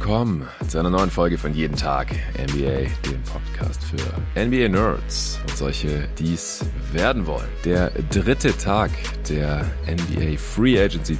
willkommen zu einer neuen Folge von Jeden Tag NBA, dem Podcast für NBA-Nerds und solche, die es werden wollen. Der dritte Tag der NBA Free Agency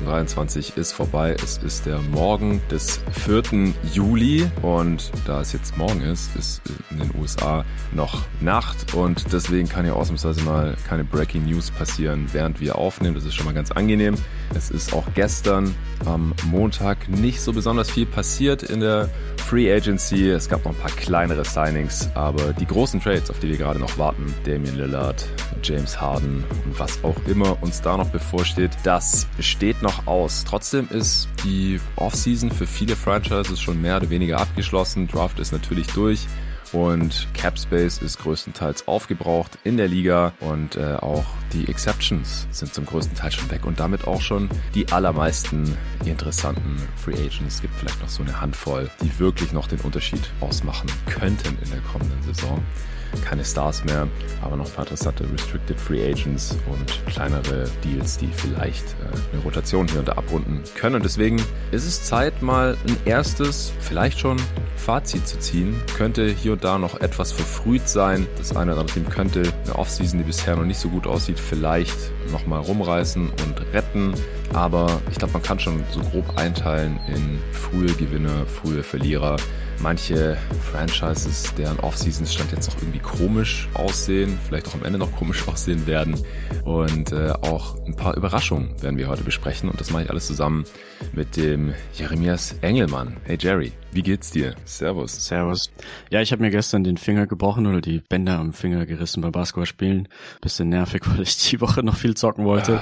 2023 ist vorbei. Es ist der Morgen des 4. Juli und da es jetzt morgen ist in den USA noch Nacht und deswegen kann ja ausnahmsweise mal keine Breaking News passieren, während wir aufnehmen. Das ist schon mal ganz angenehm. Es ist auch gestern am Montag nicht so besonders viel passiert in der Free Agency. Es gab noch ein paar kleinere Signings, aber die großen Trades, auf die wir gerade noch warten, Damian Lillard, James Harden und was auch immer uns da noch bevorsteht, das steht noch aus. Trotzdem ist die Offseason für viele Franchises schon mehr oder weniger abgeschlossen. Draft ist natürlich durch. Und Cap Space ist größtenteils aufgebraucht in der Liga und auch die Exceptions sind zum größten Teil schon weg und damit auch schon die allermeisten interessanten Free Agents. Es gibt vielleicht noch so eine Handvoll, die wirklich noch den Unterschied ausmachen könnten in der kommenden Saison. Keine Stars mehr, aber noch ein paar interessante Restricted Free Agents und kleinere Deals, die vielleicht eine Rotation hier und da abrunden können. Und deswegen ist es Zeit, mal ein erstes, vielleicht schon Fazit zu ziehen. Könnte hier und da noch etwas verfrüht sein. Das eine oder andere Team könnte eine Offseason, die bisher noch nicht so gut aussieht, vielleicht nochmal rumreißen und retten. Aber ich glaube, man kann schon so grob einteilen in frühe Gewinner, frühe Verlierer. Manche Franchises, deren Offseason-Stand jetzt noch irgendwie komisch aussehen, vielleicht auch am Ende noch komisch aussehen werden. Und auch ein paar Überraschungen werden wir heute besprechen. Und das mache ich alles zusammen mit dem Jeremias Engelmann. Hey Jerry, wie geht's dir? Servus. Servus. Ja, ich habe mir gestern den Finger gebrochen oder die Bänder am Finger gerissen beim Basketballspielen. Bisschen nervig, weil ich die Woche noch viel zocken wollte.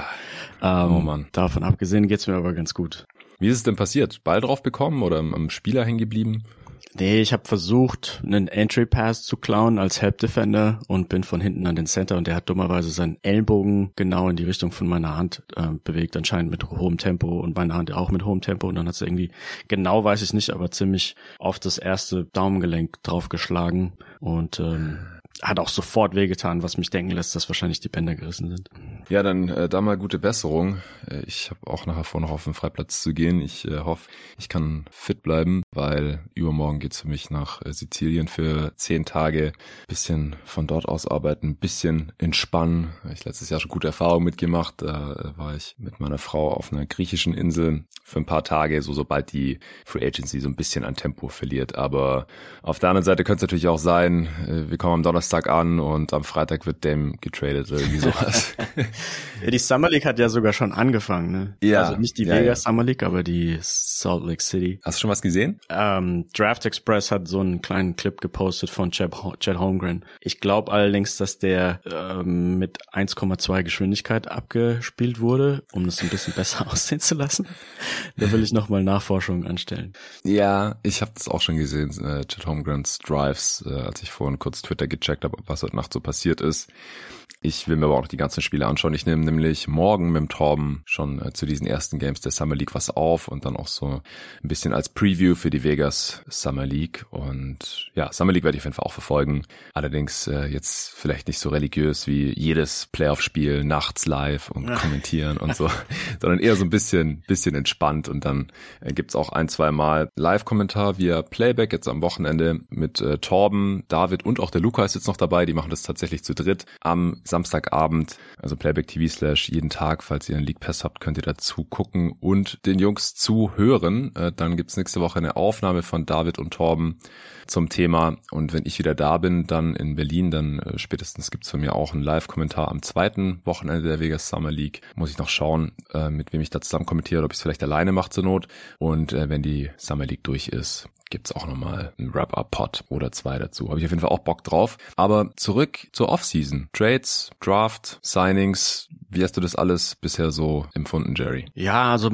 Oh Mann. Davon abgesehen geht's mir aber ganz gut. Wie ist es denn passiert? Ball drauf bekommen oder am Spieler hängen geblieben? Nee, ich habe versucht, einen Entry Pass zu klauen als Help Defender und bin von hinten an den Center und der hat dummerweise seinen Ellenbogen genau in die Richtung von meiner Hand bewegt, anscheinend mit hohem Tempo und meine Hand auch mit hohem Tempo und dann hat es irgendwie, genau weiß ich nicht, aber ziemlich auf das erste Daumengelenk draufgeschlagen und hat auch sofort wehgetan, was mich denken lässt, dass wahrscheinlich die Bänder gerissen sind. Ja, dann da mal gute Besserung. Ich habe auch nachher vor, noch auf den Freiplatz zu gehen. Ich hoffe, ich kann fit bleiben, weil übermorgen geht's für mich nach Sizilien für 10 Tage. Bisschen von dort aus arbeiten, bisschen entspannen. Ich letztes Jahr schon gute Erfahrungen mitgemacht. Da war ich mit meiner Frau auf einer griechischen Insel für ein paar Tage, sobald die Free Agency so ein bisschen an Tempo verliert. Aber auf der anderen Seite könnte es natürlich auch sein, wir kommen am Donnerstag an und am Freitag wird Dame getradet oder irgendwie sowas. Ja, die Summer League hat ja sogar schon angefangen, ne? Ja. Also nicht die Vegas Summer League, aber die Salt Lake City. Hast du schon was gesehen? Draft Express hat so einen kleinen Clip gepostet von Chet Holmgren. Ich glaube allerdings, dass der mit 1,2 Geschwindigkeit abgespielt wurde, um das ein bisschen besser aussehen zu lassen. Da will ich nochmal Nachforschungen anstellen. Ja, ich habe das auch schon gesehen, Chet Holmgrens Drives, als ich vorhin kurz Twitter gecheckt habe, was heute Nacht so passiert ist. Ich will mir aber auch noch die ganzen Spiele anschauen. Ich nehme nämlich morgen mit dem Torben schon zu diesen ersten Games der Summer League was auf und dann auch so ein bisschen als Preview für die Vegas Summer League. Und ja, Summer League werde ich auf jeden Fall auch verfolgen. Allerdings jetzt vielleicht nicht so religiös wie jedes Playoff-Spiel nachts live und kommentieren und so, sondern eher so ein bisschen entspannt. Und dann gibt's auch 1-2 Mal Live-Kommentar via Playback jetzt am Wochenende mit Torben, David und auch der Luca ist jetzt noch dabei. Die machen das tatsächlich zu dritt am Samstagabend, also Playback TV / jeden Tag, falls ihr einen League Pass habt, könnt ihr dazu gucken und den Jungs zuhören. Dann gibt's nächste Woche eine Aufnahme von David und Torben zum Thema und wenn ich wieder da bin, dann in Berlin, dann spätestens gibt's von mir auch einen Live-Kommentar am zweiten Wochenende der Vegas Summer League. Muss ich noch schauen, mit wem ich da zusammen kommentiere, ob ich es vielleicht alleine mache zur Not und wenn die Summer League durch ist, gibt's auch nochmal einen Wrap-Up-Pod oder 2 dazu. Habe ich auf jeden Fall auch Bock drauf. Aber zurück zur Offseason. Trades, Draft, Signings. Wie hast du das alles bisher so empfunden, Jerry? Ja, also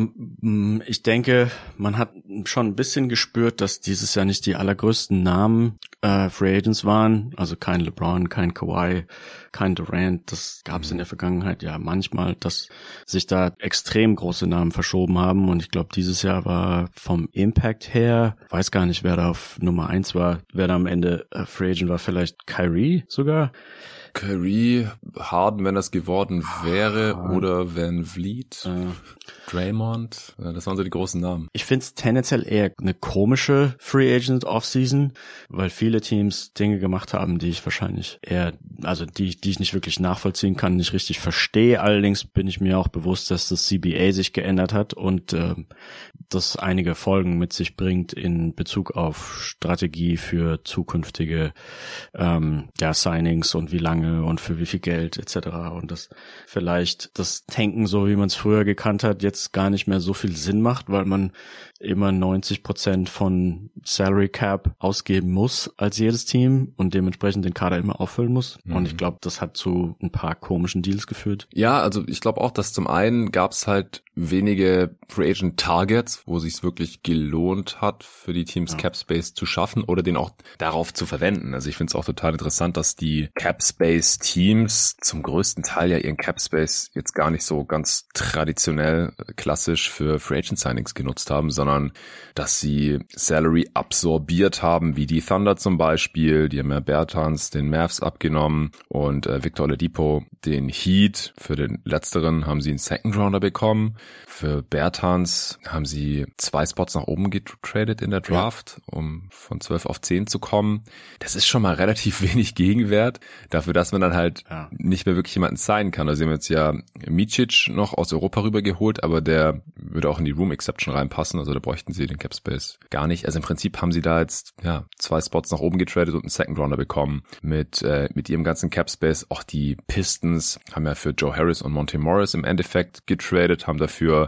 ich denke, man hat schon ein bisschen gespürt, dass dieses Jahr nicht die allergrößten Namen Free Agents waren. Also kein LeBron, kein Kawhi, kein Durant. Das gab es in der Vergangenheit ja manchmal, dass sich da extrem große Namen verschoben haben. Und ich glaube, dieses Jahr war vom Impact her, weiß gar nicht, wer da auf Nummer 1 war, wer da am Ende Free Agent war, vielleicht Kyrie sogar. Curry, Harden, wenn das geworden wäre, oder Van Vliet, Draymond, das waren so die großen Namen. Ich finde es tendenziell eher eine komische Free Agent Offseason, weil viele Teams Dinge gemacht haben, die ich wahrscheinlich eher, also die ich nicht wirklich nachvollziehen kann, nicht richtig verstehe. Allerdings bin ich mir auch bewusst, dass das CBA sich geändert hat und das einige Folgen mit sich bringt in Bezug auf Strategie für zukünftige Signings und wie lange und für wie viel Geld etc. Und das vielleicht das Tanken, so wie man es früher gekannt hat, jetzt gar nicht mehr so viel Sinn macht, weil man immer 90% von Salary Cap ausgeben muss als jedes Team und dementsprechend den Kader immer auffüllen muss. Und ich glaube, das hat zu ein paar komischen Deals geführt. Ja, also ich glaube auch, dass zum einen gab es halt wenige Free Agent Targets, wo sich's wirklich gelohnt hat, für die Teams Cap Space zu schaffen oder den auch darauf zu verwenden. Also ich finde es auch total interessant, dass die Cap Space Teams zum größten Teil ja ihren Cap Space jetzt gar nicht so ganz traditionell klassisch für Free Agent Signings genutzt haben, sondern dass sie Salary absorbiert haben, wie die Thunder zum Beispiel. Die haben ja Bertans den Mavs abgenommen und Victor Oladipo den Heat. Für den letzteren haben sie einen Second Rounder bekommen. Für Bertans haben sie 2 Spots nach oben getradet in der Draft, um von 12 auf 10 zu kommen. Das ist schon mal relativ wenig Gegenwert dafür, dass man dann halt nicht mehr wirklich jemanden signen kann. Also sie haben jetzt ja Micic noch aus Europa rübergeholt, aber der würde auch in die Room Exception reinpassen. Also da bräuchten sie den Cap Space gar nicht. Also im Prinzip haben sie da jetzt 2 Spots nach oben getradet und einen Second Rounder bekommen mit ihrem ganzen Cap Space. Auch die Pistons haben ja für Joe Harris und Monte Morris im Endeffekt getradet, haben dafür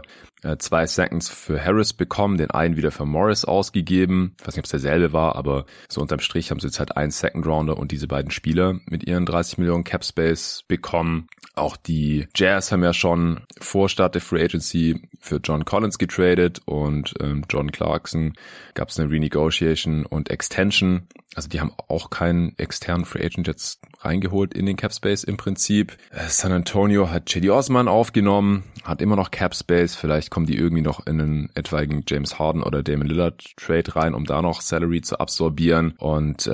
2 Seconds für Harris bekommen, den einen wieder für Morris ausgegeben. Ich weiß nicht, ob es derselbe war, aber so unterm Strich haben sie jetzt halt einen Second Rounder und diese beiden Spieler mit ihren 30 Millionen Cap Space bekommen. Auch die Jazz haben ja schon vor Start der Free Agency für John Collins getradet und John Clarkson gab es eine Renegotiation und Extension. Also die haben auch keinen externen Free Agent jetzt reingeholt in den Cap Space im Prinzip. San Antonio hat Cedi Osman aufgenommen, hat immer noch Cap Space. Vielleicht kommen die irgendwie noch in einen etwaigen James Harden oder Damian Lillard Trade rein, um da noch Salary zu absorbieren. Und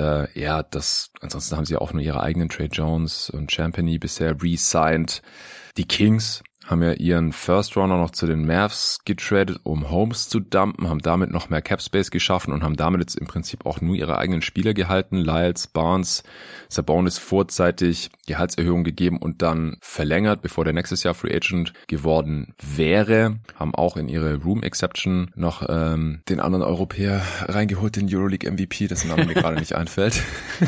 ansonsten haben sie auch nur ihre eigenen Trey Jones und Champagny bisher re-signed. Die Kings haben ja ihren First Runner noch zu den Mavs getradet, um Holmes zu dumpen, haben damit noch mehr Cap Space geschaffen und haben damit jetzt im Prinzip auch nur ihre eigenen Spieler gehalten. Lyles, Barnes, Sabonis vorzeitig Gehaltserhöhung gegeben und dann verlängert, bevor der nächstes Jahr Free Agent geworden wäre. Haben auch in ihre Room Exception noch den anderen Europäer reingeholt, den Euroleague MVP, dessen Name mir gerade nicht einfällt.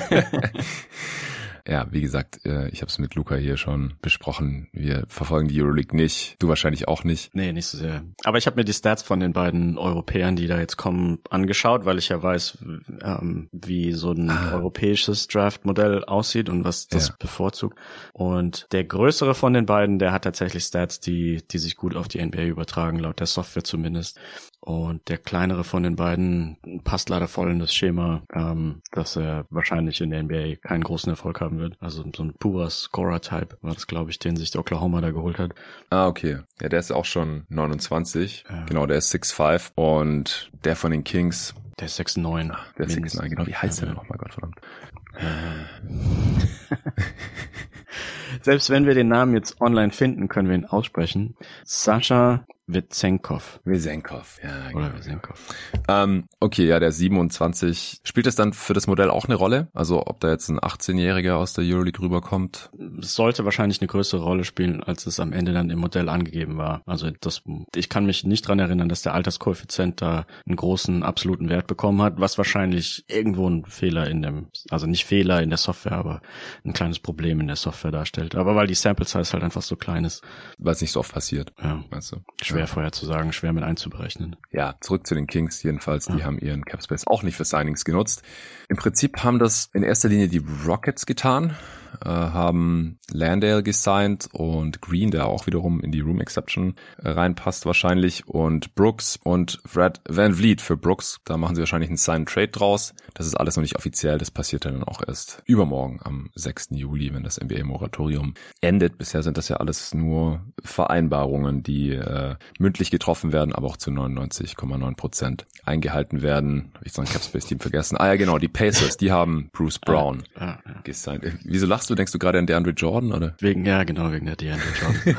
Ja, wie gesagt, ich habe es mit Luca hier schon besprochen. Wir verfolgen die Euroleague nicht. Du wahrscheinlich auch nicht. Nee, nicht so sehr. Aber ich habe mir die Stats von den beiden Europäern, die da jetzt kommen, angeschaut, weil ich ja weiß, wie so ein europäisches Draft-Modell aussieht und was das bevorzugt. Und der größere von den beiden, der hat tatsächlich Stats, die sich gut auf die NBA übertragen, laut der Software zumindest. Und der kleinere von den beiden passt leider voll in das Schema, dass er wahrscheinlich in der NBA keinen großen Erfolg haben wird. Also so ein purer Scorer-Type war das, glaube ich, den sich der Oklahoma da geholt hat. Ah, okay. Ja, der ist auch schon 29. Ja. Genau, der ist 6'5". Und der von den Kings... Der ist 6'9". Der ist 6'9", genau. Wie heißt der denn nochmal, Gottverdammt? Selbst wenn wir den Namen jetzt online finden, können wir ihn aussprechen. Sascha Vezenkov, ja. Oder genau. Vezenkov. Okay, ja, der 27. Spielt das dann für das Modell auch eine Rolle? Also ob da jetzt ein 18-Jähriger aus der Euroleague rüberkommt? Es sollte wahrscheinlich eine größere Rolle spielen, als es am Ende dann im Modell angegeben war. Also ich kann mich nicht dran erinnern, dass der Alterskoeffizient da einen großen absoluten Wert bekommen hat, was wahrscheinlich irgendwo ein Fehler nicht Fehler in der Software, aber ein kleines Problem in der Software darstellt. Aber weil die Sample Size halt einfach so klein ist. Weil es nicht so oft passiert. Ja. Weißt du? Schwer vorher zu sagen, schwer mit einzuberechnen. Ja, zurück zu den Kings jedenfalls. Die haben ihren Cap Space auch nicht für Signings genutzt. Im Prinzip haben das in erster Linie die Rockets getan, haben Landale gesigned und Green, der auch wiederum in die Room Exception reinpasst wahrscheinlich, und Brooks und Fred VanVleet für Brooks. Da machen sie wahrscheinlich einen Sign-Trade draus. Das ist alles noch nicht offiziell. Das passiert dann auch erst übermorgen am 6. Juli, wenn das NBA-Moratorium endet. Bisher sind das ja alles nur Vereinbarungen, die mündlich getroffen werden, aber auch zu 99,9% eingehalten werden. Habe ich so ein Cap-Space-Team vergessen? Ah ja, genau, die Pacers, die haben Bruce Brown gesigned. Wieso lachst du? Denkst du gerade an DeAndre Jordan, oder? Wegen der DeAndre Jordan.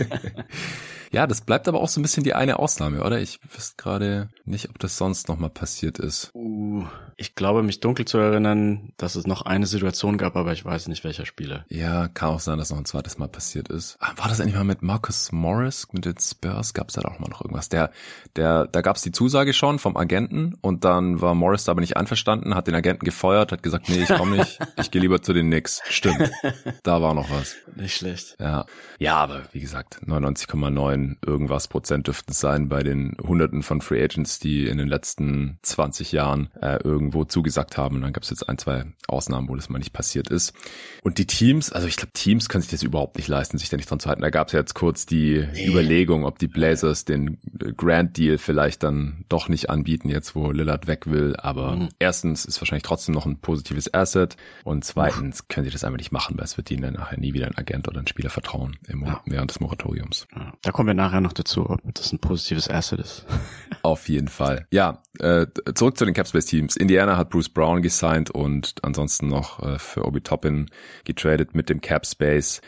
Ja, das bleibt aber auch so ein bisschen die eine Ausnahme, oder? Ich wüsste gerade nicht, ob das sonst nochmal passiert ist. Ich glaube, mich dunkel zu erinnern, dass es noch eine Situation gab, aber ich weiß nicht, welcher Spieler. Ja, kann auch sein, dass noch ein zweites Mal passiert ist. War das eigentlich mal mit Marcus Morris, mit den Spurs? Gab es da doch mal noch irgendwas? Da gab es die Zusage schon vom Agenten und dann war Morris da aber nicht einverstanden, hat den Agenten gefeuert, hat gesagt, nee, ich komme nicht, ich gehe lieber zu den Knicks. Stimmt, da war noch was. Nicht schlecht. Ja, aber wie gesagt, 99,9 irgendwas Prozent dürften es sein bei den Hunderten von Free Agents, die in den letzten 20 Jahren irgendwo zugesagt haben. Und dann gab es jetzt 1-2 Ausnahmen, wo das mal nicht passiert ist. Und die Teams, also ich glaube, Teams können sich das überhaupt nicht leisten, sich da nicht dran zu halten. Da gab es ja jetzt kurz die Überlegung, ob die Blazers den Grant Deal vielleicht dann doch nicht anbieten, jetzt wo Lillard weg will. Aber erstens ist wahrscheinlich trotzdem noch ein positives Asset und zweitens können sie das einfach nicht machen, weil es wird ihnen dann nachher nie wieder ein Agent oder ein Spieler vertrauen während des Moratoriums. Ja. Da kommen wir nachher noch dazu, ob das ein positives Asset ist. Auf jeden Fall. Ja, zurück zu den Capspace-Teams. Indiana hat Bruce Brown gesigned und ansonsten noch für Obi Toppin getradet mit dem Capspace.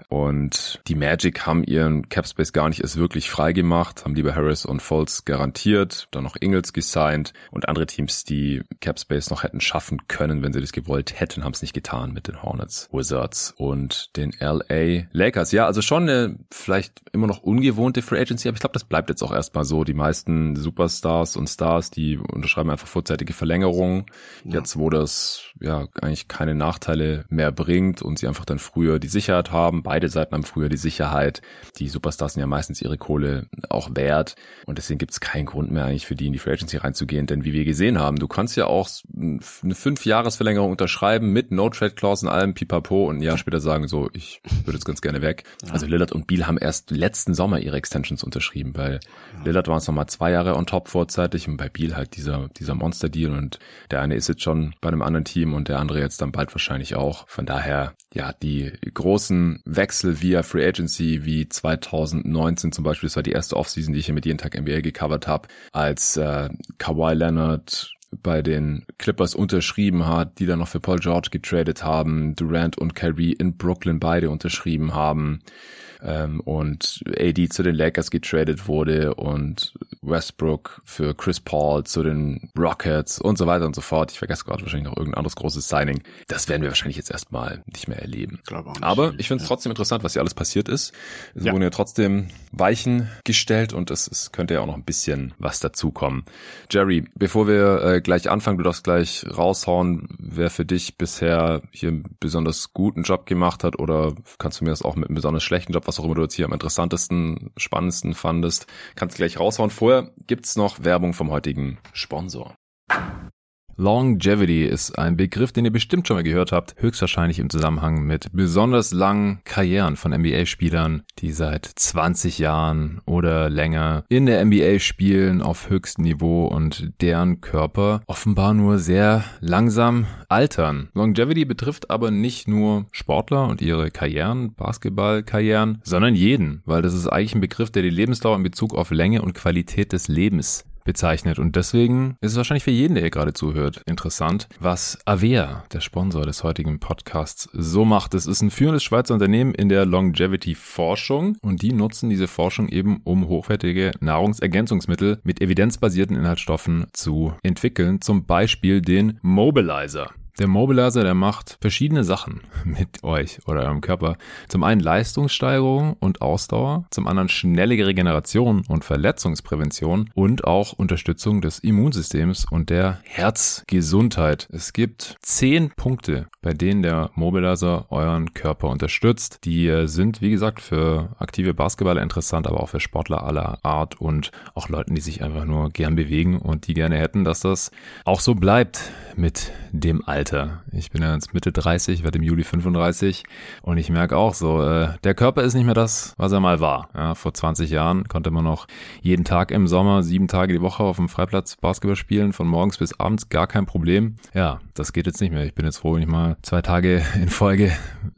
Und die Magic haben ihren Capspace gar nicht erst wirklich frei gemacht, haben lieber Harris und Fultz garantiert, dann noch Ingles gesigned und andere Teams, die Capspace noch hätten schaffen können, wenn sie das gewollt hätten, haben es nicht getan mit den Hornets, Wizards und den LA Lakers. Ja, also schon eine vielleicht immer noch ungewohnte Free Agency, aber ich glaube, das bleibt jetzt auch erstmal so. Die meisten Superstars und Stars, die unterschreiben einfach vorzeitige Verlängerungen. Ja. Jetzt, wo das ja eigentlich keine Nachteile mehr bringt und sie einfach dann früher die Sicherheit haben. Beide Seiten haben früher die Sicherheit. Die Superstars sind ja meistens ihre Kohle auch wert und deswegen gibt es keinen Grund mehr eigentlich für die in die Free Agency reinzugehen, denn wie wir gesehen haben, du kannst ja auch eine 5-Jahres-Verlängerung unterschreiben mit No-Trade-Clause und allem Pipapo und ein Jahr später sagen so, ich würde jetzt ganz gerne weg. Ja. Also Lillard und Beal haben erst letzten Sommer ihre Extensions unterschrieben. Bei Lillard waren es nochmal 2 Jahre on top vorzeitig und bei Beal halt dieser Monster-Deal und der eine ist jetzt schon bei einem anderen Team und der andere jetzt dann bald wahrscheinlich auch. Von daher, ja, die großen Wechsel via Free Agency wie 2019 zum Beispiel, das war die erste Offseason, die ich hier mit jeden Tag NBA gecovert habe, als Kawhi Leonard bei den Clippers unterschrieben hat, die dann noch für Paul George getradet haben, Durant und Kyrie in Brooklyn beide unterschrieben haben und AD zu den Lakers getradet wurde und Westbrook für Chris Paul zu den Rockets und so weiter und so fort. Ich vergesse gerade wahrscheinlich noch irgendein anderes großes Signing. Das werden wir wahrscheinlich jetzt erstmal nicht mehr erleben. Ich glaube auch nicht. Aber ich finde es trotzdem interessant, was hier alles passiert ist. Es wurden ja trotzdem Weichen gestellt und es könnte ja auch noch ein bisschen was dazukommen. Jerry, bevor wir gleich anfangen, du darfst gleich raushauen, wer für dich bisher hier einen besonders guten Job gemacht hat oder kannst du mir das auch mit einem besonders schlechten Job, was auch immer du jetzt hier am interessantesten, spannendsten fandest, kannst du gleich raushauen. Vorher gibt's noch Werbung vom heutigen Sponsor. Longevity ist ein Begriff, den ihr bestimmt schon mal gehört habt, höchstwahrscheinlich im Zusammenhang mit besonders langen Karrieren von NBA-Spielern, die seit 20 Jahren oder länger in der NBA spielen auf höchstem Niveau und deren Körper offenbar nur sehr langsam altern. Longevity betrifft aber nicht nur Sportler und ihre Karrieren, Basketballkarrieren, sondern jeden, weil das ist eigentlich ein Begriff, der die Lebensdauer in Bezug auf Länge und Qualität des Lebens bezeichnet. Und deswegen ist es wahrscheinlich für jeden, der hier gerade zuhört, interessant, was Avea, der Sponsor des heutigen Podcasts, so macht. Es ist ein führendes Schweizer Unternehmen in der Longevity-Forschung und die nutzen diese Forschung eben, um hochwertige Nahrungsergänzungsmittel mit evidenzbasierten Inhaltsstoffen zu entwickeln. Zum Beispiel den Mobilizer. Der Mobilizer, der macht verschiedene Sachen mit euch oder eurem Körper. Zum einen Leistungssteigerung und Ausdauer, zum anderen schnelle Regeneration und Verletzungsprävention und auch Unterstützung des Immunsystems und der Herzgesundheit. Es gibt 10 Punkte, bei denen der Mobilizer euren Körper unterstützt. Die sind, wie gesagt, für aktive Basketballer interessant, aber auch für Sportler aller Art und auch Leuten, die sich einfach nur gern bewegen und die gerne hätten, dass das auch so bleibt mit dem Alter. Ich bin ja jetzt Mitte 30, werde im Juli 35 und ich merke auch so, der Körper ist nicht mehr das, was er mal war. Ja, vor 20 Jahren konnte man noch jeden Tag im Sommer 7 Tage die Woche auf dem Freiplatz Basketball spielen, von morgens bis abends, gar kein Problem. Ja, das geht jetzt nicht mehr. Ich bin jetzt froh, wenn ich mal 2 Tage in Folge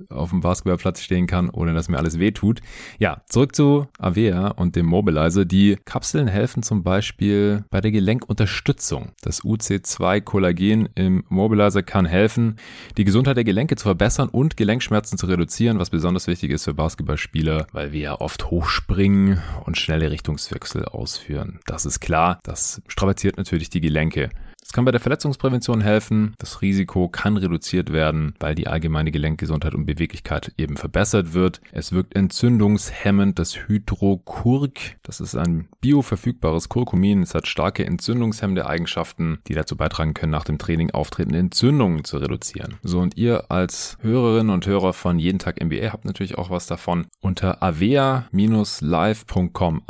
auf dem Basketballplatz stehen kann, ohne dass mir alles wehtut. Ja, zurück zu Avea und dem Mobilizer. Die Kapseln helfen zum Beispiel bei der Gelenkunterstützung. Das UC2-Kollagen im Mobilizer kann helfen, die Gesundheit der Gelenke zu verbessern und Gelenkschmerzen zu reduzieren, was besonders wichtig ist für Basketballspieler, weil wir ja oft hochspringen und schnelle Richtungswechsel ausführen. Das ist klar, das strapaziert natürlich die Gelenke. Es kann bei der Verletzungsprävention helfen. Das Risiko kann reduziert werden, weil die allgemeine Gelenkgesundheit und Beweglichkeit eben verbessert wird. Es wirkt entzündungshemmend. Das Hydrocurc, das ist ein bioverfügbares Curcumin. Es hat starke entzündungshemmende Eigenschaften, die dazu beitragen können, nach dem Training auftretende Entzündungen zu reduzieren. So, und ihr als Hörerinnen und Hörer von Jeden Tag NBA habt natürlich auch was davon. Unter avea-live.com,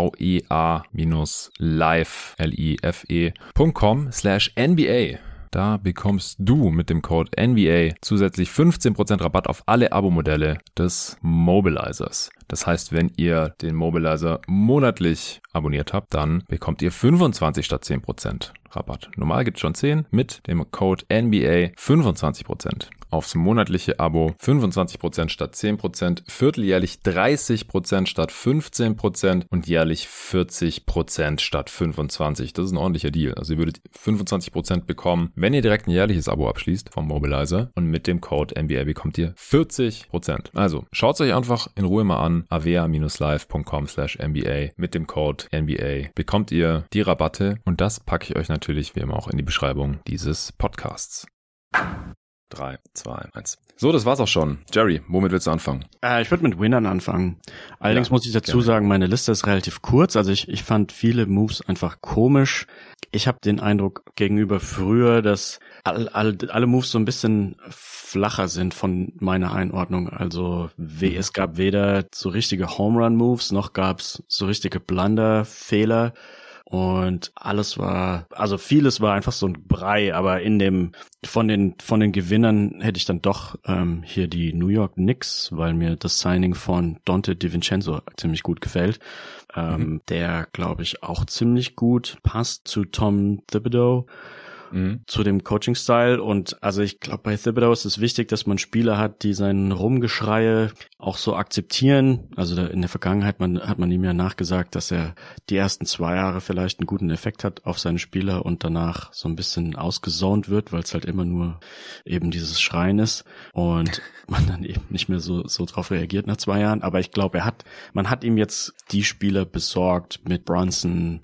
avea-live.com/NBA. Da bekommst du mit dem Code NBA zusätzlich 15% Rabatt auf alle Abo-Modelle des Mobilizers. Das heißt, wenn ihr den Mobilizer monatlich abonniert habt, dann bekommt ihr 25 statt 10% Rabatt. Normal gibt es schon 10, mit dem Code NBA 25%. Aufs monatliche Abo 25% statt 10%, vierteljährlich 30% statt 15% und jährlich 40% statt 25%. Das ist ein ordentlicher Deal. Also ihr würdet 25% bekommen, wenn ihr direkt ein jährliches Abo abschließt vom Mobilizer, und mit dem Code NBA bekommt ihr 40%. Also schaut es euch einfach in Ruhe mal an. avea-live.com/NBA. Mit dem Code NBA bekommt ihr die Rabatte, und das packe ich euch natürlich wie immer auch in die Beschreibung dieses Podcasts. 3, 2, 1. So, das war's auch schon. Jerry, womit willst du anfangen? Ich würde mit Winnern anfangen. Allerdings muss ich dazu sagen, meine Liste ist relativ kurz. Also ich fand viele Moves einfach komisch. Ich habe den Eindruck gegenüber früher, dass alle Moves so ein bisschen flacher sind von meiner Einordnung. Also es gab weder so richtige Home-Run-Moves, noch gab's so richtige Blunder-Fehler. Und vieles war einfach so ein Brei, aber von den Gewinnern hätte ich dann doch hier die New York Knicks, weil mir das Signing von Donte DiVincenzo ziemlich gut gefällt. Der, glaube ich, auch ziemlich gut passt zu Tom Thibodeau. Zu dem Coaching-Style. Und also ich glaube, bei Thibodeau ist es wichtig, dass man Spieler hat, die sein Rumgeschreie auch so akzeptieren. Also in der Vergangenheit hat man ihm ja nachgesagt, dass er die ersten 2 Jahre vielleicht einen guten Effekt hat auf seine Spieler und danach so ein bisschen ausgesaunt wird, weil es halt immer nur eben dieses Schreien ist und man dann eben nicht mehr so drauf reagiert nach 2 Jahren. Aber ich glaube, man hat ihm jetzt die Spieler besorgt mit Brunson,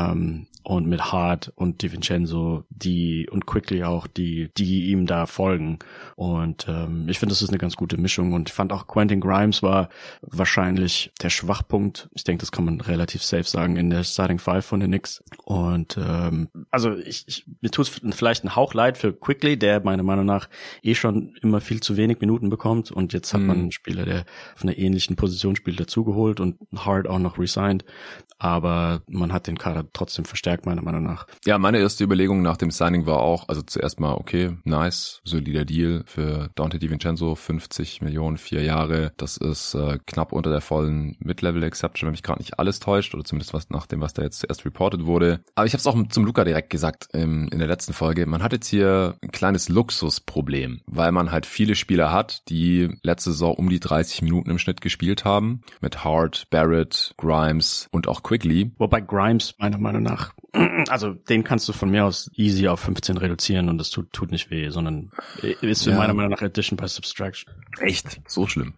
und mit Hart und DiVincenzo, und Quickly auch, die ihm da folgen. Und ich finde, das ist eine ganz gute Mischung. Und ich fand auch, Quentin Grimes war wahrscheinlich der Schwachpunkt. Ich denke, das kann man relativ safe sagen, in der Starting Five von den Knicks. Und also mir tut es vielleicht einen Hauch leid für Quickly, der meiner Meinung nach schon immer viel zu wenig Minuten bekommt. Und jetzt hat man einen Spieler, der auf einer ähnlichen Position spielt, dazugeholt und Hart auch noch resigned. Aber man hat den Kader trotzdem verstärkt, meiner Meinung nach. Ja, meine erste Überlegung nach dem Signing war auch, also zuerst mal, okay, nice, solider Deal für Donte DiVincenzo, 50 Millionen, 4 Jahre. Das ist knapp unter der vollen Mid-Level-Exception, wenn mich gerade nicht alles täuscht, oder zumindest nach dem, was da jetzt zuerst reported wurde. Aber ich habe es auch zum Luca direkt gesagt in der letzten Folge, man hat jetzt hier ein kleines Luxusproblem, weil man halt viele Spieler hat, die letzte Saison um die 30 Minuten im Schnitt gespielt haben, mit Hart, Barrett, Grimes und auch Quickly. Wobei Grimes meiner Meinung nach, also den kannst du von mir aus easy auf 15 reduzieren und das tut nicht weh, sondern ist meiner Meinung nach Addition by Subtraction. Echt? So schlimm.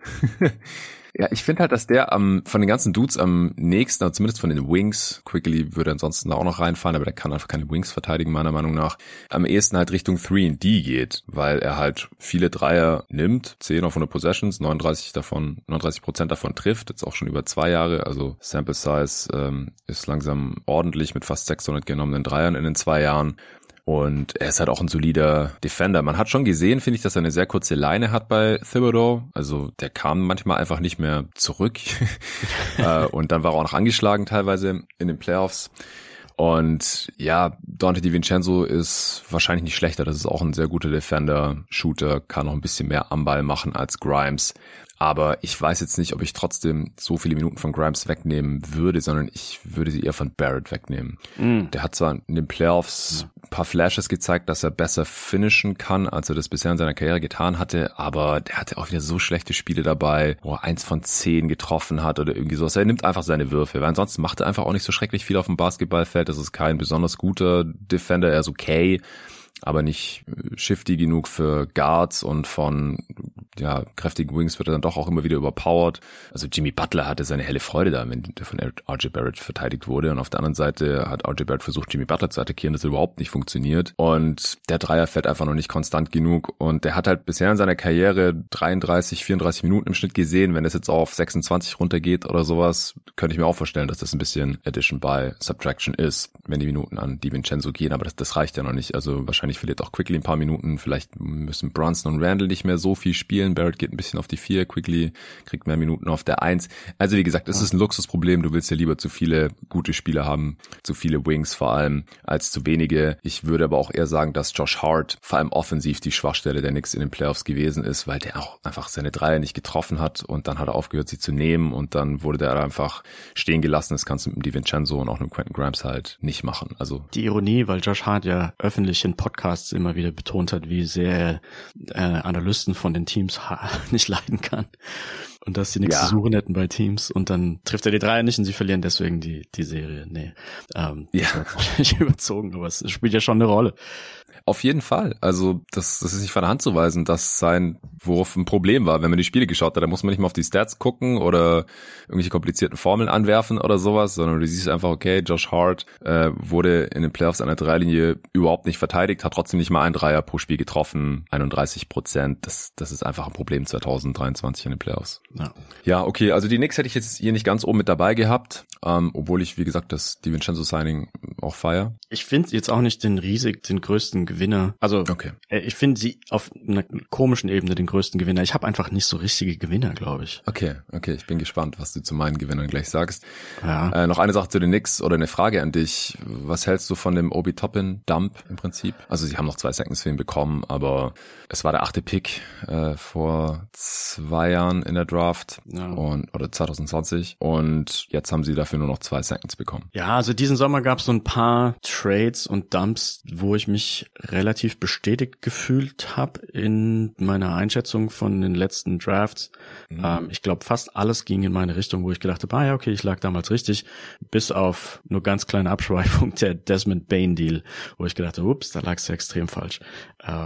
Ja, ich finde halt, dass der von den ganzen Dudes am nächsten, also zumindest von den Wings, Quickly würde ansonsten da auch noch reinfallen, aber der kann einfach keine Wings verteidigen, meiner Meinung nach, am ehesten halt Richtung 3&D geht, weil er halt viele Dreier nimmt, 10 auf 100 Possessions, 39% davon trifft, jetzt auch schon über 2 Jahre, also Sample Size ist langsam ordentlich mit fast 600 genommenen Dreiern in den 2 Jahren. Und er ist halt auch ein solider Defender. Man hat schon gesehen, finde ich, dass er eine sehr kurze Leine hat bei Thibodeau. Also der kam manchmal einfach nicht mehr zurück. Und dann war er auch noch angeschlagen teilweise in den Playoffs. Und ja, Donte DiVincenzo ist wahrscheinlich nicht schlechter. Das ist auch ein sehr guter Defender, Shooter, kann noch ein bisschen mehr am Ball machen als Grimes. Aber ich weiß jetzt nicht, ob ich trotzdem so viele Minuten von Grimes wegnehmen würde, sondern ich würde sie eher von Barrett wegnehmen. Der hat zwar in den Playoffs ein paar Flashes gezeigt, dass er besser finishen kann, als er das bisher in seiner Karriere getan hatte, aber der hatte auch wieder so schlechte Spiele dabei, wo er 1 von 10 getroffen hat oder irgendwie sowas. Er nimmt einfach seine Würfe, weil ansonsten macht er einfach auch nicht so schrecklich viel auf dem Basketballfeld. Das ist kein besonders guter Defender, er ist okay, aber nicht shifty genug für Guards, und von kräftigen Wings wird er dann doch auch immer wieder überpowered. Also Jimmy Butler hatte seine helle Freude da, wenn der von RJ Barrett verteidigt wurde, und auf der anderen Seite hat RJ Barrett versucht, Jimmy Butler zu attackieren, das hat überhaupt nicht funktioniert, und der Dreier fällt einfach noch nicht konstant genug, und der hat halt bisher in seiner Karriere 33, 34 Minuten im Schnitt gesehen. Wenn das jetzt auf 26 runtergeht oder sowas, könnte ich mir auch vorstellen, dass das ein bisschen Addition by Subtraction ist, wenn die Minuten an DiVincenzo gehen, aber das reicht ja noch nicht. Also wahrscheinlich verliert auch Quickly ein paar Minuten, vielleicht müssen Brunson und Randle nicht mehr so viel spielen, Barrett geht ein bisschen auf die 4, Quickly kriegt mehr Minuten auf der 1. Also wie gesagt, es ist ein Luxusproblem, du willst ja lieber zu viele gute Spieler haben, zu viele Wings vor allem, als zu wenige. Ich würde aber auch eher sagen, dass Josh Hart vor allem offensiv die Schwachstelle der Knicks in den Playoffs gewesen ist, weil der auch einfach seine Dreier nicht getroffen hat, und dann hat er aufgehört, sie zu nehmen, und dann wurde der einfach stehen gelassen. Das kannst du mit dem DiVincenzo und auch mit Quentin Grimes halt nicht machen. Also die Ironie, weil Josh Hart ja öffentlich in Podcasts immer wieder betont hat, wie sehr er Analysten von den Teams nicht leiden kann. Und dass sie nichts zu suchen hätten bei Teams, und dann trifft er die Dreier nicht und sie verlieren deswegen die Serie. Nee, das ist nicht überzogen, aber es spielt ja schon eine Rolle. Auf jeden Fall. Also das ist nicht von der Hand zu weisen, dass sein Wurf ein Problem war. Wenn man die Spiele geschaut hat, da muss man nicht mal auf die Stats gucken oder irgendwelche komplizierten Formeln anwerfen oder sowas, sondern du siehst einfach, okay, Josh Hart wurde in den Playoffs an der Dreierlinie überhaupt nicht verteidigt, hat trotzdem nicht mal einen Dreier pro Spiel getroffen, 31%. Das ist einfach ein Problem 2023 in den Playoffs. Ja, okay, also die Knicks hätte ich jetzt hier nicht ganz oben mit dabei gehabt, obwohl ich, wie gesagt, das DiVincenzo-Signing auch feiere. Ich finde jetzt auch nicht den größten Gewinner. Also ich finde sie auf einer komischen Ebene den größten Gewinner. Ich habe einfach nicht so richtige Gewinner, glaube ich. Okay, ich bin gespannt, was du zu meinen Gewinnern gleich sagst. Ja. Noch eine Sache zu den Knicks oder eine Frage an dich. Was hältst du von dem Obi Toppin Dump im Prinzip? Also sie haben noch 2 Seconds für ihn bekommen, aber es war der 8. Pick vor 2 Jahren in der Draft oder 2020, und jetzt haben sie dafür nur noch 2 Seconds bekommen. Ja, also diesen Sommer gab es so ein paar Trades und Dumps, wo ich mich relativ bestätigt gefühlt habe in meiner Einschätzung von den letzten Drafts. Ich glaube, fast alles ging in meine Richtung, wo ich gedacht habe, okay, ich lag damals richtig, bis auf nur ganz kleine Abschweifung der Desmond Bane Deal, wo ich gedacht habe, ups, da lag's ja extrem falsch. Er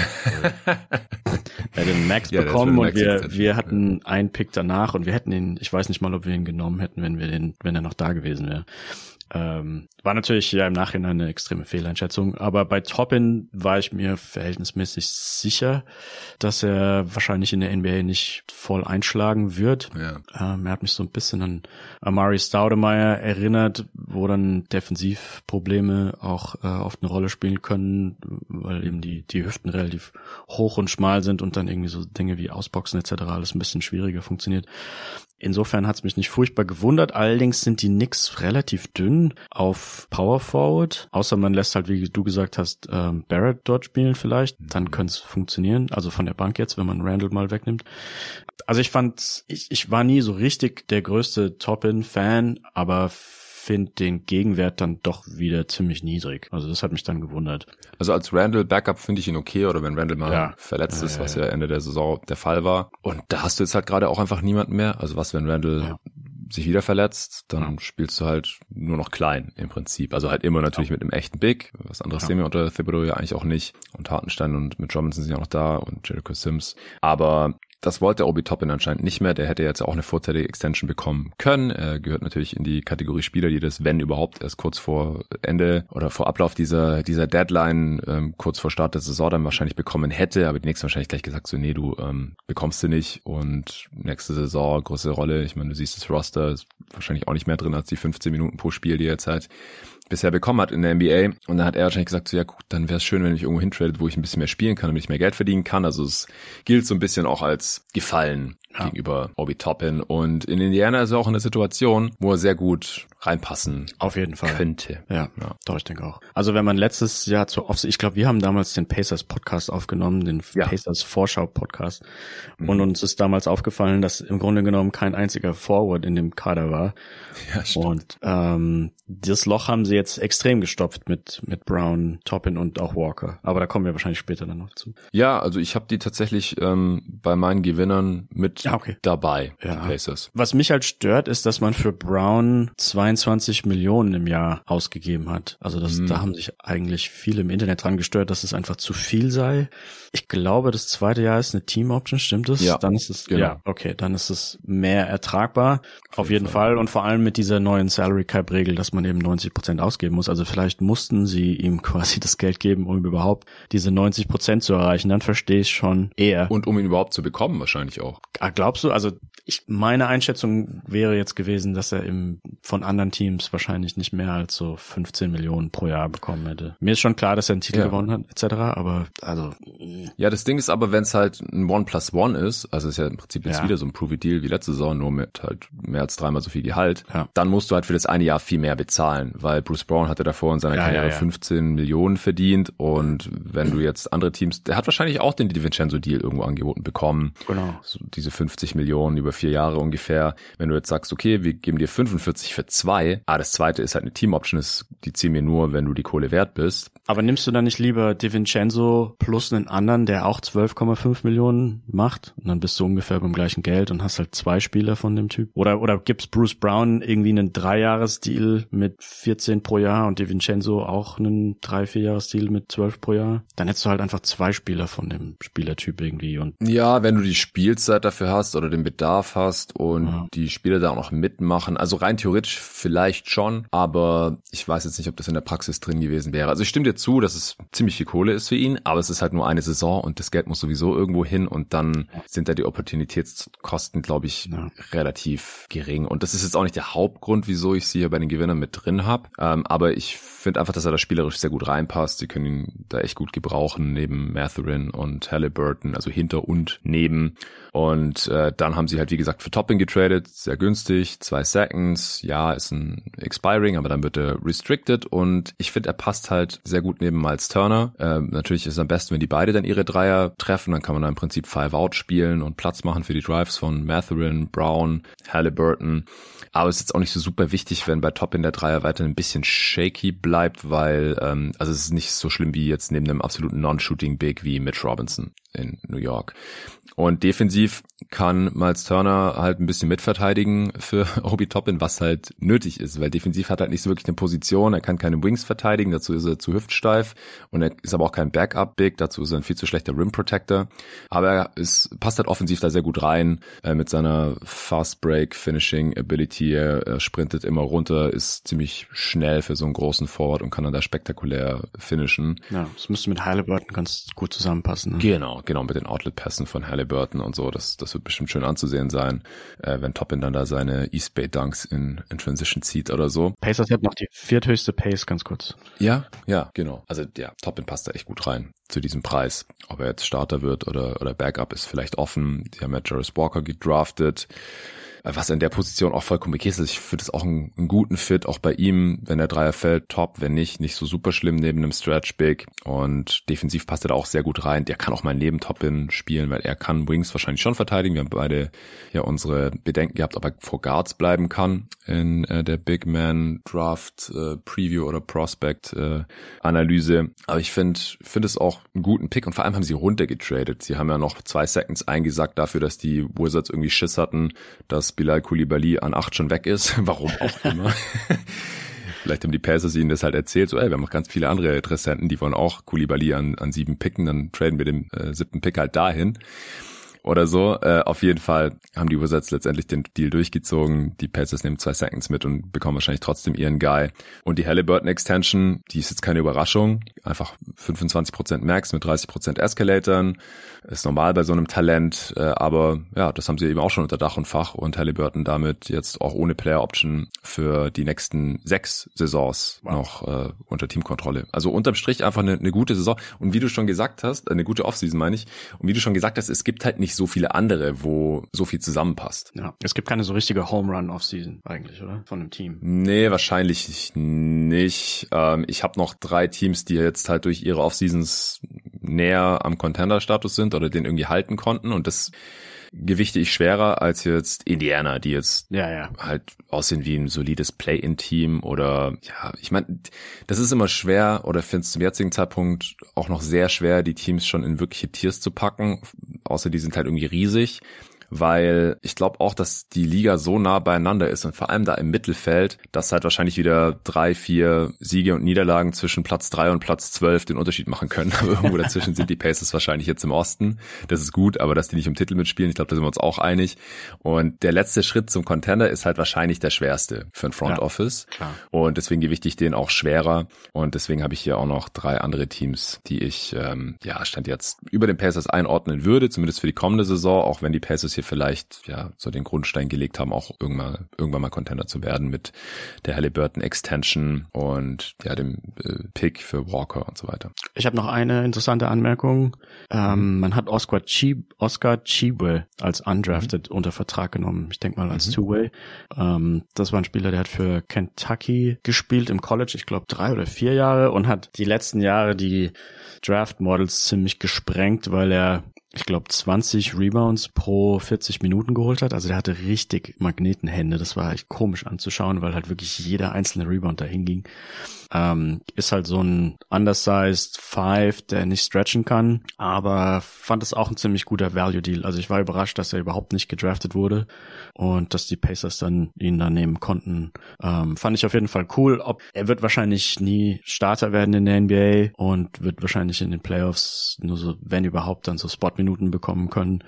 hat den Max bekommen, und wir hatten einen Pick danach, und wir hätten ihn, ich weiß nicht mal, ob wir ihn genommen hätten, wenn er noch da gewesen wäre. War natürlich im Nachhinein eine extreme Fehleinschätzung, aber bei Toppin war ich mir verhältnismäßig sicher, dass er wahrscheinlich in der NBA nicht voll einschlagen wird. Ja. Er hat mich so ein bisschen an Amari Stoudemire erinnert, wo dann Defensivprobleme auch oft eine Rolle spielen können, weil eben die Hüften relativ hoch und schmal sind und dann irgendwie so Dinge wie Ausboxen etc. alles ein bisschen schwieriger funktioniert. Insofern hat's mich nicht furchtbar gewundert. Allerdings sind die Knicks relativ dünn auf Power Forward. Außer man lässt halt, wie du gesagt hast, Barrett dort spielen vielleicht. Dann könnte es funktionieren. Also von der Bank jetzt, wenn man Randle mal wegnimmt. Also ich war nie so richtig der größte Toppin-Fan, aber finde den Gegenwert dann doch wieder ziemlich niedrig. Also das hat mich dann gewundert. Also als Randle Backup finde ich ihn okay, oder wenn Randle mal verletzt ist, was ja Ende der Saison der Fall war. Und da hast du jetzt halt gerade auch einfach niemanden mehr. Also was, wenn Randle sich wieder verletzt, dann spielst du halt nur noch klein im Prinzip. Also halt immer natürlich mit einem echten Big. Was anderes sehen wir unter Thibodeau ja eigentlich auch nicht. Und Hartenstein und mit Robinson sind ja auch noch da und Jericho Sims. Aber das wollte Obi Toppin anscheinend nicht mehr. Der hätte jetzt auch eine vorzeitige Extension bekommen können. Er gehört natürlich in die Kategorie Spieler, die das, wenn überhaupt, erst kurz vor Ende oder vor Ablauf dieser Deadline, kurz vor Start der Saison dann wahrscheinlich bekommen hätte. Aber die nächste wahrscheinlich gleich gesagt, so nee, du bekommst du nicht. Und nächste Saison, große Rolle. Ich meine, du siehst das Roster, ist wahrscheinlich auch nicht mehr drin als die 15 Minuten pro Spiel, die er jetzt halt bisher bekommen hat in der NBA. Und dann hat er wahrscheinlich gesagt, so ja gut, dann wäre es schön, wenn ich irgendwo hintradet, wo ich ein bisschen mehr spielen kann, damit ich mehr Geld verdienen kann. Also es gilt so ein bisschen auch als Gefallen gegenüber Obi Toppin. Und in Indiana ist er auch in der Situation, wo er sehr gut reinpassen auf jeden Fall könnte. Ja, doch, ich denke auch. Also wenn man letztes Jahr ich glaube, wir haben damals den Pacers Podcast aufgenommen, den Pacers Vorschau Podcast. Und uns ist damals aufgefallen, dass im Grunde genommen kein einziger Forward in dem Kader war. Ja, stimmt. Und das Loch haben sie jetzt extrem gestopft mit Brown, Toppin und auch Walker. Aber da kommen wir wahrscheinlich später dann noch zu. Ja, also ich habe die tatsächlich bei meinen Gewinnern mit dabei, die Pacers. Was mich halt stört, ist, dass man für Brown 22 Millionen im Jahr ausgegeben hat. Also da haben sich eigentlich viele im Internet dran gestört, dass es einfach zu viel sei. Ich glaube, das zweite Jahr ist eine Team-Option, stimmt es? Ja, dann ist es, genau. Dann ist es mehr ertragbar. Auf jeden Fall. Und vor allem mit dieser neuen Salary Cap-Regel, dass man eben 90% ausgeben muss. Also vielleicht mussten sie ihm quasi das Geld geben, um überhaupt diese 90% zu erreichen. Dann verstehe ich schon eher. Und um ihn überhaupt zu bekommen wahrscheinlich auch. Glaubst du? Also meine Einschätzung wäre jetzt gewesen, dass er von anderen Teams wahrscheinlich nicht mehr als so 15 Millionen pro Jahr bekommen hätte. Mir ist schon klar, dass er einen Titel gewonnen hat, etc., aber Ja, das Ding ist aber, wenn es halt ein 1+1 ist, also ist ja im Prinzip jetzt wieder so ein Prove-It-Deal wie letzte Saison, nur mit halt mehr als 3-mal so viel Gehalt, dann musst du halt für das eine Jahr viel mehr bezahlen, weil Bruce Brown hatte davor in seiner Karriere 15 Millionen verdient und wenn du jetzt andere Teams, der hat wahrscheinlich auch den DiVincenzo-Deal irgendwo angeboten bekommen. Genau. So diese 50 Millionen über 4 Jahre ungefähr. Wenn du jetzt sagst, okay, wir geben dir 45 für 2, das zweite ist halt eine Team-Option, die ziehen wir nur, wenn du die Kohle wert bist. Aber nimmst du dann nicht lieber DiVincenzo plus einen anderen, der auch 12,5 Millionen macht? Und dann bist du ungefähr beim gleichen Geld und hast halt 2 Spieler von dem Typ. Oder gibt's Bruce Brown irgendwie einen 3-Jahres-Deal mit 14 pro Jahr und DiVincenzo auch einen 3-4-Jahres-Deal mit 12 pro Jahr? Dann hättest du halt einfach 2 Spieler von dem Spielertyp irgendwie. Und ja, wenn du die Spielzeit dafür hast oder den Bedarf hast und die Spieler da auch noch mitmachen. Also rein theoretisch vielleicht schon, aber ich weiß jetzt nicht, ob das in der Praxis drin gewesen wäre. Also ich stimme dir zu, dass es ziemlich viel Kohle ist für ihn, aber es ist halt nur eine Saison und das Geld muss sowieso irgendwo hin und dann sind da die Opportunitätskosten, glaube ich, relativ gering. Und das ist jetzt auch nicht der Hauptgrund, wieso ich sie hier bei den Gewinnern mit drin habe. Aber ich finde einfach, dass er da spielerisch sehr gut reinpasst. Sie können ihn da echt gut gebrauchen, neben Mathurin und Halliburton, also hinter und neben. Und dann haben sie halt, wie gesagt, für Toppin getradet, sehr günstig, 2 Seconds, ist ein Expiring, aber dann wird er restricted und ich finde, er passt halt sehr gut neben Miles Turner. Natürlich ist es am besten, wenn die beide dann ihre Dreier treffen, dann kann man da im Prinzip 5-Out spielen und Platz machen für die Drives von Mathurin, Brown, Halliburton. Aber es ist jetzt auch nicht so super wichtig, wenn bei Toppin der Dreier weiter ein bisschen shaky bleibt, weil also es ist nicht so schlimm wie jetzt neben einem absoluten Non-Shooting Big wie Mitch Robinson in New York. Und defensiv kann Miles Turner halt ein bisschen mitverteidigen für Obi Toppin, was halt nötig ist, weil defensiv hat er halt nicht so wirklich eine Position, er kann keine Wings verteidigen, dazu ist er zu hüftsteif und er ist aber auch kein Backup-Big, dazu ist er ein viel zu schlechter Rim-Protector, aber passt halt offensiv da sehr gut rein mit seiner Fast-Break-Finishing-Ability, er sprintet immer runter, ist ziemlich schnell für so einen großen Forward und kann dann da spektakulär finishen. Ja, das müsste mit Halliburton ganz gut zusammenpassen. Ne? Genau, mit den Outlet-Pässen von Halliburton und so, das wird bestimmt schön anzusehen sein, wenn Toppin dann da seine East Bay Dunks in Transition zieht oder so. Pacers hat noch die 4. Pace, ganz kurz. Ja, genau. Also Toppin passt da echt gut rein zu diesem Preis. Ob er jetzt Starter wird oder Backup ist vielleicht offen. Die haben ja Jarvis Walker gedraftet. Was in der Position auch vollkommen okay ist. Ich finde es auch einen guten Fit, auch bei ihm, wenn der Dreier fällt, top, wenn nicht so super schlimm neben einem Stretch Big und defensiv passt er da auch sehr gut rein. Der kann auch mal neben Toppin spielen, weil er kann Wings wahrscheinlich schon verteidigen. Wir haben beide unsere Bedenken gehabt, ob er vor Guards bleiben kann in der Big Man Draft Preview oder Prospect Analyse. Aber ich finde es auch einen guten Pick und vor allem haben sie runtergetradet. Sie haben ja noch 2 Seconds eingesackt dafür, dass die Wizards irgendwie Schiss hatten, dass Bilal Coulibaly an 8 schon weg ist. Warum auch immer. Vielleicht haben die Pacers ihnen das halt erzählt, so wir haben noch ganz viele andere Interessenten, die wollen auch Coulibaly an 7 picken, dann traden wir den 7. Pick halt dahin. Oder so. Auf jeden Fall haben die Wizards letztendlich den Deal durchgezogen. Die Pacers nehmen 2 Seconds mit und bekommen wahrscheinlich trotzdem ihren Guy. Und die Halliburton Extension, die ist jetzt keine Überraschung. Einfach 25% Max mit 30% Escalatoren. Ist normal bei so einem Talent. Aber das haben sie eben auch schon unter Dach und Fach. Und Halliburton damit jetzt auch ohne Player Option für die nächsten 6 Saisons noch unter Teamkontrolle. Also unterm Strich einfach eine gute Saison. Und wie du schon gesagt hast, eine gute Offseason meine ich. Und wie du schon gesagt hast, es gibt halt nicht nicht so viele andere, wo so viel zusammenpasst. Ja, es gibt keine so richtige Home-Run-Off-Season eigentlich, oder? Von einem Team. Nee, wahrscheinlich nicht. Ich habe noch 3 Teams, die jetzt halt durch ihre Off-Seasons näher am Contender-Status sind oder den irgendwie halten konnten, und das gewichte ich schwerer als jetzt Indiana, die jetzt halt aussehen wie ein solides Play-in-Team oder ich meine, das ist immer schwer, oder finde es zum jetzigen Zeitpunkt auch noch sehr schwer, die Teams schon in wirkliche Tiers zu packen, außer die sind halt irgendwie riesig. Weil ich glaube auch, dass die Liga so nah beieinander ist und vor allem da im Mittelfeld, dass halt wahrscheinlich wieder 3, 4 Siege und Niederlagen zwischen Platz 3 und Platz 12 den Unterschied machen können. Aber irgendwo dazwischen sind die Pacers wahrscheinlich jetzt im Osten. Das ist gut, aber dass die nicht um Titel mitspielen, ich glaube, da sind wir uns auch einig. Und der letzte Schritt zum Contender ist halt wahrscheinlich der schwerste für ein Front Office. Klar. Und deswegen gewichte ich den auch schwerer. Und deswegen habe ich hier auch noch 3 andere Teams, die ich Stand jetzt über den Pacers einordnen würde, zumindest für die kommende Saison, auch wenn die Pacers hier vielleicht so den Grundstein gelegt haben, auch irgendwann mal Contender zu werden mit der Halliburton Extension und dem Pick für Walker und so weiter. Ich habe noch eine interessante Anmerkung. Man hat Oscar Tshiebwe als undrafted unter Vertrag genommen. Ich denke mal als Two-Way. Das war ein Spieler, der hat für Kentucky gespielt im College, ich glaube 3 oder 4 Jahre, und hat die letzten Jahre die Draft-Models ziemlich gesprengt, weil er, ich glaube, 20 Rebounds pro 40 Minuten geholt hat. Also der hatte richtig Magnetenhände. Das war echt komisch anzuschauen, weil halt wirklich jeder einzelne Rebound dahin ging. Ist halt so ein undersized 5, der nicht stretchen kann, aber fand es auch ein ziemlich guter Value-Deal. Also ich war überrascht, dass er überhaupt nicht gedraftet wurde und dass die Pacers ihn dann nehmen konnten. Fand ich auf jeden Fall cool. Er wird wahrscheinlich nie Starter werden in der NBA und wird wahrscheinlich in den Playoffs nur so, wenn überhaupt, dann so Spot-Minuten bekommen können.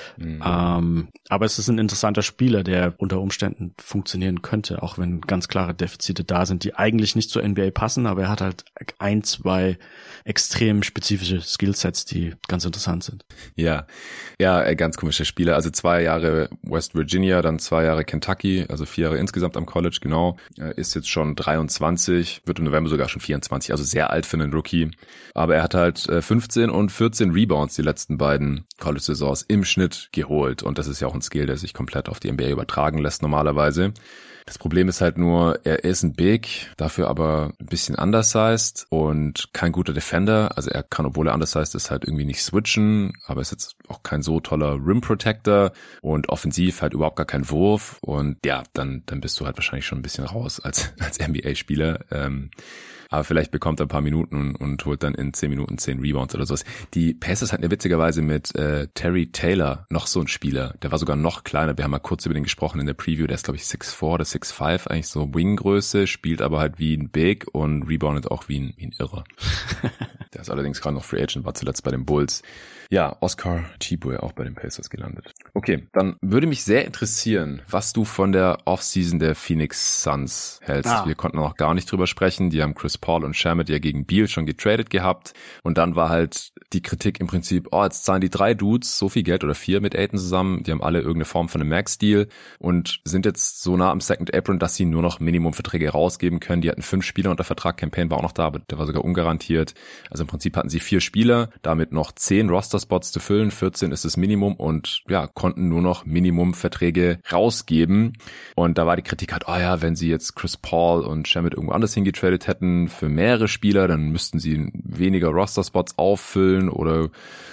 Aber es ist ein interessanter Spieler, der unter Umständen funktionieren könnte, auch wenn ganz klare Defizite da sind, die eigentlich nicht zur NBA passen, aber er hat halt 1, 2 extrem spezifische Skillsets, die ganz interessant sind. Ja, ganz komischer Spieler. Also 2 Jahre West Virginia, dann 2 Jahre Kentucky, also 4 Jahre insgesamt am College, genau. Ist jetzt schon 23, wird im November sogar schon 24, also sehr alt für einen Rookie. Aber er hat halt 15 und 14 Rebounds die letzten beiden College-Saisons im Schnitt geholt. Und das ist ja auch ein Skill, der sich komplett auf die NBA übertragen lässt normalerweise. Das Problem ist halt nur, er ist ein Big, dafür aber ein bisschen undersized und kein guter Defender. Also er kann, obwohl er undersized ist, halt irgendwie nicht switchen, aber ist jetzt auch kein so toller Rim Protector und offensiv halt überhaupt gar kein Wurf. Und dann bist du halt wahrscheinlich schon ein bisschen raus als NBA-Spieler. Aber vielleicht bekommt er ein paar Minuten und holt dann in 10 Minuten 10 Rebounds oder sowas. Die Pacers hatten ja witzigerweise mit Terry Taylor noch so einen Spieler. Der war sogar noch kleiner. Wir haben mal kurz über den gesprochen in der Preview. Der ist, glaube ich, 6'4 oder 6'5, eigentlich so Wing-Größe, spielt aber halt wie ein Big und reboundet auch wie ein Irrer. Der ist allerdings gerade noch Free Agent, war zuletzt bei den Bulls. Ja, Oscar Tshiebwe auch bei den Pacers gelandet. Okay, dann würde mich sehr interessieren, was du von der Offseason der Phoenix Suns hältst. Wir konnten noch gar nicht drüber sprechen. Die haben Chris Paul und Shamet ja gegen Beal schon getradet gehabt. Und dann war halt die Kritik im Prinzip, jetzt zahlen die 3 Dudes so viel Geld oder 4 mit Ayton zusammen. Die haben alle irgendeine Form von einem Max-Deal und sind jetzt so nah am Second Apron, dass sie nur noch Minimumverträge rausgeben können. Die hatten 5 Spieler unter Vertrag. Campaign war auch noch da, aber der war sogar ungarantiert. Also im Prinzip hatten sie 4 Spieler, damit noch 10 Roster-Spots zu füllen. 14 ist das Minimum und konnten nur noch Minimumverträge rausgeben. Und da war die Kritik halt, wenn sie jetzt Chris Paul und Shamet irgendwo anders hingetradet hätten für mehrere Spieler, dann müssten sie weniger Roster-Spots auffüllen oder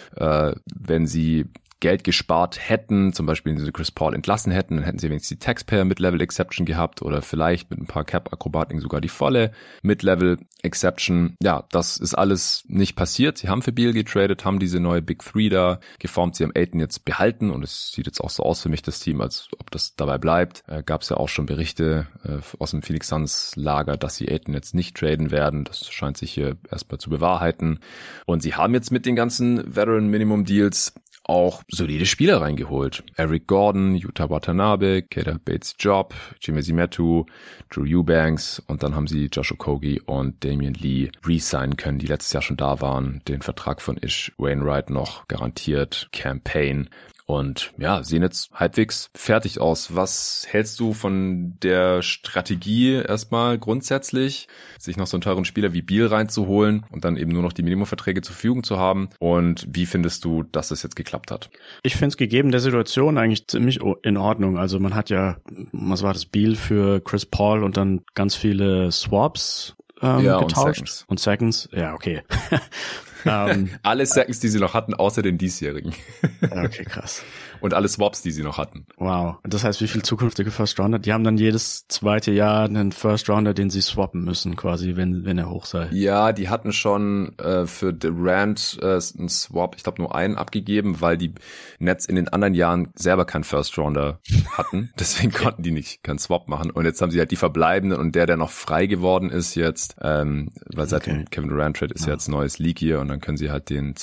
wenn sie Geld gespart hätten, zum Beispiel wenn sie Chris Paul entlassen hätten, dann hätten sie wenigstens die Taxpayer Mid-Level Exception gehabt oder vielleicht mit ein paar Cap-Akrobatik sogar die volle Mid-Level Exception. Ja, das ist alles nicht passiert. Sie haben für Beal getradet, haben diese neue Big Three da geformt. Sie haben Ayton jetzt behalten und es sieht jetzt auch so aus für mich, das Team, als ob das dabei bleibt. Gab es ja auch schon Berichte aus dem Phoenix Suns Lager, dass sie Ayton jetzt nicht traden werden. Das scheint sich hier erstmal zu bewahrheiten. Und sie haben jetzt mit den ganzen Veteran Minimum Deals auch solide Spieler reingeholt. Eric Gordon, Yuta Watanabe, Keita Bates-Diop, Chimezie Metu, Drew Eubanks und dann haben sie Josh Okogie und Damian Lee re-signen können, die letztes Jahr schon da waren. Den Vertrag von Ish Wainwright noch garantiert, Campaign. und ja, sehen jetzt halbwegs fertig aus. Was hältst du von der Strategie erstmal grundsätzlich, sich noch so einen teuren Spieler wie Beal reinzuholen und dann eben nur noch die Minimumverträge zur Verfügung zu haben? Und wie findest du, dass es jetzt geklappt hat? Ich finde es gegeben der Situation eigentlich ziemlich in Ordnung. Also man hat ja, was war das, Beal für Chris Paul und dann ganz viele Swaps getauscht. Und Seconds. Ja, okay. Alle Seconds, die sie noch hatten, außer den diesjährigen. Okay, krass. Und alle Swaps, die sie noch hatten. Wow. Das heißt, wie viele zukünftige First Rounder? Die haben dann jedes zweite Jahr einen First Rounder, den sie swappen müssen, quasi, wenn er hoch sei. Ja, die hatten schon für Durant einen Swap, ich glaube nur einen abgegeben, weil die Nets in den anderen Jahren selber keinen First Rounder hatten. Deswegen konnten die nicht keinen Swap machen. Und jetzt haben sie halt die verbleibenden und der noch frei geworden ist jetzt, weil seit dem Kevin Durant Trade ist ja jetzt neues League hier und dann können sie halt den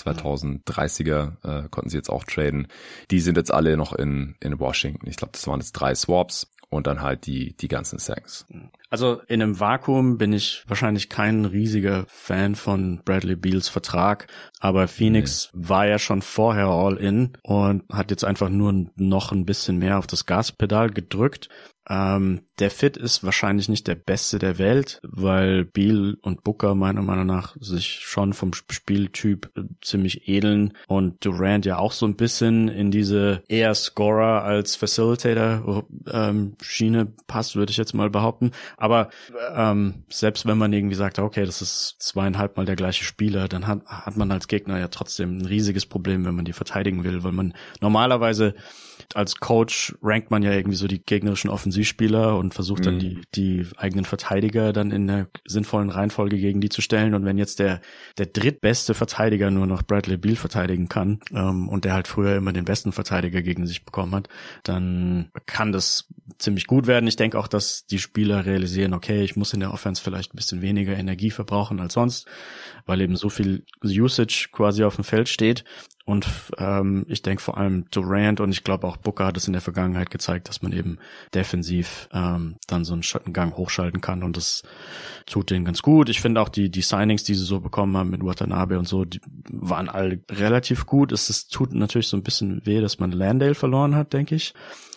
2030er konnten sie jetzt auch traden. Die sind jetzt alle noch in Washington. Ich glaube, das waren jetzt 3 Swaps und dann halt die ganzen Seconds. Also in einem Vakuum bin ich wahrscheinlich kein riesiger Fan von Bradley Beals Vertrag, aber Phoenix war ja schon vorher all in und hat jetzt einfach nur noch ein bisschen mehr auf das Gaspedal gedrückt. Der Fit ist wahrscheinlich nicht der beste der Welt, weil Beal und Booker meiner Meinung nach sich schon vom Spieltyp ziemlich ähneln und Durant ja auch so ein bisschen in diese eher Scorer als Facilitator Schiene passt, würde ich jetzt mal behaupten. Aber selbst wenn man irgendwie sagt, okay, das ist 2,5 Mal der gleiche Spieler, dann hat man als Gegner ja trotzdem ein riesiges Problem, wenn man die verteidigen will, weil man normalerweise als Coach rankt man ja irgendwie so die gegnerischen Offensivspieler und versucht dann die eigenen Verteidiger dann in einer sinnvollen Reihenfolge gegen die zu stellen. Und wenn jetzt der drittbeste Verteidiger nur noch Bradley Beal verteidigen kann und der halt früher immer den besten Verteidiger gegen sich bekommen hat, dann kann das ziemlich gut werden. Ich denke auch, dass die Spieler realisieren, okay, ich muss in der Offense vielleicht ein bisschen weniger Energie verbrauchen als sonst, weil eben so viel Usage quasi auf dem Feld steht. Und ich denke vor allem Durant und ich glaube auch Booker hat es in der Vergangenheit gezeigt, dass man eben defensiv dann so einen Gang hochschalten kann und das tut denen ganz gut. Ich finde auch die Signings, die sie so bekommen haben mit Watanabe und so, die waren alle relativ gut. Es tut natürlich so ein bisschen weh, dass man Landale verloren hat, denke ich.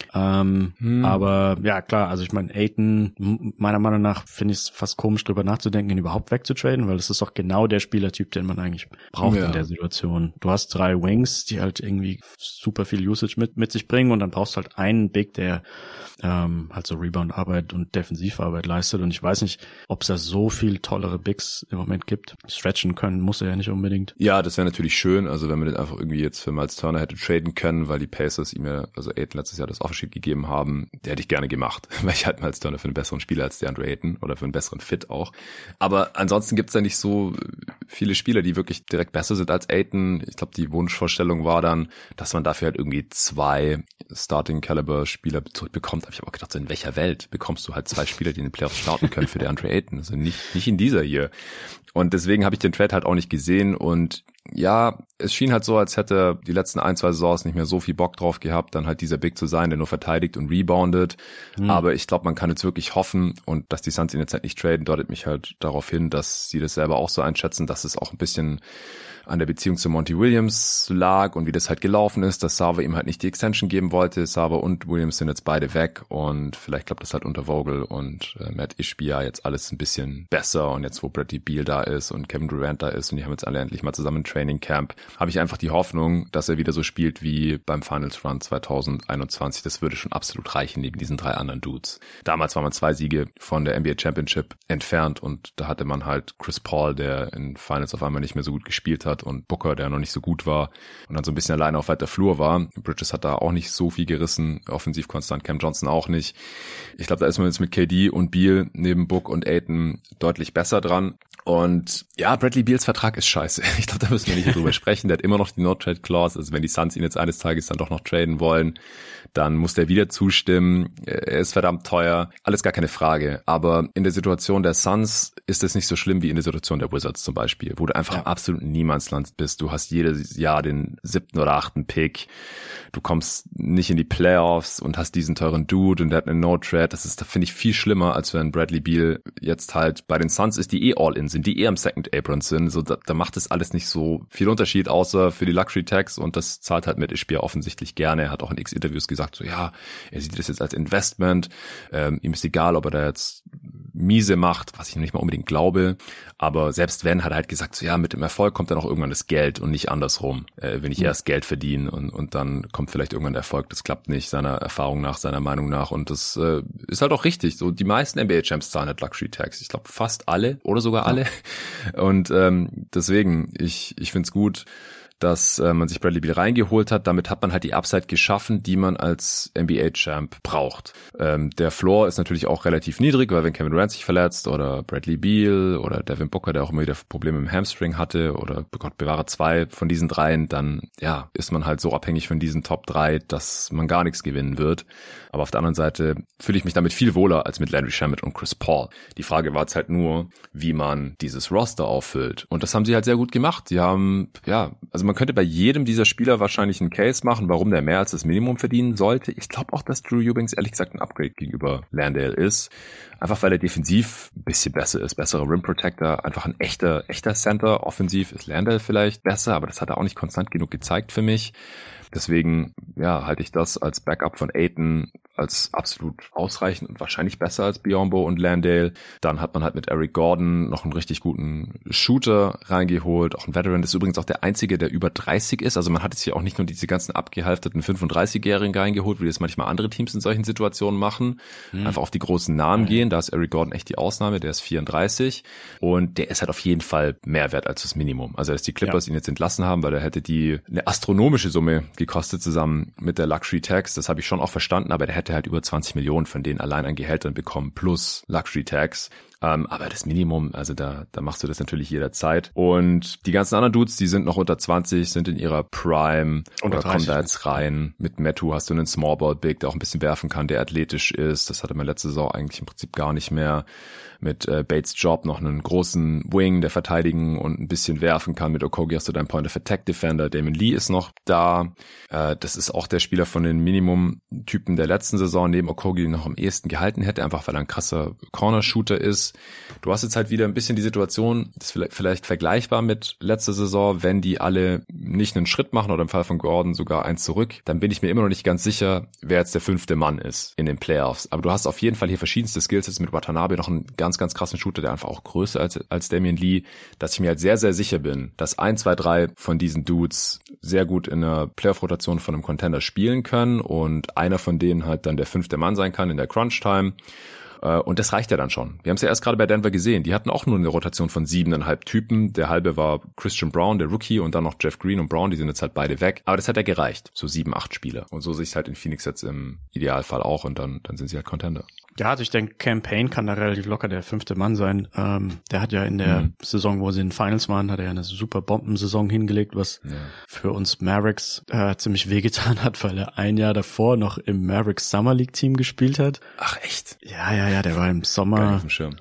Aber ja, klar, also ich meine, Ayton, meiner Meinung nach finde ich es fast komisch, drüber nachzudenken, ihn überhaupt wegzutraden, weil das ist doch genau der Spielertyp, den man eigentlich braucht in der Situation. Du hast 3 Wings, die halt irgendwie super viel Usage mit sich bringen und dann brauchst du halt einen Big, der halt so Rebound-Arbeit und Defensivarbeit leistet und ich weiß nicht, ob es da so viel tollere Bigs im Moment gibt. Stretchen können muss er ja nicht unbedingt. Ja, das wäre natürlich schön, also wenn man den einfach irgendwie jetzt für Miles Turner hätte traden können, weil die Pacers ihm ja, also Ayton letztes Jahr das Offersheet gegeben haben, der hätte ich gerne gemacht, weil ich halt Miles Turner für einen besseren Spieler als DeAndre Ayton oder für einen besseren Fit auch. Aber ansonsten gibt's ja nicht so viele Spieler, die wirklich direkt besser sind als Ayton. Ich glaube, die Wunschvorstellung war dann, dass man dafür halt irgendwie 2 Starting-Caliber-Spieler zurückbekommt. Aber ich habe auch gedacht, so in welcher Welt bekommst du halt 2 Spieler, die in den Playoffs starten können für DeAndre Ayton? Also nicht in dieser hier. Und deswegen habe ich den Trade halt auch nicht gesehen und ja, es schien halt so, als hätte die letzten 1-2 Saisons nicht mehr so viel Bock drauf gehabt, dann halt dieser Big zu sein, der nur verteidigt und reboundet. Aber ich glaube, man kann jetzt wirklich hoffen und dass die Suns ihn jetzt halt nicht traden, deutet mich halt darauf hin, dass sie das selber auch so einschätzen, dass es auch ein bisschen an der Beziehung zu Monty Williams lag und wie das halt gelaufen ist, dass Sarver ihm halt nicht die Extension geben wollte. Sarver und Williams sind jetzt beide weg und vielleicht klappt das halt unter Vogel und Matt Ishbia jetzt alles ein bisschen besser und jetzt, wo Bradley Beal da ist und Kevin Durant da ist und die haben jetzt alle endlich mal zusammen ein Training Camp, habe ich einfach die Hoffnung, dass er wieder so spielt wie beim Finals Run 2021. Das würde schon absolut reichen neben diesen 3 anderen Dudes. Damals war man 2 Siege von der NBA Championship entfernt und da hatte man halt Chris Paul, der in Finals auf einmal nicht mehr so gut gespielt hat und Booker, der noch nicht so gut war und dann so ein bisschen alleine auf weiter Flur war. Bridges hat da auch nicht so viel gerissen, offensiv konstant, Cam Johnson auch nicht. Ich glaube, da ist man jetzt mit KD und Beal neben Book und Ayton deutlich besser dran. Und ja, Bradley Beals Vertrag ist scheiße. Ich glaube, da müssen wir nicht drüber sprechen. Der hat immer noch die No-Trade-Clause. Also wenn die Suns ihn jetzt eines Tages dann doch noch traden wollen, dann muss der wieder zustimmen. Er ist verdammt teuer. Alles gar keine Frage. Aber in der Situation der Suns ist es nicht so schlimm wie in der Situation der Wizards zum Beispiel, wo du einfach im absoluten Niemandsland bist. Du hast jedes Jahr den 7. oder 8. Pick. Du kommst nicht in die Playoffs und hast diesen teuren Dude und der hat eine No-Trade. Das ist, da finde ich, viel schlimmer, als wenn Bradley Beal jetzt halt bei den Suns ist, die all-in sind. sind, die eher im Second Apron sind. So, da macht es alles nicht so viel Unterschied, außer für die Luxury Tax, und das zahlt halt Matt Ishbia offensichtlich gerne. Er hat auch in X-Interviews gesagt, so ja, er sieht das jetzt als Investment, ihm ist egal, ob er da jetzt miese macht, was ich noch nicht mal unbedingt glaube, aber selbst wenn, hat er halt gesagt, so ja, mit dem Erfolg kommt dann auch irgendwann das Geld und nicht andersrum. Wenn ich erst Geld verdiene und dann kommt vielleicht irgendwann der Erfolg, das klappt nicht, seiner Erfahrung nach, seiner Meinung nach, und das ist halt auch richtig. So, die meisten NBA-Champs zahlen halt Luxury Tax. Ich glaube fast alle oder sogar alle. Und deswegen, ich find's gut, dass man sich Bradley Beal reingeholt hat. Damit hat man halt die Upside geschaffen, die man als NBA-Champ braucht. Der Floor ist natürlich auch relativ niedrig, weil wenn Kevin Durant sich verletzt oder Bradley Beal oder Devin Booker, der auch immer wieder Probleme im Hamstring hatte, oder Gott bewahre 2 von diesen 3, dann ja, ist man halt so abhängig von diesen Top 3, dass man gar nichts gewinnen wird. Aber auf der anderen Seite fühle ich mich damit viel wohler als mit Landry Shamet und Chris Paul. Die Frage war jetzt halt nur, wie man dieses Roster auffüllt. Und das haben sie halt sehr gut gemacht. Sie haben, ja, also man könnte bei jedem dieser Spieler wahrscheinlich einen Case machen, warum der mehr als das Minimum verdienen sollte. Ich glaube auch, dass Drew Eubanks ehrlich gesagt ein Upgrade gegenüber Landale ist. Einfach weil er defensiv ein bisschen besser ist, besserer Rim Protector, einfach ein echter Center. Offensiv ist Landale vielleicht besser, aber das hat er auch nicht konstant genug gezeigt für mich. Deswegen, ja, halte ich das als Backup von Ayton als absolut ausreichend und wahrscheinlich besser als Biyombo und Landale. Dann hat man halt mit Eric Gordon noch einen richtig guten Shooter reingeholt, auch ein Veteran. Das ist übrigens auch der einzige, der über 30 ist. Also man hat jetzt hier auch nicht nur diese ganzen abgehalfterten 35-Jährigen reingeholt, wie das manchmal andere Teams in solchen Situationen machen. Einfach auf die großen Namen gehen. Da ist Eric Gordon echt die Ausnahme. Der ist 34 und der ist halt auf jeden Fall mehr wert als das Minimum. Also dass die Clippers ihn jetzt entlassen haben, weil er hätte eine astronomische Summe gekostet zusammen mit der Luxury Tax. Das habe ich schon auch verstanden, aber der hätte halt über 20 Millionen von denen allein an Gehältern bekommen, plus Luxury Tax. Aber das Minimum, also da machst du das natürlich jederzeit. Und die ganzen anderen Dudes, die sind noch unter 20, sind in ihrer Prime oder kommen da jetzt rein. Mit Metu hast du einen Smallball Big, der auch ein bisschen werfen kann, der athletisch ist. Das hatte man letzte Saison eigentlich im Prinzip gar nicht mehr. Mit Bates Job noch einen großen Wing, der verteidigen und ein bisschen werfen kann. Mit Okogie hast du deinen Point of Attack Defender. Damon Lee ist noch da. Das ist auch der Spieler von den Minimum-Typen der letzten Saison, neben Okogie noch am ehesten gehalten hätte, einfach weil er ein krasser Corner-Shooter ist. Du hast jetzt halt wieder ein bisschen die Situation, das ist vielleicht vergleichbar mit letzter Saison, wenn die alle nicht einen Schritt machen oder im Fall von Gordon sogar eins zurück, dann bin ich mir immer noch nicht ganz sicher, wer jetzt der 5. Mann ist in den Playoffs. Aber du hast auf jeden Fall hier verschiedenste Skills, jetzt mit Watanabe noch einen ganz, ganz krassen Shooter, der einfach auch größer als Damian Lee, dass ich mir halt sehr, sehr sicher bin, dass 1, 2, 3 von diesen Dudes sehr gut in einer Playoff-Rotation von einem Contender spielen können und einer von denen halt dann der 5. Mann sein kann in der Crunch-Time. Und das reicht ja dann schon. Wir haben es ja erst gerade bei Denver gesehen. Die hatten auch nur eine Rotation von 7,5 Typen. Der halbe war Christian Brown, der Rookie, und dann noch Jeff Green und Brown. Die sind jetzt halt beide weg. Aber das hat ja gereicht. So 7, 8 Spieler. Und so sehe ich es halt in Phoenix jetzt im Idealfall auch. Und dann sind sie halt Contender. Ja, also ich denke, Campaign kann da relativ locker der 5. Mann sein. Der hat ja in der Saison, wo sie in den Finals waren, hat er ja eine super Bombensaison hingelegt, was für uns Mavericks ziemlich wehgetan hat, weil er ein Jahr davor noch im Mavericks Summer League Team gespielt hat. Ach echt? Ja, der war im Sommer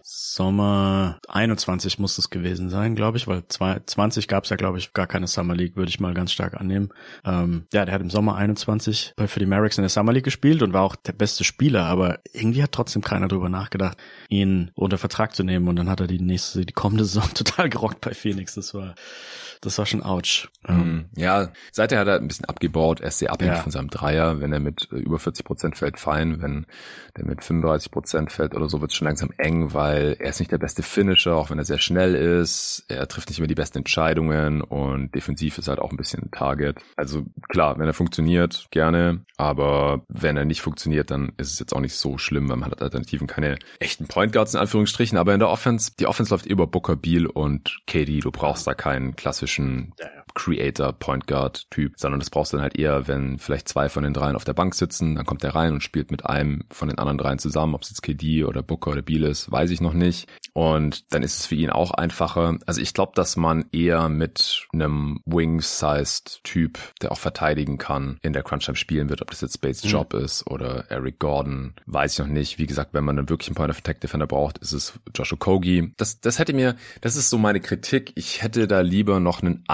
21 muss es gewesen sein, glaube ich, weil 20 gab es ja, glaube ich, gar keine Summer League, würde ich mal ganz stark annehmen. Der hat im Sommer 21 für die Mavericks in der Summer League gespielt und war auch der beste Spieler, aber irgendwie hat trotzdem keiner drüber nachgedacht, ihn unter Vertrag zu nehmen, und dann hat er die kommende Saison total gerockt bei Phoenix. Das war schon ouch. Ja, seither hat er ein bisschen abgebaut. Er ist sehr abhängig von seinem Dreier. Wenn er mit über 40% fällt, fein. Wenn der mit 35% fällt oder so, wird es schon langsam eng, weil er ist nicht der beste Finisher, auch wenn er sehr schnell ist. Er trifft nicht immer die besten Entscheidungen und defensiv ist halt auch ein bisschen ein Target. Also klar, wenn er funktioniert, gerne. Aber wenn er nicht funktioniert, dann ist es jetzt auch nicht so schlimm, weil man hat Alternativen, keine echten Point Guards in Anführungsstrichen. Aber in der Offense, die Offense läuft über Booker, Beal und KD. Du brauchst da keinen klassischen Creator, Point Guard Typ, sondern das brauchst du dann halt eher, wenn vielleicht 2 von den 3 auf der Bank sitzen, dann kommt der rein und spielt mit einem von den anderen 3 zusammen, ob es jetzt KD oder Booker oder Beal ist, weiß ich noch nicht. Und dann ist es für ihn auch einfacher. Also ich glaube, dass man eher mit einem Wing-sized Typ, der auch verteidigen kann, in der Crunch-Time spielen wird, ob das jetzt Bates Job ist oder Eric Gordon, weiß ich noch nicht. Wie gesagt, wenn man dann wirklich einen Point of Attack Defender braucht, ist es Josh Okogie. Das ist so meine Kritik. Ich hätte da lieber noch einen anderen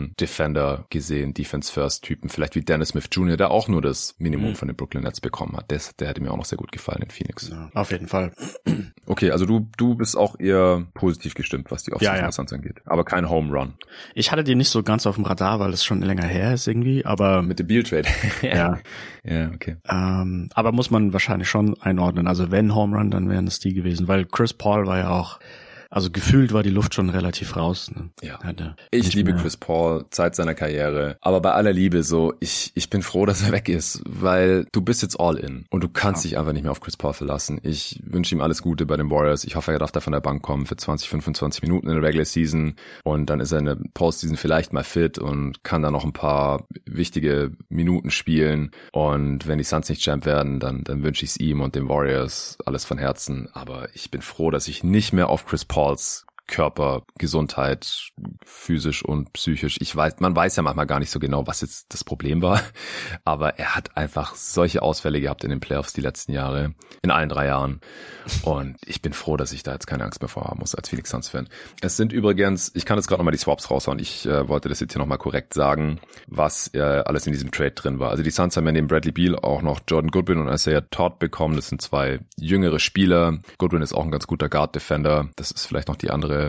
anderen Defender gesehen, Defense-First-Typen, vielleicht wie Dennis Smith Jr., der auch nur das Minimum von den Brooklyn Nets bekommen hat. Der hätte mir auch noch sehr gut gefallen in Phoenix. Ja, auf jeden Fall. Okay, also du bist auch eher positiv gestimmt, was die Offseason der Suns angeht. Aber kein Home Run. Ich hatte die nicht so ganz auf dem Radar, weil es schon länger her ist irgendwie, aber... Mit dem Beal-Trade. Ja. Ja, okay. Aber muss man wahrscheinlich schon einordnen. Also wenn Home Run, dann wären es die gewesen, weil Chris Paul war ja auch... Also gefühlt war die Luft schon relativ raus. Ne? Ja. Ich liebe Chris Paul seit seiner Karriere. Aber bei aller Liebe so, ich bin froh, dass er weg ist, weil du bist jetzt all in und du kannst dich einfach nicht mehr auf Chris Paul verlassen. Ich wünsche ihm alles Gute bei den Warriors. Ich hoffe, er darf da von der Bank kommen für 20, 25 Minuten in der Regular Season und dann ist er in der Postseason vielleicht mal fit und kann da noch ein paar wichtige Minuten spielen. Und wenn die Suns nicht Champ werden, dann wünsche ich es ihm und den Warriors alles von Herzen. Aber ich bin froh, dass ich nicht mehr auf Chris Pauls Körper, Gesundheit, physisch und psychisch. Man weiß ja manchmal gar nicht so genau, was jetzt das Problem war, aber er hat einfach solche Ausfälle gehabt in den Playoffs die letzten Jahre, in allen 3 Jahren. Und ich bin froh, dass ich da jetzt keine Angst mehr vor haben muss als Phoenix Suns-Fan. Es sind übrigens, ich kann jetzt gerade nochmal die Swaps raushauen, ich wollte das jetzt hier nochmal korrekt sagen, was alles in diesem Trade drin war. Also die Suns haben ja neben Bradley Beal auch noch Jordan Goodwin und Isaiah Todd bekommen. Das sind 2 jüngere Spieler. Goodwin ist auch ein ganz guter Guard-Defender. Das ist vielleicht noch die andere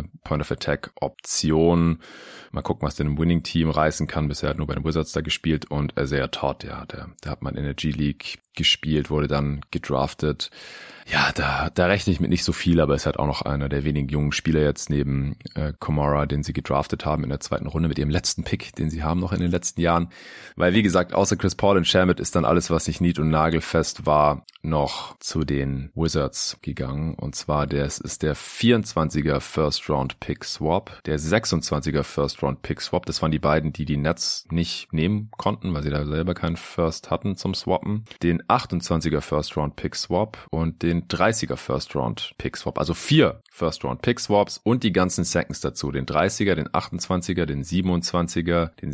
Point-of-Attack-Option. Mal gucken, was denn im Winning-Team reißen kann. Bisher hat nur bei den Wizards da gespielt und Isaiah Todd, ja, der hat mal in der G-League gespielt, wurde dann gedraftet. Ja, da rechne ich mit nicht so viel, aber ist halt auch noch einer der wenigen jungen Spieler jetzt neben Komara, den sie gedraftet haben in der 2. Runde mit ihrem letzten Pick, den sie haben noch in den letzten Jahren. Weil, wie gesagt, außer Chris Paul und Shamet ist dann alles, was nicht nied- und nagelfest war, noch zu den Wizards gegangen. Und zwar ist der 24er First-Round-Pick-Swap, der 26er First-Round-Pick-Swap. Das waren die beiden, die Nets nicht nehmen konnten, weil sie da selber keinen First hatten zum Swappen. Den 28er First-Round-Pick-Swap und den 30er First-Round-Pick-Swap. Also 4 First-Round-Pick-Swaps und die ganzen Seconds dazu. Den 30er, den 28er, den 27er, den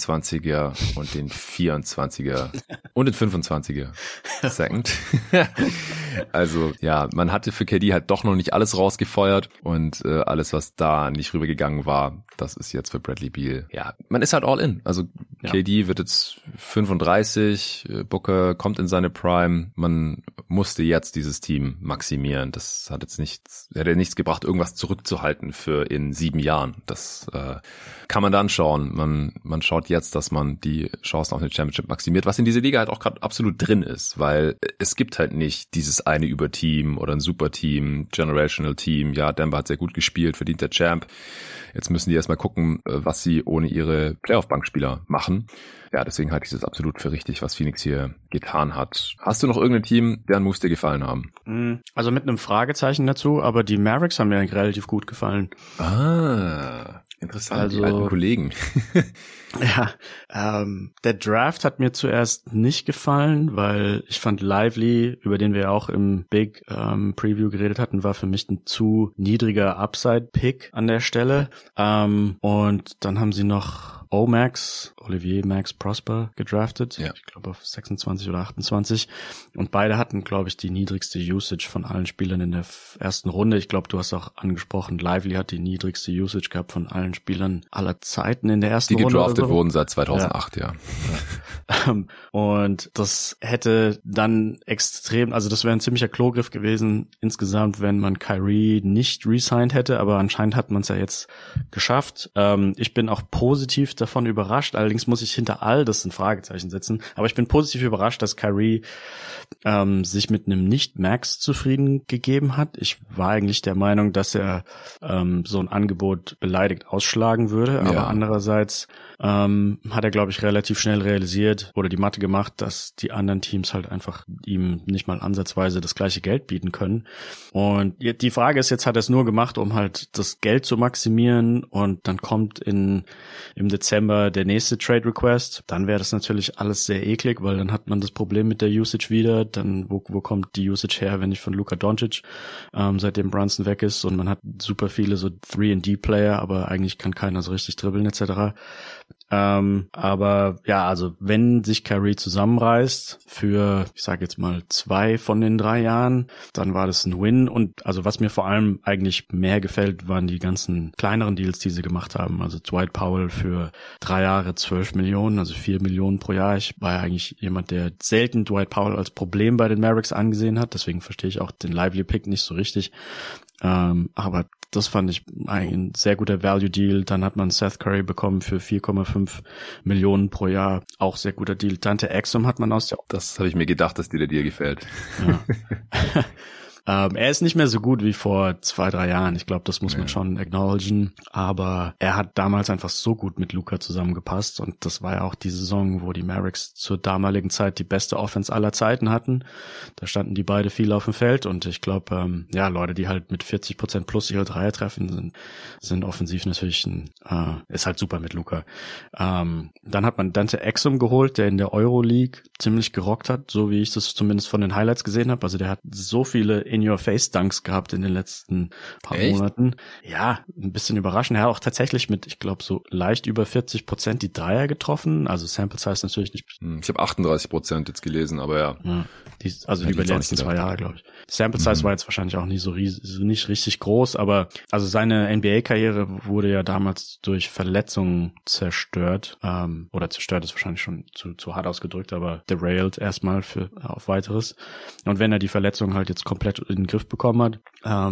26er und den 24er und den 25er Second. Also ja, man hatte für KD halt doch noch nicht alles rausgefeuert und alles, was da nicht rübergegangen war, das ist jetzt für Bradley Beal. Ja, man ist halt all in. Also KD wird jetzt 35, Booker kommt in seine Prime. Man musste jetzt dieses Team maximieren. Das hat jetzt hätte nichts gebracht, irgendwas zurückzuhalten für in 7 Jahren. Das kann man dann schauen. Man schaut jetzt, dass man die Chancen auf eine Championship maximiert, was in dieser Liga halt auch gerade absolut drin ist, weil es gibt halt nicht dieses eine Überteam oder ein Superteam, Generational Team. Ja, Denver hat sehr gut gespielt, verdient der Champ. Jetzt müssen die erstmal gucken, was sie ohne ihre Playoff-Bankspieler machen. Ja, deswegen halte ich das absolut für richtig, was Phoenix hier getan hat. Hast du noch irgendein Team, deren Moves dir gefallen haben? Also mit einem Fragezeichen dazu, aber die Mavericks haben mir relativ gut gefallen. Interessant, also, die alten Kollegen. Ja, der Draft hat mir zuerst nicht gefallen, weil ich fand Lively, über den wir auch im Big Preview geredet hatten, war für mich ein zu niedriger Upside-Pick an der Stelle. Und dann haben sie noch Olivier Max Prosper gedraftet. Ja. Ich glaube auf 26 oder 28. Und beide hatten, glaube ich, die niedrigste Usage von allen Spielern in der ersten Runde. Ich glaube, du hast auch angesprochen, Lively hat die niedrigste Usage gehabt von allen Spielern aller Zeiten in der ersten Runde. Die gedraftet wurden seit 2008, ja. Und das hätte dann das wäre ein ziemlicher Klogriff gewesen insgesamt, wenn man Kyrie nicht resigned hätte, aber anscheinend hat man es ja jetzt geschafft. Ich bin auch positiv davon überrascht, allerdings muss ich hinter all das ein Fragezeichen setzen, aber ich bin positiv überrascht, dass Kyrie sich mit einem Nicht-Max zufrieden gegeben hat. Ich war eigentlich der Meinung, dass er so ein Angebot beleidigt ausschlagen würde, aber andererseits hat er, glaube ich, relativ schnell realisiert oder die Mathe gemacht, dass die anderen Teams halt einfach ihm nicht mal ansatzweise das gleiche Geld bieten können. Und die Frage ist jetzt, hat er es nur gemacht, um halt das Geld zu maximieren und dann kommt im Dezember der nächste Trade Request. Dann wäre das natürlich alles sehr eklig, weil dann hat man das Problem mit der Usage wieder. Dann, wo kommt die Usage her, wenn nicht von Luka Doncic, seitdem Brunson weg ist und man hat super viele so 3&D-Player, aber eigentlich kann keiner so richtig dribbeln etc. Aber ja, also wenn sich Curry zusammenreißt für, ich sage jetzt mal 2 von den 3 Jahren, dann war das ein Win. Und also was mir vor allem eigentlich mehr gefällt, waren die ganzen kleineren Deals, die sie gemacht haben. Also Dwight Powell für 3 Jahre 12 Millionen, also 4 Millionen pro Jahr. Ich war ja eigentlich jemand, der selten Dwight Powell als Problem bei den Mavericks angesehen hat. Deswegen verstehe ich auch den Lively-Pick nicht so richtig. Aber das fand ich ein sehr guter Value-Deal. Dann hat man Seth Curry bekommen für 4,5 Millionen pro Jahr. Auch sehr guter Deal. Dante Exum hat man aus der... Das habe ich mir gedacht, dass dir der Deal gefällt. Ja. Er ist nicht mehr so gut wie vor 2-3 Jahren. Ich glaube, das muss man schon acknowledgen. Aber er hat damals einfach so gut mit Luka zusammengepasst. Und das war ja auch die Saison, wo die Mavericks zur damaligen Zeit die beste Offense aller Zeiten hatten. Da standen die beide viel auf dem Feld. Und ich glaube, Leute, die halt mit 40% plus ihre Dreier treffen, sind offensiv natürlich ist halt super mit Luka. Dann hat man Dante Exum geholt, der in der Euroleague ziemlich gerockt hat, so wie ich das zumindest von den Highlights gesehen habe. Also der hat so viele In-Your-Face-Dunks gehabt in den letzten paar Monaten. Ja, ein bisschen überraschend. Er hat auch tatsächlich mit, ich glaube, so leicht über 40% die Dreier getroffen. Also Sample Size natürlich nicht. Ich habe 38% jetzt gelesen, aber ja. Über die letzten 2 Jahre, glaube ich. Sample Size war jetzt wahrscheinlich auch nicht nicht richtig groß, aber also seine NBA-Karriere wurde ja damals durch Verletzungen zerstört. Oder zerstört ist wahrscheinlich schon zu hart ausgedrückt, aber derailed erstmal auf weiteres. Und wenn er die Verletzung halt jetzt komplett in den Griff bekommen hat,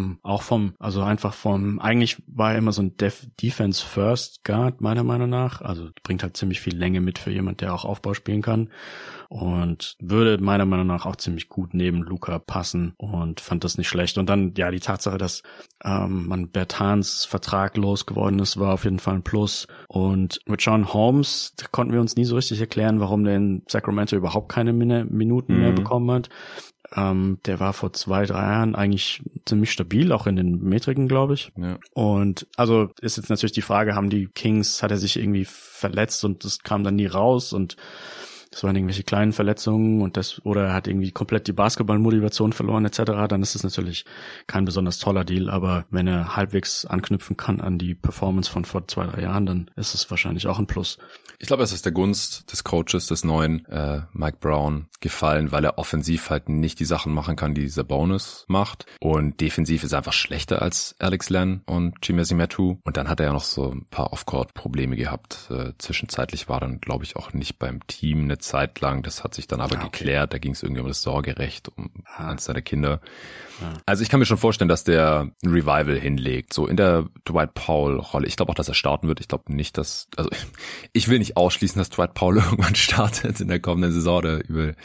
eigentlich war er immer so ein Defense First Guard, meiner Meinung nach. Also bringt halt ziemlich viel Länge mit für jemand, der auch Aufbau spielen kann. Und würde meiner Meinung nach auch ziemlich gut neben Luka passen und fand das nicht schlecht. Und dann, ja, die Tatsache, dass man Bertans Vertrag losgeworden ist, war auf jeden Fall ein Plus. Und mit Richaun Holmes konnten wir uns nie so richtig erklären, warum der in Sacramento überhaupt keine Minuten mehr bekommen hat. Der war vor 2-3 Jahren eigentlich ziemlich stabil, auch in den Metriken, glaube ich. Ja. Und also ist jetzt natürlich die Frage, hat er sich irgendwie verletzt und das kam dann nie raus und das waren irgendwelche kleinen Verletzungen oder er hat irgendwie komplett die Basketballmotivation verloren etc., dann ist es natürlich kein besonders toller Deal, aber wenn er halbwegs anknüpfen kann an die Performance von vor 2-3 Jahren, dann ist es wahrscheinlich auch ein Plus. Ich glaube, es ist der Gunst des Coaches, des neuen Mike Brown gefallen, weil er offensiv halt nicht die Sachen machen kann, die Sabonis macht und defensiv ist er einfach schlechter als Alex Len und Chimezie Metu und dann hat er ja noch so ein paar Off-Court-Probleme gehabt. Zwischenzeitlich war dann, glaube ich, auch nicht beim Team eine Zeit lang. Das hat sich dann aber geklärt. Da ging es irgendwie um das Sorgerecht, um eines seiner Kinder. Ja. Also ich kann mir schon vorstellen, dass der ein Revival hinlegt. So in der Dwight Powell-Rolle. Ich glaube auch, dass er starten wird. Ich glaube nicht, ich will nicht ausschließen, dass Dwight Powell irgendwann startet in der kommenden Saison oder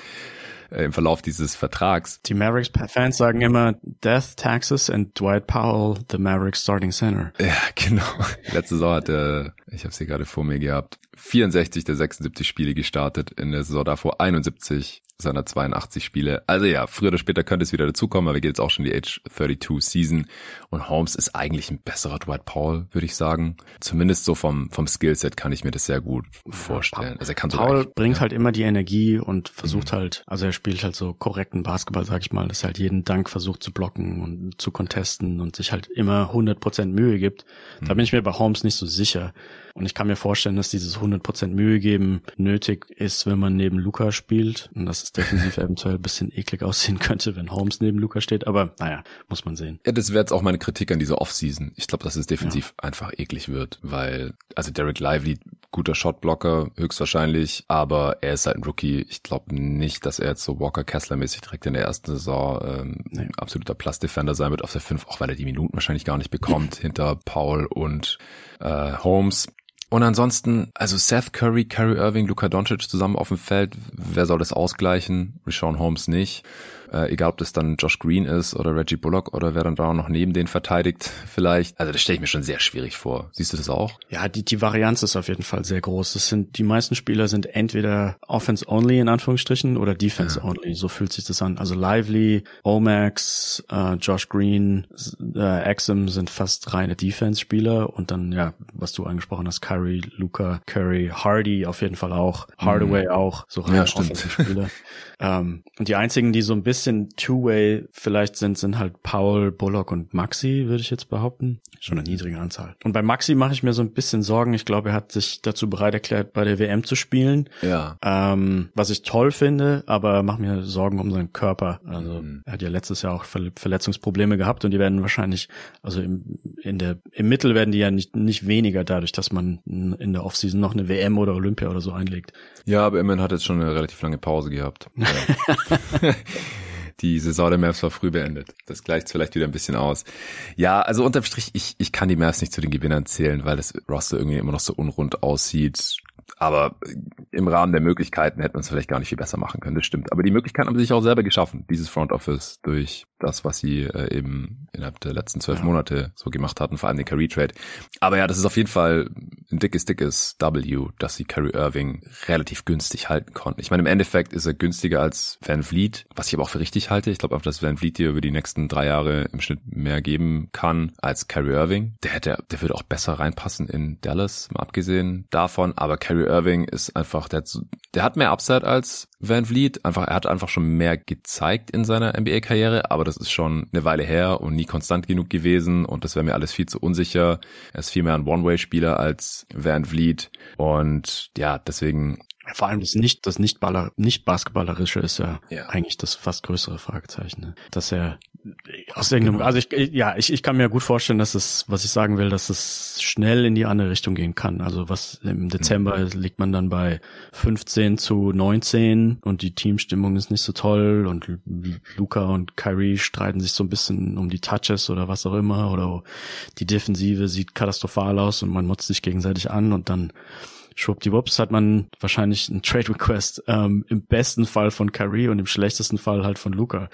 im Verlauf dieses Vertrags. Die Mavericks-Fans sagen immer Death, Taxes and Dwight Powell, the Mavericks Starting Center. Ja, genau. Letzte Saison hat ich habe es hier gerade vor mir gehabt, 64 der 76 Spiele gestartet, in der Saison davor 71 seiner 82 Spiele. Also ja, früher oder später könnte es wieder dazukommen, aber wir gehen jetzt auch schon die Age 32 Season und Holmes ist eigentlich ein besserer Dwight Powell, würde ich sagen. Zumindest so vom Skillset kann ich mir das sehr gut vorstellen. Also er kann Powell bringt halt immer die Energie und versucht halt, also er spielt halt so korrekten Basketball, sag ich mal, dass er halt jeden Dank versucht zu blocken und zu contesten und sich halt immer 100% Mühe gibt. Da bin ich mir bei Holmes nicht so sicher. Und ich kann mir vorstellen, dass dieses 100% Mühe geben nötig ist, wenn man neben Luka spielt. Und dass es defensiv eventuell ein bisschen eklig aussehen könnte, wenn Holmes neben Luka steht. Aber naja, muss man sehen. Ja, das wäre jetzt auch meine Kritik an dieser Offseason. Ich glaube, dass es defensiv einfach eklig wird, weil, also Derek Lively, guter Shotblocker, höchstwahrscheinlich, aber er ist halt ein Rookie. Ich glaube nicht, dass er jetzt so Walker-Kessler-mäßig direkt in der ersten Saison absoluter Plus-Defender sein wird auf der 5, auch weil er die Minuten wahrscheinlich gar nicht bekommt hinter Powell und Holmes. Und ansonsten, also Seth Curry, Kyrie Irving, Luka Doncic zusammen auf dem Feld, wer soll das ausgleichen? Richaun Holmes nicht. Egal, ob das dann Josh Green ist oder Reggie Bullock oder wer dann da noch neben den verteidigt vielleicht. Also das stelle ich mir schon sehr schwierig vor. Siehst du das auch? Ja, die Varianz ist auf jeden Fall sehr groß. Die meisten Spieler sind entweder Offense-only in Anführungsstrichen oder Defense-only. So fühlt sich das an. Also Lively, Omax, Josh Green, Exum sind fast reine Defense-Spieler und dann, ja, was du angesprochen hast, Kyrie, Luka, Curry, Hardy auf jeden Fall auch, Hardaway auch, so reine Offense-Spieler. Und die einzigen, die so ein bisschen bisschen Two-Way vielleicht sind halt Powell, Bullock und Maxey, würde ich jetzt behaupten. Schon eine niedrige Anzahl. Und bei Maxey mache ich mir so ein bisschen Sorgen. Ich glaube, er hat sich dazu bereit erklärt, bei der WM zu spielen. Ja. Was ich toll finde, aber mache mir Sorgen um seinen Körper. Also er hat ja letztes Jahr auch Verletzungsprobleme gehabt und die werden wahrscheinlich, also im Mittel werden die ja nicht weniger dadurch, dass man in der Offseason noch eine WM oder Olympia oder so einlegt. Ja, aber immerhin hat jetzt schon eine relativ lange Pause gehabt. Ja. Die Saison der Mavs war früh beendet. Das gleicht vielleicht wieder ein bisschen aus. Ja, also unterm Strich, ich kann die Mavs nicht zu den Gewinnern zählen, weil das Roster irgendwie immer noch so unrund aussieht. Aber im Rahmen der Möglichkeiten hätte man es vielleicht gar nicht viel besser machen können, das stimmt. Aber die Möglichkeiten haben sie sich auch selber geschaffen, dieses Front Office, durch das, was sie eben innerhalb der letzten 12 Monate so gemacht hatten, vor allem den Kyrie Trade. Aber ja, das ist auf jeden Fall ein dickes W, dass sie Kyrie Irving relativ günstig halten konnten. Ich meine, im Endeffekt ist er günstiger als Van Vliet, was ich aber auch für richtig halte. Ich glaube auch, dass Van Vliet dir über die nächsten 3 Jahre im Schnitt mehr geben kann als Kyrie Irving. Der würde auch besser reinpassen in Dallas, mal abgesehen davon. Aber Kyrie Irving ist einfach, der hat mehr Upside als Van Vliet. Er hat einfach schon mehr gezeigt in seiner NBA-Karriere, aber das ist schon eine Weile her und nie konstant genug gewesen und das wäre mir alles viel zu unsicher. Er ist viel mehr ein One-Way-Spieler als Van Vliet und ja, deswegen... Vor allem das nicht basketballerische ist ja eigentlich das fast größere Fragezeichen, ne? Dass er aus irgendeinem, also ich kann mir gut vorstellen, dass es, was ich sagen will, dass es schnell in die andere Richtung gehen kann. Also was im Dezember liegt man dann bei 15-19 und die Teamstimmung ist nicht so toll und Luka und Kyrie streiten sich so ein bisschen um die Touches oder was auch immer oder die Defensive sieht katastrophal aus und man motzt sich gegenseitig an und dann schwuppdiwupps hat man wahrscheinlich einen Trade Request im besten Fall von Kyrie und im schlechtesten Fall halt von Luka.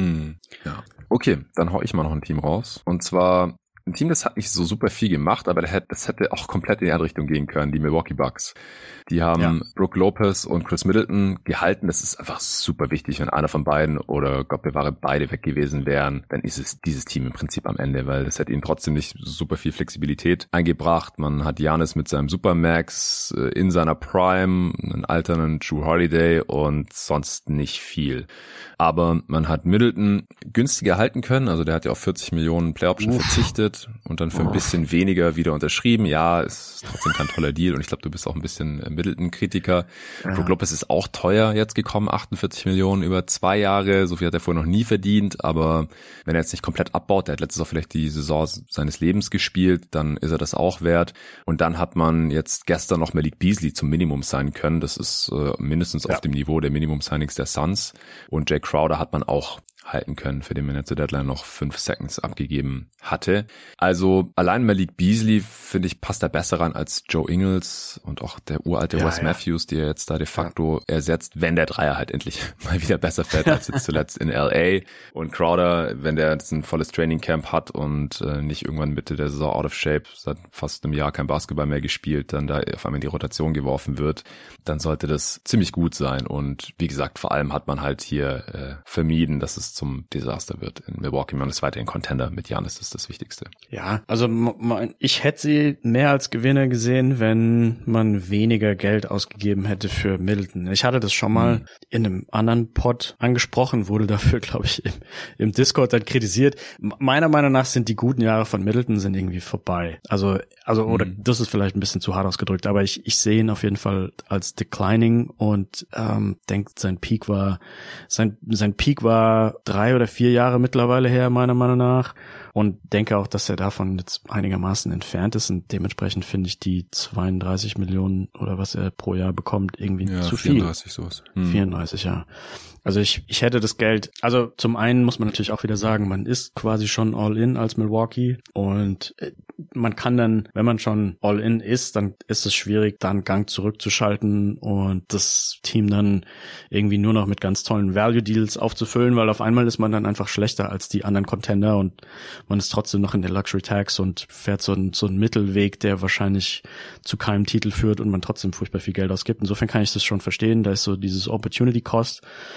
Ja. Okay, dann hau ich mal noch ein Team raus. Und zwar ein Team, das hat nicht so super viel gemacht, aber das hätte auch komplett in die andere Richtung gehen können, die Milwaukee Bucks. Die haben Brook Lopez und Chris Middleton gehalten. Das ist einfach super wichtig. Wenn einer von beiden oder Gott bewahre beide weg gewesen wären, dann ist es dieses Team im Prinzip am Ende, weil das hätte ihnen trotzdem nicht super viel Flexibilität eingebracht. Man hat Giannis mit seinem Supermax in seiner Prime, einen alternden Jrue Holiday und sonst nicht viel. Aber man hat Middleton günstiger halten können. Also der hat ja auf 40 Millionen Play-Option verzichtet und dann für ein bisschen weniger wieder unterschrieben. Ja, ist trotzdem kein toller Deal und ich glaube, du bist auch ein bisschen Middleton-Kritiker. Brook Lopez ist auch teuer jetzt gekommen, 48 Millionen über 2 Jahre. So viel hat er vorher noch nie verdient, aber wenn er jetzt nicht komplett abbaut, der hat letztes Jahr vielleicht die Saison seines Lebens gespielt, dann ist er das auch wert. Und dann hat man jetzt gestern noch Malik Beasley zum Minimum signen können. Das ist mindestens auf dem Niveau der Minimum-Signings der Suns. Und Jay Crowder hat man auch halten können, für den man zur Deadline noch 5 Seconds abgegeben hatte. Also allein Malik Beasley, finde ich, passt da besser ran als Joe Ingles und auch der uralte Wes Matthews, die er jetzt da de facto ersetzt, wenn der Dreier halt endlich mal wieder besser fährt als jetzt zuletzt in LA. Und Crowder, wenn der jetzt ein volles Training Camp hat und nicht irgendwann Mitte der Saison out of shape, seit fast einem Jahr kein Basketball mehr gespielt, dann da auf einmal in die Rotation geworfen wird, dann sollte das ziemlich gut sein. Und wie gesagt, vor allem hat man halt hier vermieden, dass es zum Desaster wird in Milwaukee. Man ist weiterhin Contender mit Giannis, das ist das Wichtigste. Ja, also ich hätte sie mehr als Gewinner gesehen, wenn man weniger Geld ausgegeben hätte für Middleton. Ich hatte das schon mal in einem anderen Pod angesprochen, wurde dafür, glaube ich, im Discord dann kritisiert. Meiner Meinung nach sind die guten Jahre von Middleton sind irgendwie vorbei. Also oder das ist vielleicht ein bisschen zu hart ausgedrückt, aber ich sehe ihn auf jeden Fall als declining und denke, sein Peak war 3 oder 4 Jahre mittlerweile her, meiner Meinung nach. Und denke auch, dass er davon jetzt einigermaßen entfernt ist. Und dementsprechend finde ich die 32 Millionen oder was er pro Jahr bekommt irgendwie zu viel. 34 sowas. 34, ja. Also ich hätte das Geld, also zum einen muss man natürlich auch wieder sagen, man ist quasi schon All-In als Milwaukee und man kann dann, wenn man schon All-In ist, dann ist es schwierig, dann Gang zurückzuschalten und das Team dann irgendwie nur noch mit ganz tollen Value-Deals aufzufüllen, weil auf einmal ist man dann einfach schlechter als die anderen Contender und man ist trotzdem noch in der Luxury-Tax und fährt so einen Mittelweg, der wahrscheinlich zu keinem Titel führt und man trotzdem furchtbar viel Geld ausgibt. Insofern kann ich das schon verstehen, da ist so dieses Opportunity-Cost.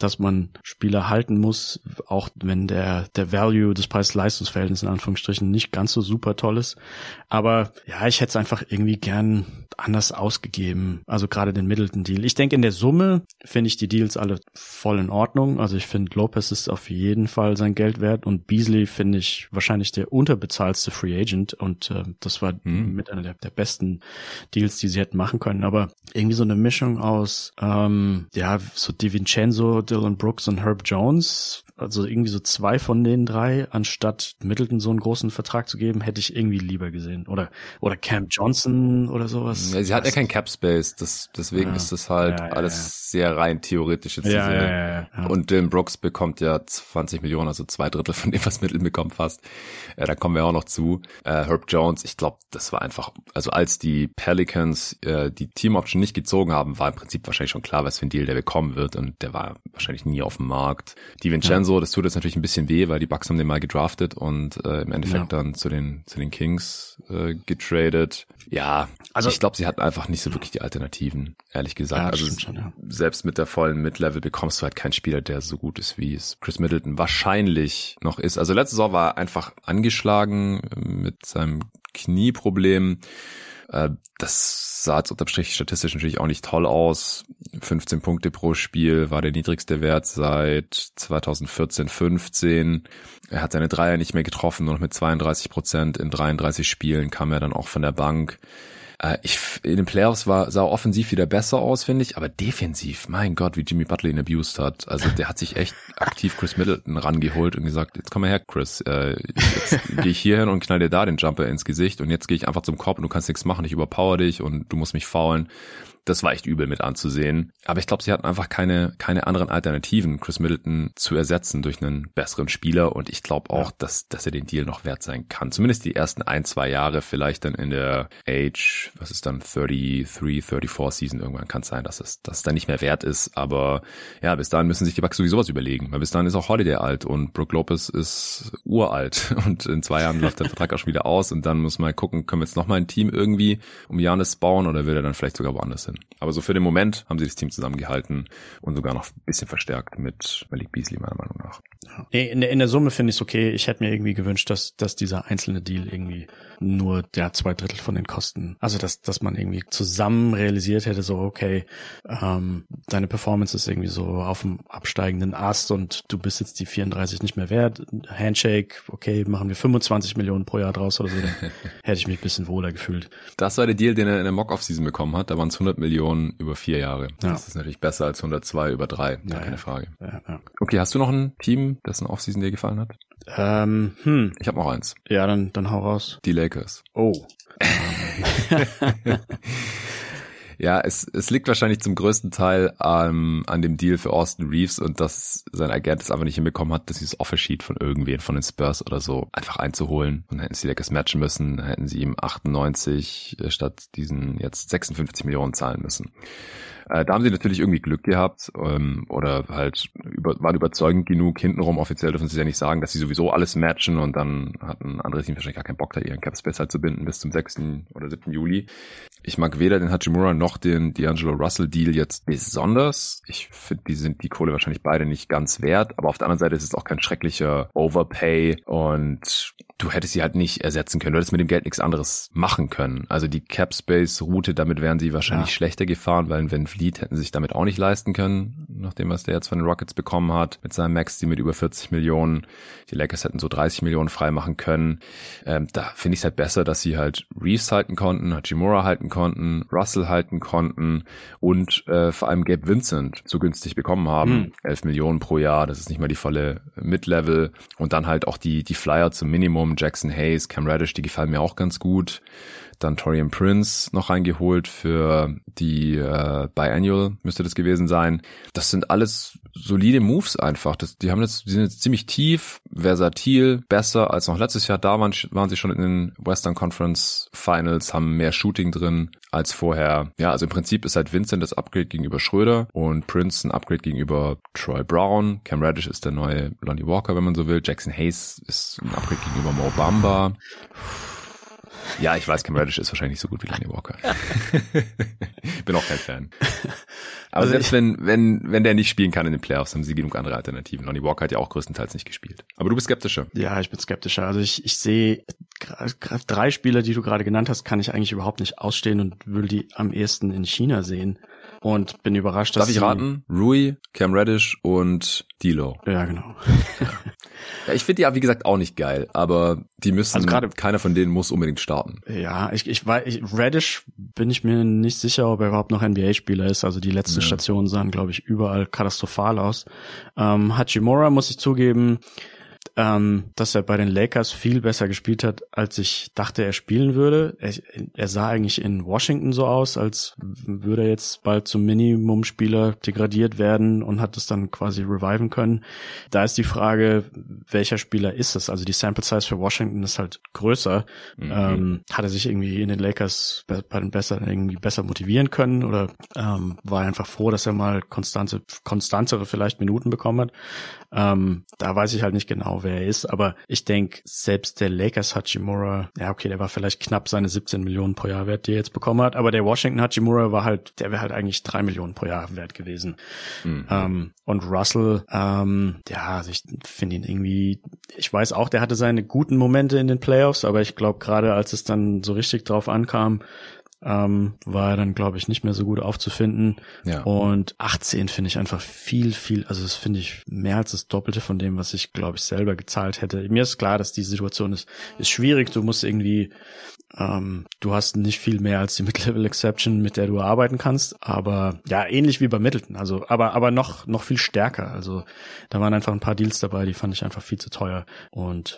dass man Spieler halten muss, auch wenn der Value, das Preis-Leistungs-Verhältnis in Anführungsstrichen nicht ganz so super toll ist. Aber ja, ich hätte es einfach irgendwie gern anders ausgegeben. Also gerade den Middleton-Deal. Ich denke, in der Summe finde ich die Deals alle voll in Ordnung. Also ich finde, Lopez ist auf jeden Fall sein Geld wert und Beasley finde ich wahrscheinlich der unterbezahltste Free Agent und das war mit einer der besten Deals, die sie hätten machen können. Aber irgendwie so eine Mischung aus so DiVincenzo, Dylan Brooks und Herb Jones, also irgendwie so 2 von den 3, anstatt Middleton so einen großen Vertrag zu geben, hätte ich irgendwie lieber gesehen. Oder Cam Johnson oder sowas. Ja, sie hat ja kein Cap Space, deswegen ist das halt alles sehr rein theoretisch jetzt. Und Dylan Brooks bekommt ja 20 Millionen, also 2/3 von dem, was Middleton bekommt fast. Da kommen wir auch noch zu. Herb Jones, ich glaube, das war einfach, also als die Pelicans die Team-Option nicht gezogen haben, war im Prinzip wahrscheinlich schon klar, was für ein Deal der bekommen wird und der war wahrscheinlich nie auf dem Markt. DiVincenzo, das tut jetzt natürlich ein bisschen weh, weil die Bucks haben den mal gedraftet und im Endeffekt dann zu den Kings getradet. Ja, also ich glaube, sie hatten einfach nicht so wirklich die Alternativen, ehrlich gesagt. Ja, also schon, selbst mit der vollen Mid-Level bekommst du halt keinen Spieler, der so gut ist, wie es Chris Middleton wahrscheinlich noch ist. Also letzte Saison war er einfach angeschlagen mit seinem Knieproblem. Das sah jetzt unterm Strich statistisch natürlich auch nicht toll aus. 15 Punkte pro Spiel war der niedrigste Wert seit 2014/15. Er hat seine Dreier nicht mehr getroffen, nur noch mit 32%. In 33 Spielen kam er dann auch von der Bank. In den Playoffs sah offensiv wieder besser aus, finde ich, aber defensiv, mein Gott, wie Jimmy Butler ihn abused hat. Also der hat sich echt aktiv Chris Middleton rangeholt und gesagt, jetzt komm mal her, Chris, jetzt gehe ich hier hin und knall dir da den Jumper ins Gesicht und jetzt gehe ich einfach zum Korb und du kannst nichts machen, ich überpower dich und du musst mich foulen. Das war echt übel mit anzusehen. Aber ich glaube, sie hatten einfach keine anderen Alternativen, Chris Middleton zu ersetzen durch einen besseren Spieler. Und ich glaube auch, dass er den Deal noch wert sein kann. Zumindest die ersten 1-2 Jahre, vielleicht dann in der Age, was ist dann, 33, 34 Season. Irgendwann kann es sein, dass es dann nicht mehr wert ist. Aber ja, bis dahin müssen sich die Bucks sowieso was überlegen. Weil bis dahin ist auch Holiday alt und Brook Lopez ist uralt. Und in 2 Jahren läuft der Vertrag auch schon wieder aus. Und dann muss man gucken, können wir jetzt nochmal ein Team irgendwie um Giannis bauen oder will er dann vielleicht sogar woanders hin? Aber so für den Moment haben sie das Team zusammengehalten und sogar noch ein bisschen verstärkt mit Malik Beasley, meiner Meinung nach. In der Summe finde ich es okay. Ich hätte mir irgendwie gewünscht, dass dieser einzelne Deal irgendwie nur 2/3 von den Kosten, also dass man irgendwie zusammen realisiert hätte, so okay, deine Performance ist irgendwie so auf dem absteigenden Ast und du bist jetzt die 34 nicht mehr wert. Handshake, okay, machen wir 25 Millionen pro Jahr draus oder so, dann hätte ich mich ein bisschen wohler gefühlt. Das war der Deal, den er in der Mock-Off-Season bekommen hat. Da waren es 100 Millionen über 4 Jahre. Ja. Das ist natürlich besser als 102 über 3, keine Frage. Ja. Okay, hast du noch ein Team, dessen Off-Season dir gefallen hat? Ich habe noch eins. Ja, dann hau raus. Die Lakers. Oh. Ja, es liegt wahrscheinlich zum größten Teil an dem Deal für Austin Reeves und dass sein Agent es einfach nicht hinbekommen hat, dass dieses Offersheet von irgendwen, von den Spurs oder so, einfach einzuholen. Und dann hätten sie die Lakers matchen müssen, dann hätten sie ihm 98 statt diesen jetzt 56 Millionen zahlen müssen. Da haben sie natürlich irgendwie Glück gehabt oder halt waren überzeugend genug. Hintenrum offiziell dürfen sie ja nicht sagen, dass sie sowieso alles matchen und dann hatten andere Teams wahrscheinlich gar keinen Bock, da ihren Capspace halt zu binden bis zum 6. oder 7. Juli. Ich mag weder den Hachimura noch den D'Angelo Russell Deal jetzt besonders. Ich finde, die sind die Kohle wahrscheinlich beide nicht ganz wert, aber auf der anderen Seite ist es auch kein schrecklicher Overpay und du hättest sie halt nicht ersetzen können. Du hättest mit dem Geld nichts anderes machen können. Also die Capspace-Route, damit wären sie wahrscheinlich schlechter gefahren, weil Van Vliet hätten sie sich damit auch nicht leisten können, nachdem was der jetzt von den Rockets bekommen hat, mit seinem Max-Deal mit über 40 Millionen. Die Lakers hätten so 30 Millionen freimachen können. Da finde ich es halt besser, dass sie halt Reeves halten konnten, Hachimura halten konnten, Russell halten konnten und vor allem Gabe Vincent so günstig bekommen haben. 11 Millionen pro Jahr, das ist nicht mal die volle Mid-Level. Und dann halt auch die Flyer zum Minimum, Jackson Hayes, Cam Reddish, die gefallen mir auch ganz gut. Dann Taurean Prince noch reingeholt für die Biannual, müsste das gewesen sein. Das sind alles solide Moves einfach. Die sind jetzt ziemlich tief, versatil, besser als noch letztes Jahr. Da waren sie schon in den Western Conference Finals, haben mehr Shooting drin als vorher. Ja, also im Prinzip ist halt Vincent das Upgrade gegenüber Schröder und Prince ein Upgrade gegenüber Troy Brown. Cam Reddish ist der neue Lonnie Walker, wenn man so will. Jackson Hayes ist ein Upgrade gegenüber Mo Bamba. Ja, ich weiß, Cam Reddish ist wahrscheinlich nicht so gut wie Lonnie Walker. Bin auch kein Fan. Aber also selbst wenn der nicht spielen kann in den Playoffs, haben sie genug andere Alternativen. Lonnie Walker hat ja auch größtenteils nicht gespielt. Aber du bist skeptischer. Ja, ich bin skeptischer. Also ich sehe 3 Spieler, die du gerade genannt hast, kann ich eigentlich überhaupt nicht ausstehen und will die am ehesten in China sehen. Und bin überrascht, dass Darf ich raten? Rui, Cam Reddish und D'Lo. Ja, genau. Ja, ich finde die ja, wie gesagt, auch nicht geil, aber die müssen, also keiner von denen muss unbedingt starten. Ja, Reddish bin ich mir nicht sicher, ob er überhaupt noch NBA-Spieler ist. Also die letzten Stationen sahen, glaube ich, überall katastrophal aus. Hachimura, muss ich zugeben, dass er bei den Lakers viel besser gespielt hat, als ich dachte, er spielen würde. Er sah eigentlich in Washington so aus, als würde er jetzt bald zum Minimumspieler degradiert werden und hat es dann quasi reviven können. Da ist die Frage, welcher Spieler ist es? Also die Sample Size für Washington ist halt größer. Hat er sich irgendwie in den Lakers bei den besser motivieren können oder war er einfach froh, dass er mal konstantere vielleicht Minuten bekommen hat? Da weiß ich halt nicht genau, wer er ist, aber ich denke, selbst der Lakers Hachimura, ja okay, der war vielleicht knapp seine 17 Millionen pro Jahr wert, die er jetzt bekommen hat, aber der Washington Hachimura der wäre halt eigentlich 3 Millionen pro Jahr wert gewesen. Und Russell, also ich finde ihn irgendwie, ich weiß auch, der hatte seine guten Momente in den Playoffs, aber ich glaube, gerade als es dann so richtig drauf ankam, war er dann, glaube ich, nicht mehr so gut aufzufinden. Ja. Und 18 finde ich einfach viel, also das finde ich mehr als das Doppelte von dem, was ich, glaube ich, selber gezahlt hätte. Mir ist klar, dass die Situation ist schwierig. Du musst irgendwie, du hast nicht viel mehr als die Mid-Level-Exception, mit der du arbeiten kannst, aber ja, ähnlich wie bei Middleton, also aber noch viel stärker. Also da waren einfach ein paar Deals dabei, die fand ich einfach viel zu teuer. Und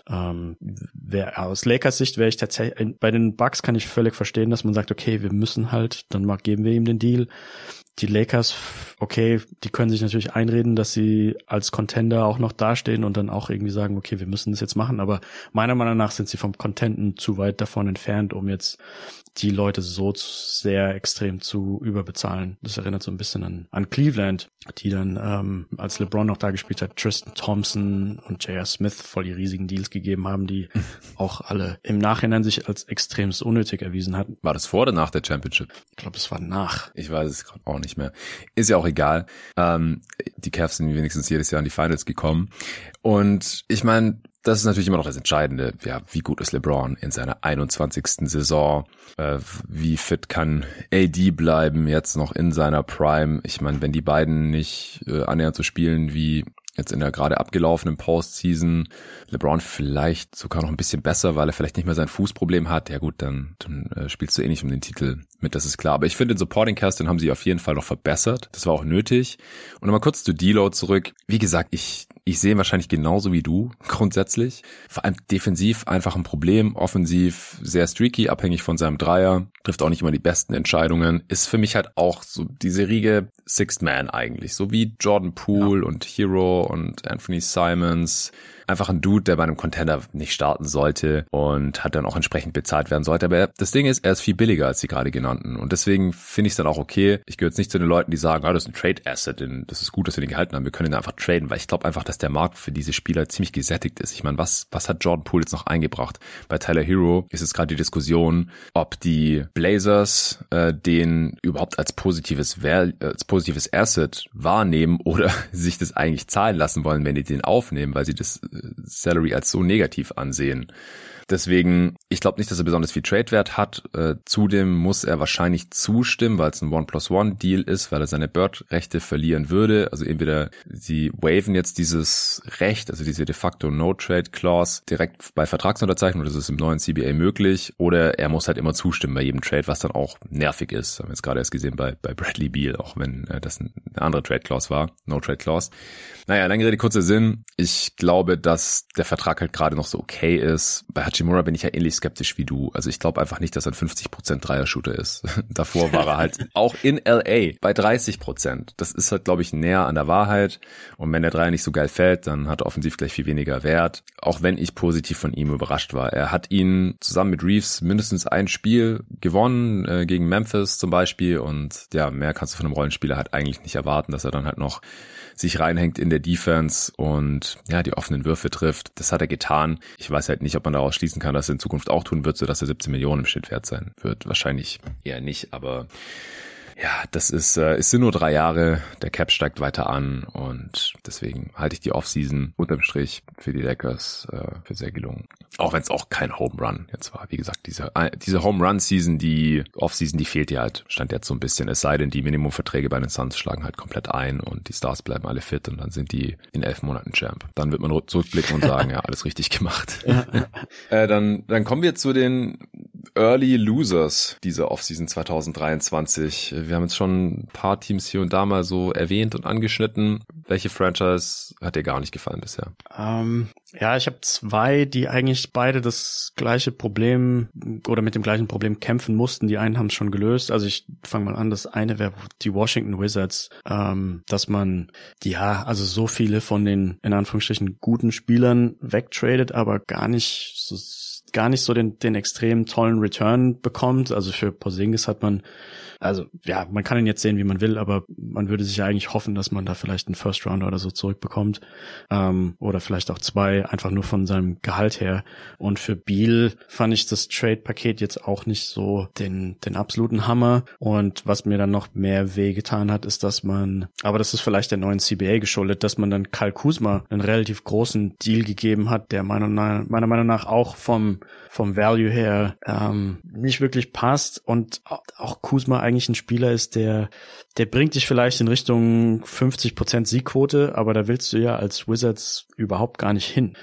aus Lakers Sicht wäre ich tatsächlich, bei den Bucks kann ich völlig verstehen, dass man sagt, okay, wir müssen halt, dann geben wir ihm den Deal. Die Lakers, okay, die können sich natürlich einreden, dass sie als Contender auch noch dastehen und dann auch irgendwie sagen, okay, wir müssen das jetzt machen, aber meiner Meinung nach sind sie vom Contenten zu weit davon entfernt, um jetzt die Leute so sehr extrem zu überbezahlen. Das erinnert so ein bisschen an Cleveland, die dann, als LeBron noch da gespielt hat, Tristan Thompson und J.R. Smith voll die riesigen Deals gegeben haben, die auch alle im Nachhinein sich als extremst unnötig erwiesen hatten. War das vor oder nach der Championship? Ich glaube, es war nach. Ich weiß es gerade auch nicht mehr. Ist ja auch egal. Die Cavs sind wenigstens jedes Jahr in die Finals gekommen. Und ich meine, das ist natürlich immer noch das Entscheidende. Ja, wie gut ist LeBron in seiner 21. Saison? Wie fit kann AD bleiben jetzt noch in seiner Prime? Ich meine, wenn die beiden nicht annähernd so spielen wie jetzt in der gerade abgelaufenen Postseason, LeBron vielleicht sogar noch ein bisschen besser, weil er vielleicht nicht mehr sein Fußproblem hat. Ja gut, dann spielst du eh nicht um den Titel mit, das ist klar. Aber ich finde, den Supporting Cast, den haben sie auf jeden Fall noch verbessert. Das war auch nötig. Und nochmal kurz zu D'Lo zurück. Wie gesagt, ich sehe ihn wahrscheinlich genauso wie du, grundsätzlich. Vor allem defensiv einfach ein Problem, offensiv sehr streaky, abhängig von seinem Dreier, trifft auch nicht immer die besten Entscheidungen, ist für mich halt auch so diese Riege Sixth Man eigentlich, so wie Jordan Poole und Hero und Anthony Simons. Einfach ein Dude, der bei einem Contender nicht starten sollte und hat dann auch entsprechend bezahlt werden sollte. Aber das Ding ist, er ist viel billiger als die gerade genannten. Und deswegen finde ich es dann auch okay. Ich gehöre jetzt nicht zu den Leuten, die sagen, das ist ein Trade-Asset, das ist gut, dass wir den gehalten haben. Wir können ihn einfach traden, weil ich glaube einfach, dass der Markt für diese Spieler ziemlich gesättigt ist. Ich meine, was hat Jordan Poole jetzt noch eingebracht? Bei Tyler Hero ist es gerade die Diskussion, ob die Blazers den überhaupt als positives Asset wahrnehmen oder sich das eigentlich zahlen lassen wollen, wenn die den aufnehmen, weil sie das Salary als so negativ ansehen. Deswegen, ich glaube nicht, dass er besonders viel Trade-Wert hat. Zudem muss er wahrscheinlich zustimmen, weil es ein 1+1-Deal ist, weil er seine Bird-Rechte verlieren würde. Also entweder sie waven jetzt dieses Recht, also diese de facto No-Trade-Clause direkt bei Vertragsunterzeichnung, das ist im neuen CBA möglich, oder er muss halt immer zustimmen bei jedem Trade, was dann auch nervig ist. Haben wir jetzt gerade erst gesehen bei Bradley Beal, auch wenn das eine andere Trade-Clause war, No-Trade-Clause. Naja, lange Rede, kurzer Sinn. Ich glaube, dass der Vertrag halt gerade noch so okay ist. Bei Hachimura bin ich ja ähnlich skeptisch wie du. Also ich glaube einfach nicht, dass er ein 50% Dreier-Shooter ist. Davor war er halt auch in LA bei 30%. Das ist halt, glaube ich, näher an der Wahrheit. Und wenn der Dreier nicht so geil fällt, dann hat er offensiv gleich viel weniger Wert. Auch wenn ich positiv von ihm überrascht war. Er hat ihn zusammen mit Reeves mindestens ein Spiel gewonnen, gegen Memphis zum Beispiel. Und ja, mehr kannst du von einem Rollenspieler halt eigentlich nicht erwarten, dass er dann halt noch sich reinhängt in der Defense und ja, die offenen Würfe trifft. Das hat er getan. Ich weiß halt nicht, ob man daraus schließen ausschließen kann, dass er in Zukunft auch tun wird, sodass er 17 Millionen im Schnitt wert sein wird. Wahrscheinlich eher nicht, aber ja, das ist, es sind nur 3 Jahre, der Cap steigt weiter an und deswegen halte ich die Offseason unterm Strich für die Lakers für sehr gelungen. Auch wenn es auch kein Home Run jetzt war. Wie gesagt, diese Home Run Season, die Offseason, die fehlt ja halt, stand jetzt so ein bisschen. Es sei denn, die Minimumverträge bei den Suns schlagen halt komplett ein und die Stars bleiben alle fit und dann sind die in 11 Monaten Champ. Dann wird man zurückblicken und sagen, ja, alles richtig gemacht. Dann kommen wir zu den Early Losers dieser Offseason 2023. Wir haben jetzt schon ein paar Teams hier und da mal so erwähnt und angeschnitten. Welche Franchise hat dir gar nicht gefallen bisher? Ja, ich habe 2, die eigentlich beide das gleiche Problem oder mit dem gleichen Problem kämpfen mussten. Die einen haben es schon gelöst. Also ich fange mal an. Das eine wäre die Washington Wizards, dass man also so viele von den in Anführungsstrichen guten Spielern wegtradet, aber gar nicht so den extrem tollen Return bekommt. Also für Porzingis hat man, man kann ihn jetzt sehen, wie man will, aber man würde sich ja eigentlich hoffen, dass man da vielleicht einen First Rounder oder so zurückbekommt. Oder vielleicht auch 2, einfach nur von seinem Gehalt her. Und für Beal fand ich das Trade-Paket jetzt auch nicht so den absoluten Hammer. Und was mir dann noch mehr wehgetan hat, ist, dass man, aber das ist vielleicht der neuen CBA geschuldet, dass man dann Kyle Kuzma einen relativ großen Deal gegeben hat, der meiner Meinung nach auch vom Value her nicht wirklich passt und auch Kuzma eigentlich ein Spieler ist, der bringt dich vielleicht in Richtung 50% Siegquote, aber da willst du ja als Wizards überhaupt gar nicht hin.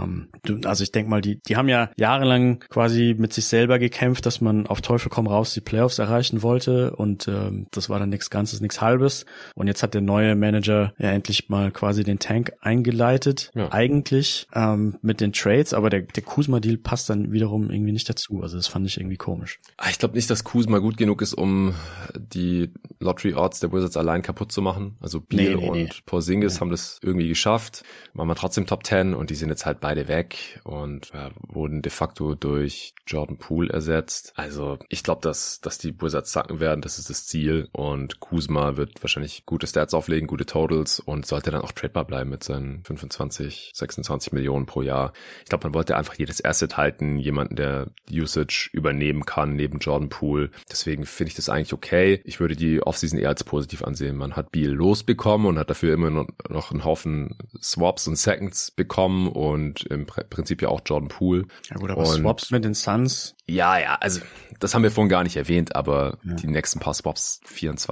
Also ich denke mal, die haben ja jahrelang quasi mit sich selber gekämpft, dass man auf Teufel komm raus die Playoffs erreichen wollte und das war dann nichts Ganzes, nichts Halbes und jetzt hat der neue Manager ja endlich mal quasi den Tank eingeleitet, eigentlich mit den Trades, aber der Kuzma-Deal passt dann wiederum irgendwie nicht dazu, also das fand ich irgendwie komisch. Ich glaube nicht, dass Kuzma gut genug ist, um die Lottery-Odds der Wizards allein kaputt zu machen. Also Beal und Porzingis haben das irgendwie geschafft, waren wir trotzdem Top 10 und die sind jetzt halt beide weg und wurden de facto durch Jordan Poole ersetzt. Also ich glaube, dass die Wizards sacken werden, das ist das Ziel und Kuzma wird wahrscheinlich gute Stats auflegen, gute Totals und sollte dann auch tradebar bleiben mit seinen 25, 26 Millionen pro Jahr. Ich glaube, man wollte einfach jedes Asset halten, jemanden, der Usage übernehmen kann neben Jordan Poole. Deswegen finde ich das eigentlich okay. Ich würde die Offseason eher als positiv ansehen. Man hat Beal losbekommen und hat dafür immer noch einen Haufen Swaps und Seconds bekommen und im Prinzip ja auch Jordan Poole. Ja gut, aber Swaps mit den Suns? Ja, also das haben wir vorhin gar nicht erwähnt, aber die nächsten paar Swaps,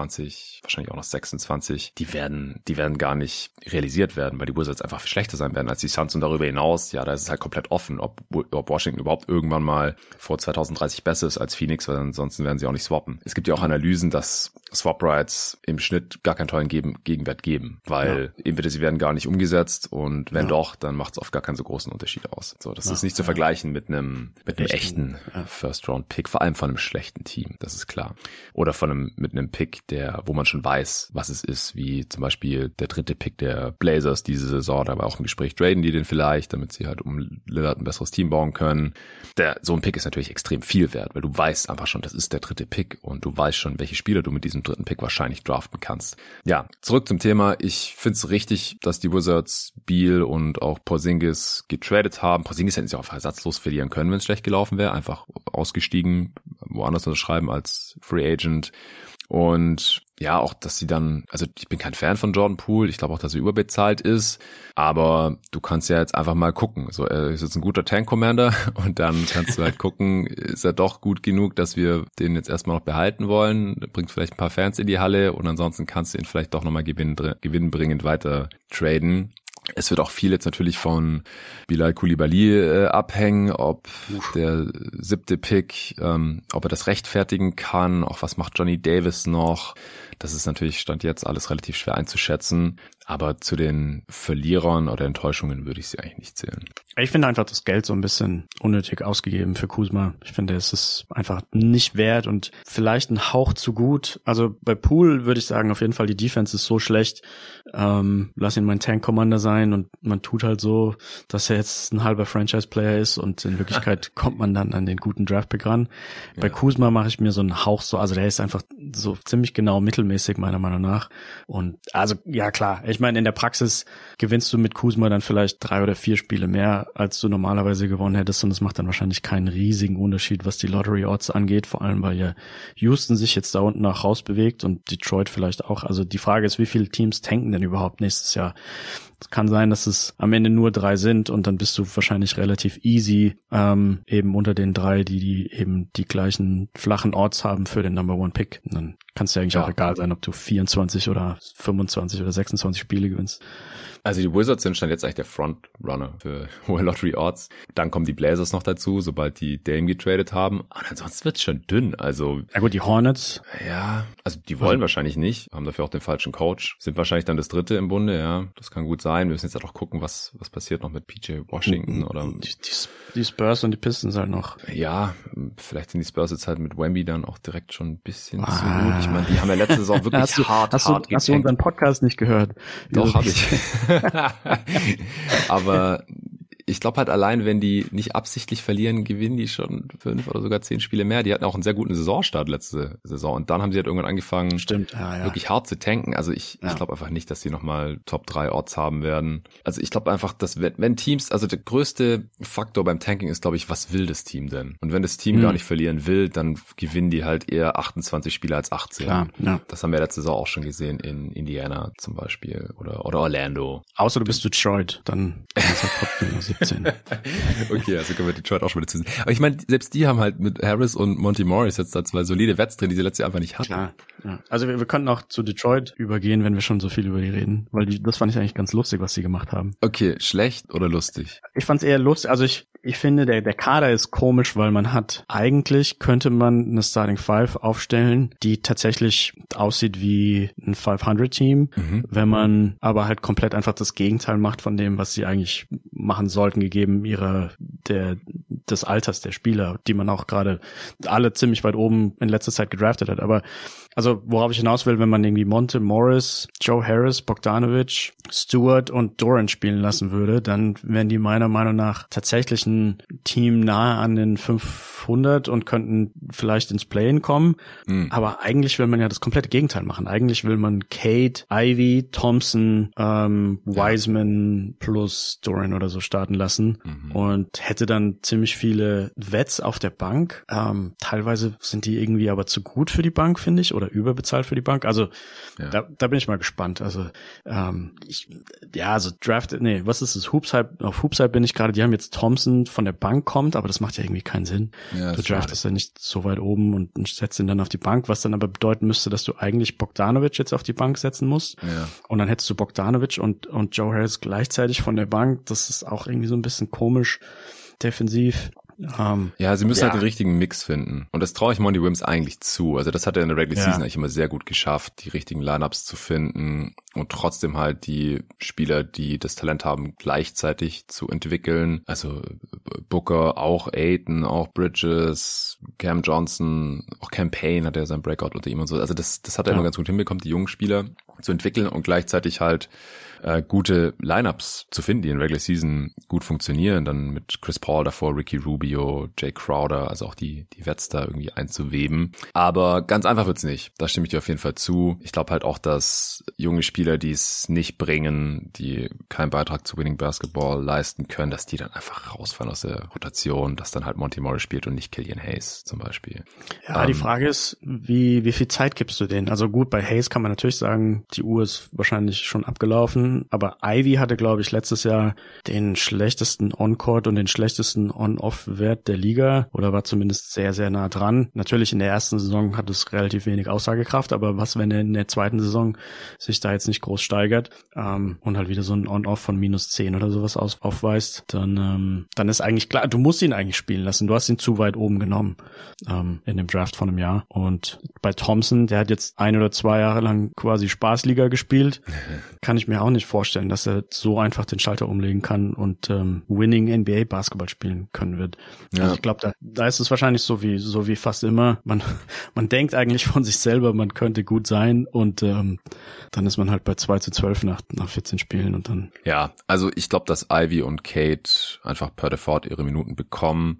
24, wahrscheinlich auch noch 26, die werden gar nicht realisiert werden, weil die Wizards einfach schlechter sein werden als die Suns und darüber hinaus, da ist es halt komplett offen, ob Washington überhaupt irgendwann mal vor 2030 besser ist als Phoenix, weil ansonsten werden sie auch nicht swappen. Es gibt ja auch Analysen, dass Swap-Rights im Schnitt gar keinen tollen Gegenwert geben, weil entweder sie werden gar nicht umgesetzt und wenn doch, dann macht es oft gar keinen so großen Unterschied aus. So, das ist nicht zu vergleichen mit einem echten First-Round-Pick, vor allem von einem schlechten Team, das ist klar. Oder mit einem Pick, wo man schon weiß, was es ist, wie zum Beispiel der 3. Pick der Blazers diese Saison, da war auch im Gespräch, traden die den vielleicht, damit sie halt um Lillard ein besseres Team bauen können. So ein Pick ist natürlich extrem viel wert, weil du weißt einfach schon, das ist der 3. Pick und du weißt schon, welche Spieler du mit diesem 3. Pick wahrscheinlich draften kannst. Ja, zurück zum Thema. Ich finde es richtig, dass die Wizards Beal und auch Porzingis getradet haben. Porzingis hätten sie auch ersatzlos verlieren können, wenn es schlecht gelaufen wäre. Einfach ausgestiegen, woanders unterschreiben als Free Agent. Und ja, auch, dass sie dann, also ich bin kein Fan von Jordan Poole, ich glaube auch, dass er überbezahlt ist, aber du kannst ja jetzt einfach mal gucken. So, er ist jetzt ein guter Tank-Commander und dann kannst du halt gucken, ist er doch gut genug, dass wir den jetzt erstmal noch behalten wollen, bringt vielleicht ein paar Fans in die Halle und ansonsten kannst du ihn vielleicht doch nochmal gewinnbringend weiter traden. Es wird auch viel jetzt natürlich von Bilal Coulibaly abhängen, ob der 7. Pick, ob er das rechtfertigen kann, auch was macht Johnny Davis noch. Das ist natürlich Stand jetzt alles relativ schwer einzuschätzen, aber zu den Verlierern oder Enttäuschungen würde ich sie eigentlich nicht zählen. Ich finde einfach das Geld so ein bisschen unnötig ausgegeben für Kuzma. Ich finde, es ist einfach nicht wert und vielleicht ein Hauch zu gut. Also bei Poole würde ich sagen, auf jeden Fall die Defense ist so schlecht. Lass ihn mein Tank-Commander sein. sein und man tut halt so, dass er jetzt ein halber Franchise-Player ist und in Wirklichkeit kommt man dann an den guten Draftpick ran. Ja. Bei Kuzma mache ich mir so einen Hauch so, also der ist einfach so ziemlich genau mittelmäßig meiner Meinung nach. Und also ja klar, ich meine in der Praxis gewinnst du mit Kuzma dann vielleicht 3 oder 4 Spiele mehr, als du normalerweise gewonnen hättest und es macht dann wahrscheinlich keinen riesigen Unterschied, was die Lottery-Odds angeht, vor allem weil ja Houston sich jetzt da unten auch rausbewegt und Detroit vielleicht auch. Also die Frage ist, wie viele Teams tanken denn überhaupt nächstes Jahr? Es kann sein, dass es am Ende nur 3 sind und dann bist du wahrscheinlich relativ easy eben unter den 3, die eben die gleichen flachen Odds haben für den Number One Pick. Und dann kann es dir eigentlich auch egal sein, ob du 24 oder 25 oder 26 Spiele gewinnst. Also die Wizards sind schon jetzt eigentlich der Frontrunner für hohe Lottery-Odds. Dann kommen die Blazers noch dazu, sobald die Dame getradet haben. Aber ansonsten wird's schon dünn. Also ja gut, die Hornets. Ja, also die wollen wahrscheinlich nicht, haben dafür auch den falschen Coach. Sind wahrscheinlich dann das 3. im Bunde, ja. Das kann gut sein. Wir müssen jetzt halt auch gucken, was passiert noch mit PJ Washington oder die Spurs und die Pistons halt noch. Ja, vielleicht sind die Spurs jetzt halt mit Wemby dann auch direkt schon ein bisschen zu gut. Ich meine, die haben ja letzte Saison wirklich hart getankt. Hast du unseren Podcast nicht gehört? Doch, habe ich. Aber ich glaube halt allein, wenn die nicht absichtlich verlieren, gewinnen die schon 5 oder sogar 10 Spiele mehr. Die hatten auch einen sehr guten Saisonstart letzte Saison und dann haben sie halt irgendwann angefangen, wirklich hart zu tanken. Also ich glaube einfach nicht, dass die nochmal Top 3 Odds haben werden. Also ich glaube einfach, dass wenn Teams, also der größte Faktor beim Tanking ist, glaube ich, was will das Team denn? Und wenn das Team gar nicht verlieren will, dann gewinnen die halt eher 28 Spiele als 18. Klar, ja. Das haben wir letzte Saison auch schon gesehen in Indiana zum Beispiel oder Orlando. Außer du bist Detroit, dann ist halt trotzdem nur 17. Okay, also können wir Detroit auch schon wieder ziehen. Aber ich meine, selbst die haben halt mit Harris und Monty Morris jetzt da 2 solide Vets drin, die sie letztes Jahr einfach nicht hatten. Klar, ja. Also wir könnten auch zu Detroit übergehen, wenn wir schon so viel über die reden, weil das fand ich eigentlich ganz lustig, was sie gemacht haben. Okay, schlecht oder lustig? Ich fand's eher lustig, also ich finde, der Kader ist komisch, weil eigentlich könnte man eine Starting Five aufstellen, die tatsächlich aussieht wie ein 500-Team, wenn man aber halt komplett einfach das Gegenteil macht von dem, was sie eigentlich machen sollten, gegeben des Alters der Spieler, die man auch gerade alle ziemlich weit oben in letzter Zeit gedraftet hat. Aber also worauf ich hinaus will, wenn man irgendwie Monte Morris, Joe Harris, Bogdanovic, Stewart und Doran spielen lassen würde, dann wären die meiner Meinung nach tatsächlich ein Team nahe an den 500 und könnten vielleicht ins Play-in kommen. Aber eigentlich will man ja das komplette Gegenteil machen. Eigentlich will man Cade, Ivy, Thompson, Wiseman plus Doran oder so starten lassen und hätte dann ziemlich viele Vets auf der Bank. Teilweise sind die irgendwie aber zu gut für die Bank, finde ich, oder überbezahlt für die Bank. Also da bin ich mal gespannt. Also was ist das? Auf Hoopside bin ich gerade, die haben jetzt Thompson von der Bank kommt, aber das macht ja irgendwie keinen Sinn. Ja, du draftest ja nicht so weit oben und setzt ihn dann auf die Bank, was dann aber bedeuten müsste, dass du eigentlich Bogdanovic jetzt auf die Bank setzen musst. Ja. Und dann hättest du Bogdanovic und Joe Harris gleichzeitig von der Bank. Das ist auch irgendwie so ein bisschen komisch defensiv. Sie müssen halt den richtigen Mix finden. Und das traue ich Monty Williams eigentlich zu. Also das hat er in der Regular Season eigentlich immer sehr gut geschafft, die richtigen Lineups zu finden und trotzdem halt die Spieler, die das Talent haben, gleichzeitig zu entwickeln. Also Booker, auch Ayton, auch Bridges, Cam Johnson, auch Cam Payne hat ja sein Breakout unter ihm und so. Also das hat er immer ganz gut hinbekommen, die jungen Spieler zu entwickeln und gleichzeitig halt gute Lineups zu finden, die in Regular Season gut funktionieren, dann mit Chris Paul davor, Ricky Rubio, Jay Crowder, also auch die Vets da irgendwie einzuweben. Aber ganz einfach wird's nicht. Da stimme ich dir auf jeden Fall zu. Ich glaube halt auch, dass junge Spieler, die es nicht bringen, die keinen Beitrag zu Winning Basketball leisten können, dass die dann einfach rausfallen aus der Rotation, dass dann halt Monty Morris spielt und nicht Killian Hayes zum Beispiel. Ja, die Frage ist, wie viel Zeit gibst du denen? Also gut, bei Hayes kann man natürlich sagen, die Uhr ist wahrscheinlich schon abgelaufen. Aber Ivy hatte, glaube ich, letztes Jahr den schlechtesten On-Court und den schlechtesten On-Off-Wert der Liga oder war zumindest sehr, sehr nah dran. Natürlich in der ersten Saison hat es relativ wenig Aussagekraft, aber was, wenn er in der zweiten Saison sich da jetzt nicht groß steigert und halt wieder so ein On-Off von -10 oder sowas aufweist, dann ist eigentlich klar, du musst ihn eigentlich spielen lassen. Du hast ihn zu weit oben genommen in dem Draft von einem Jahr. Und bei Thompson, der hat jetzt 1 oder 2 Jahre lang quasi Spaßliga gespielt, kann ich mir auch nicht vorstellen, dass er so einfach den Schalter umlegen kann und Winning NBA Basketball spielen können wird. Ja. Also ich glaube, da ist es wahrscheinlich so wie fast immer. Man denkt eigentlich von sich selber, man könnte gut sein und dann ist man halt bei 2-12 nach 14 Spielen und dann. Ja, also ich glaube, dass Ivy und Kate einfach per Default ihre Minuten bekommen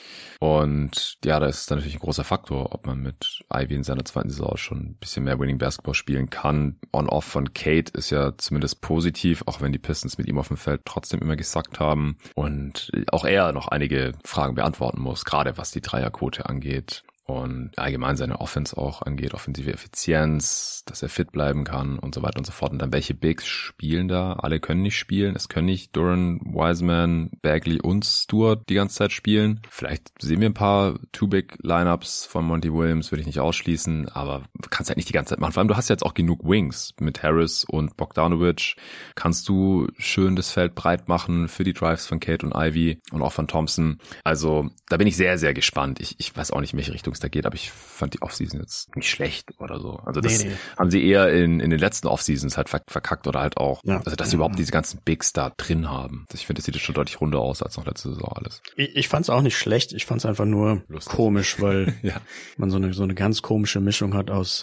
und ja, da ist dann natürlich ein großer Faktor, ob man mit Ivy in seiner zweiten Saison schon ein bisschen mehr Winning Basketball spielen kann. On-Off von Kate ist ja zumindest positiv, auch wenn die Pistons mit ihm auf dem Feld trotzdem immer gesackt haben und auch er noch einige Fragen beantworten muss, gerade was die Dreierquote angeht. Und allgemein seine Offense auch angeht, offensive Effizienz, dass er fit bleiben kann und so weiter und so fort. Und dann welche Bigs spielen da? Alle können nicht spielen. Es können nicht Duren, Wiseman, Bagley und Stewart die ganze Zeit spielen. Vielleicht sehen wir ein paar Two-Big-Lineups von Monty Williams, würde ich nicht ausschließen, aber kannst halt nicht die ganze Zeit machen. Vor allem, du hast jetzt auch genug Wings mit Harris und Bogdanovic. Kannst du schön das Feld breit machen für die Drives von Kate und Ivy und auch von Thompson. Also da bin ich sehr, sehr gespannt. Ich weiß auch nicht, in welche Richtung da geht, aber ich fand die Offseason jetzt nicht schlecht oder so. Also das haben sie eher in den letzten Offseasons halt verkackt oder halt auch, also dass sie überhaupt diese ganzen Bigs da drin haben. Ich finde, das sieht jetzt schon deutlich runder aus als noch letzte Saison alles. Ich fand es auch nicht schlecht, ich fand es einfach nur komisch, weil man so eine ganz komische Mischung hat aus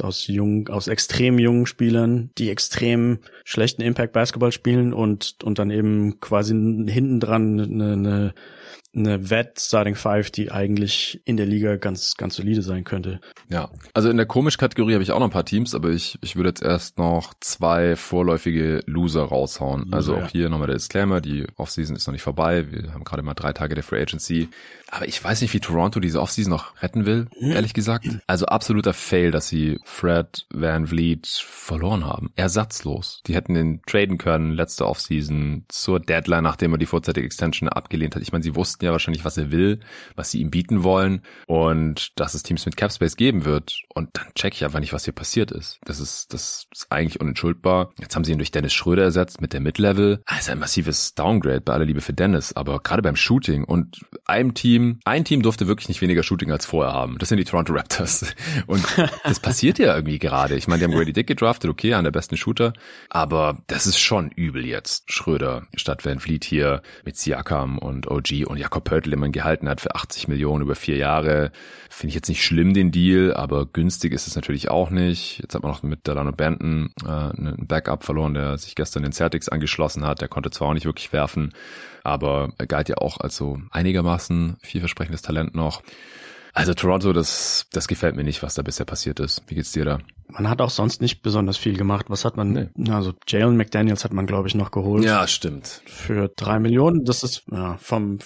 extrem jungen Spielern, die extrem schlechten Impact Basketball spielen und dann eben quasi hinten dran eine Vet-Starting Five, die eigentlich in der Liga ganz, ganz solide sein könnte. Ja, also in der Komisch-Kategorie habe ich auch noch ein paar Teams, aber ich würde jetzt erst noch 2 vorläufige Loser raushauen. Also auch hier nochmal der Disclaimer, die Offseason ist noch nicht vorbei. Wir haben gerade mal 3 Tage der Free Agency. Aber ich weiß nicht, wie Toronto diese Offseason noch retten will, ehrlich gesagt. Also absoluter Fail, dass sie Fred VanVleet verloren haben. Ersatzlos. Die hätten ihn traden können, letzte Offseason zur Deadline, nachdem er die vorzeitige Extension abgelehnt hat. Ich meine, sie wussten ja wahrscheinlich, was er will, was sie ihm bieten wollen und dass es Teams mit Capspace geben wird. Und dann check ich einfach nicht, was hier passiert ist. Das ist eigentlich unentschuldbar. Jetzt haben sie ihn durch Dennis Schröder ersetzt mit der Mid-Level. Das ist ein massives Downgrade, bei aller Liebe für Dennis. Aber gerade beim Shooting und ein Team durfte wirklich nicht weniger Shooting als vorher haben. Das sind die Toronto Raptors. Und das passiert ja irgendwie gerade. Ich meine, die haben Grady Dick gedraftet, okay, einer der besten Shooter. Aber das ist schon übel jetzt. Schröder statt VanVleet hier mit Siakam und OG und Jakob Poeltl, den man gehalten hat für 80 Millionen über 4 Jahre. Finde ich jetzt nicht schlimm, den Deal, aber günstig ist es natürlich auch nicht. Jetzt hat man noch mit Delano Banton einen Backup verloren, der sich gestern den Celtics angeschlossen hat. Der konnte zwar auch nicht wirklich werfen, aber er galt ja auch als so einigermaßen vielversprechendes Talent noch. Also Toronto, das gefällt mir nicht, was da bisher passiert ist. Wie geht's dir da? Man hat auch sonst nicht besonders viel gemacht. Was hat man? Nee. Also Jalen McDaniels hat man, glaube ich, noch geholt. Ja, stimmt. Für 3 Millionen. Das ist vom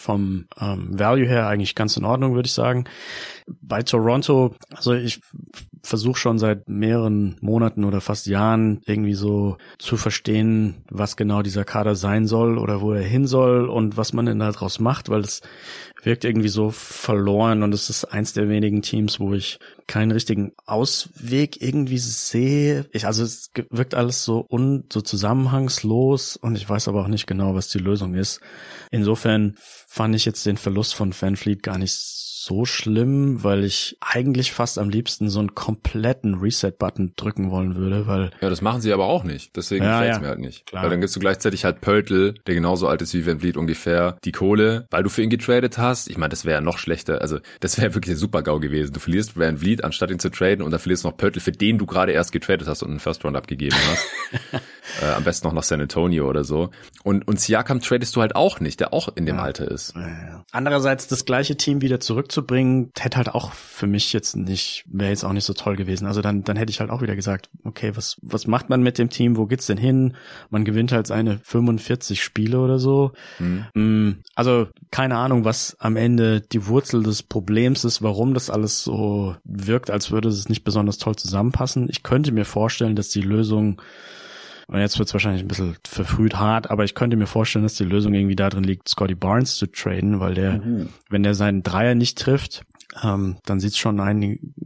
Value her eigentlich ganz in Ordnung, würde ich sagen. Bei Toronto, also ich versuche schon seit mehreren Monaten oder fast Jahren irgendwie so zu verstehen, was genau dieser Kader sein soll oder wo er hin soll und was man denn da draus macht, weil es wirkt irgendwie so verloren und es ist eins der wenigen Teams, wo ich keinen richtigen Ausweg irgendwie sehe. Also es wirkt alles so zusammenhangslos und ich weiß aber auch nicht genau, was die Lösung ist. Insofern fand ich jetzt den Verlust von VanVleet gar nicht so schlimm, weil ich eigentlich fast am liebsten so einen kompletten Reset-Button drücken wollen würde, weil... Ja, das machen sie aber auch nicht. Deswegen gefällt es mir halt nicht. Klar. Weil dann gibst du gleichzeitig halt Poeltl, der genauso alt ist wie VanVleet ungefähr, die Kohle, weil du für ihn getradet hast. Ich meine, das wäre ja noch schlechter. Also das wäre wirklich ein Super-GAU gewesen. Du verlierst VanVleet, anstatt ihn zu traden und dann verlierst du noch Poeltl, für den du gerade erst getradet hast und einen First-Round abgegeben hast. Am besten noch nach San Antonio oder so. Und Siakam tradest du halt auch nicht, der auch in dem Alter ist. Ja. Andererseits das gleiche Team wieder zurückzubringen, hätte halt auch für mich wäre jetzt auch nicht so toll gewesen. Also dann hätte ich halt auch wieder gesagt, okay, was macht man mit dem Team? Wo geht's denn hin? Man gewinnt halt seine 45 Spiele oder so. Also keine Ahnung, was am Ende die Wurzel des Problems ist, warum das alles so wirkt, als würde es nicht besonders toll zusammenpassen. Ich könnte mir vorstellen, dass die Lösung, und jetzt wird's wahrscheinlich ein bisschen verfrüht hart, aber ich könnte mir vorstellen, dass die Lösung irgendwie darin liegt, Scotty Barnes zu traden, weil wenn der seinen Dreier nicht trifft, dann sieht's schon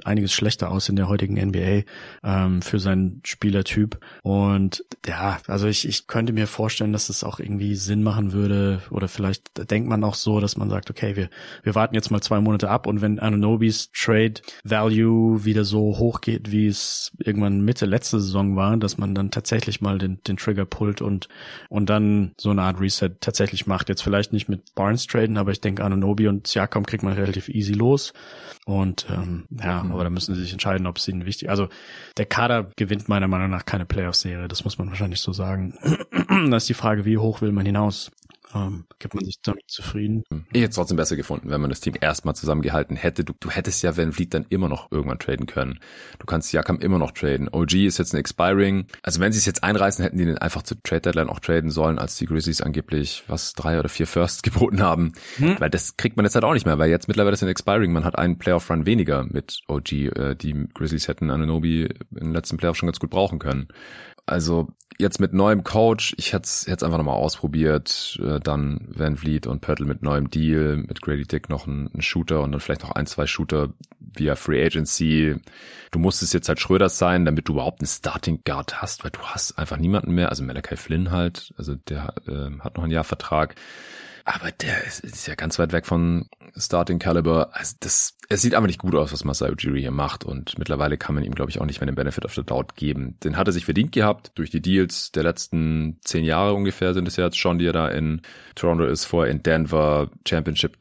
einiges schlechter aus in der heutigen NBA für seinen Spielertyp. Und ja, also ich könnte mir vorstellen, dass es auch irgendwie Sinn machen würde, oder vielleicht denkt man auch so, dass man sagt, okay, wir warten jetzt mal 2 Monate ab, und wenn Anunobis Trade Value wieder so hoch geht, wie es irgendwann Mitte letzte Saison war, dass man dann tatsächlich mal den Trigger pullt und dann so eine Art Reset tatsächlich macht. Jetzt vielleicht nicht mit Barnes traden, aber ich denke, Anunoby und Siakam kriegt man relativ easy los. Und aber da müssen sie sich entscheiden, ob es ihnen wichtig ist. Also der Kader gewinnt meiner Meinung nach keine Playoff-Serie, das muss man wahrscheinlich so sagen. Da ist die Frage, wie hoch will man hinaus? Gibt man sich damit zufrieden? Ich hätte es trotzdem besser gefunden, wenn man das Team erstmal zusammengehalten hätte. Du hättest ja VanVleet dann immer noch irgendwann traden können. Du kannst Siakam immer noch traden. OG ist jetzt ein Expiring. Also wenn sie es jetzt einreißen, hätten die den einfach zur Trade-Deadline auch traden sollen, als die Grizzlies angeblich 3 oder 4 Firsts geboten haben. Weil das kriegt man jetzt halt auch nicht mehr, weil jetzt mittlerweile ist ein Expiring. Man hat einen Playoff-Run weniger mit OG. Die Grizzlies hätten Anunoby im letzten Playoff schon ganz gut brauchen können. Also jetzt mit neuem Coach, ich hätte es einfach nochmal ausprobiert, dann VanVleet und Poeltl mit neuem Deal, mit Grady Dick noch ein Shooter und dann vielleicht noch 1, 2 Shooter via Free Agency. Du musstest jetzt halt Schröders sein, damit du überhaupt einen Starting Guard hast, weil du hast einfach niemanden mehr, also Malachi Flynn halt, also der hat noch ein Jahr Vertrag. Aber der ist ja ganz weit weg von Starting Caliber. Also es sieht einfach nicht gut aus, was Masai Ujiri hier macht. Und mittlerweile kann man ihm, glaube ich, auch nicht mehr den Benefit of the Doubt geben. Den hat er sich verdient gehabt durch die Deals der letzten 10 Jahre ungefähr sind es ja jetzt schon, die er da in Toronto ist, vorher in Denver, Championship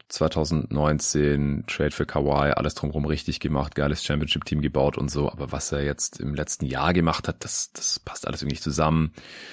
2019, Trade für Kawhi, alles drumherum richtig gemacht, geiles Championship-Team gebaut und so. Aber was er jetzt im letzten Jahr gemacht hat, das passt alles irgendwie nicht zusammen.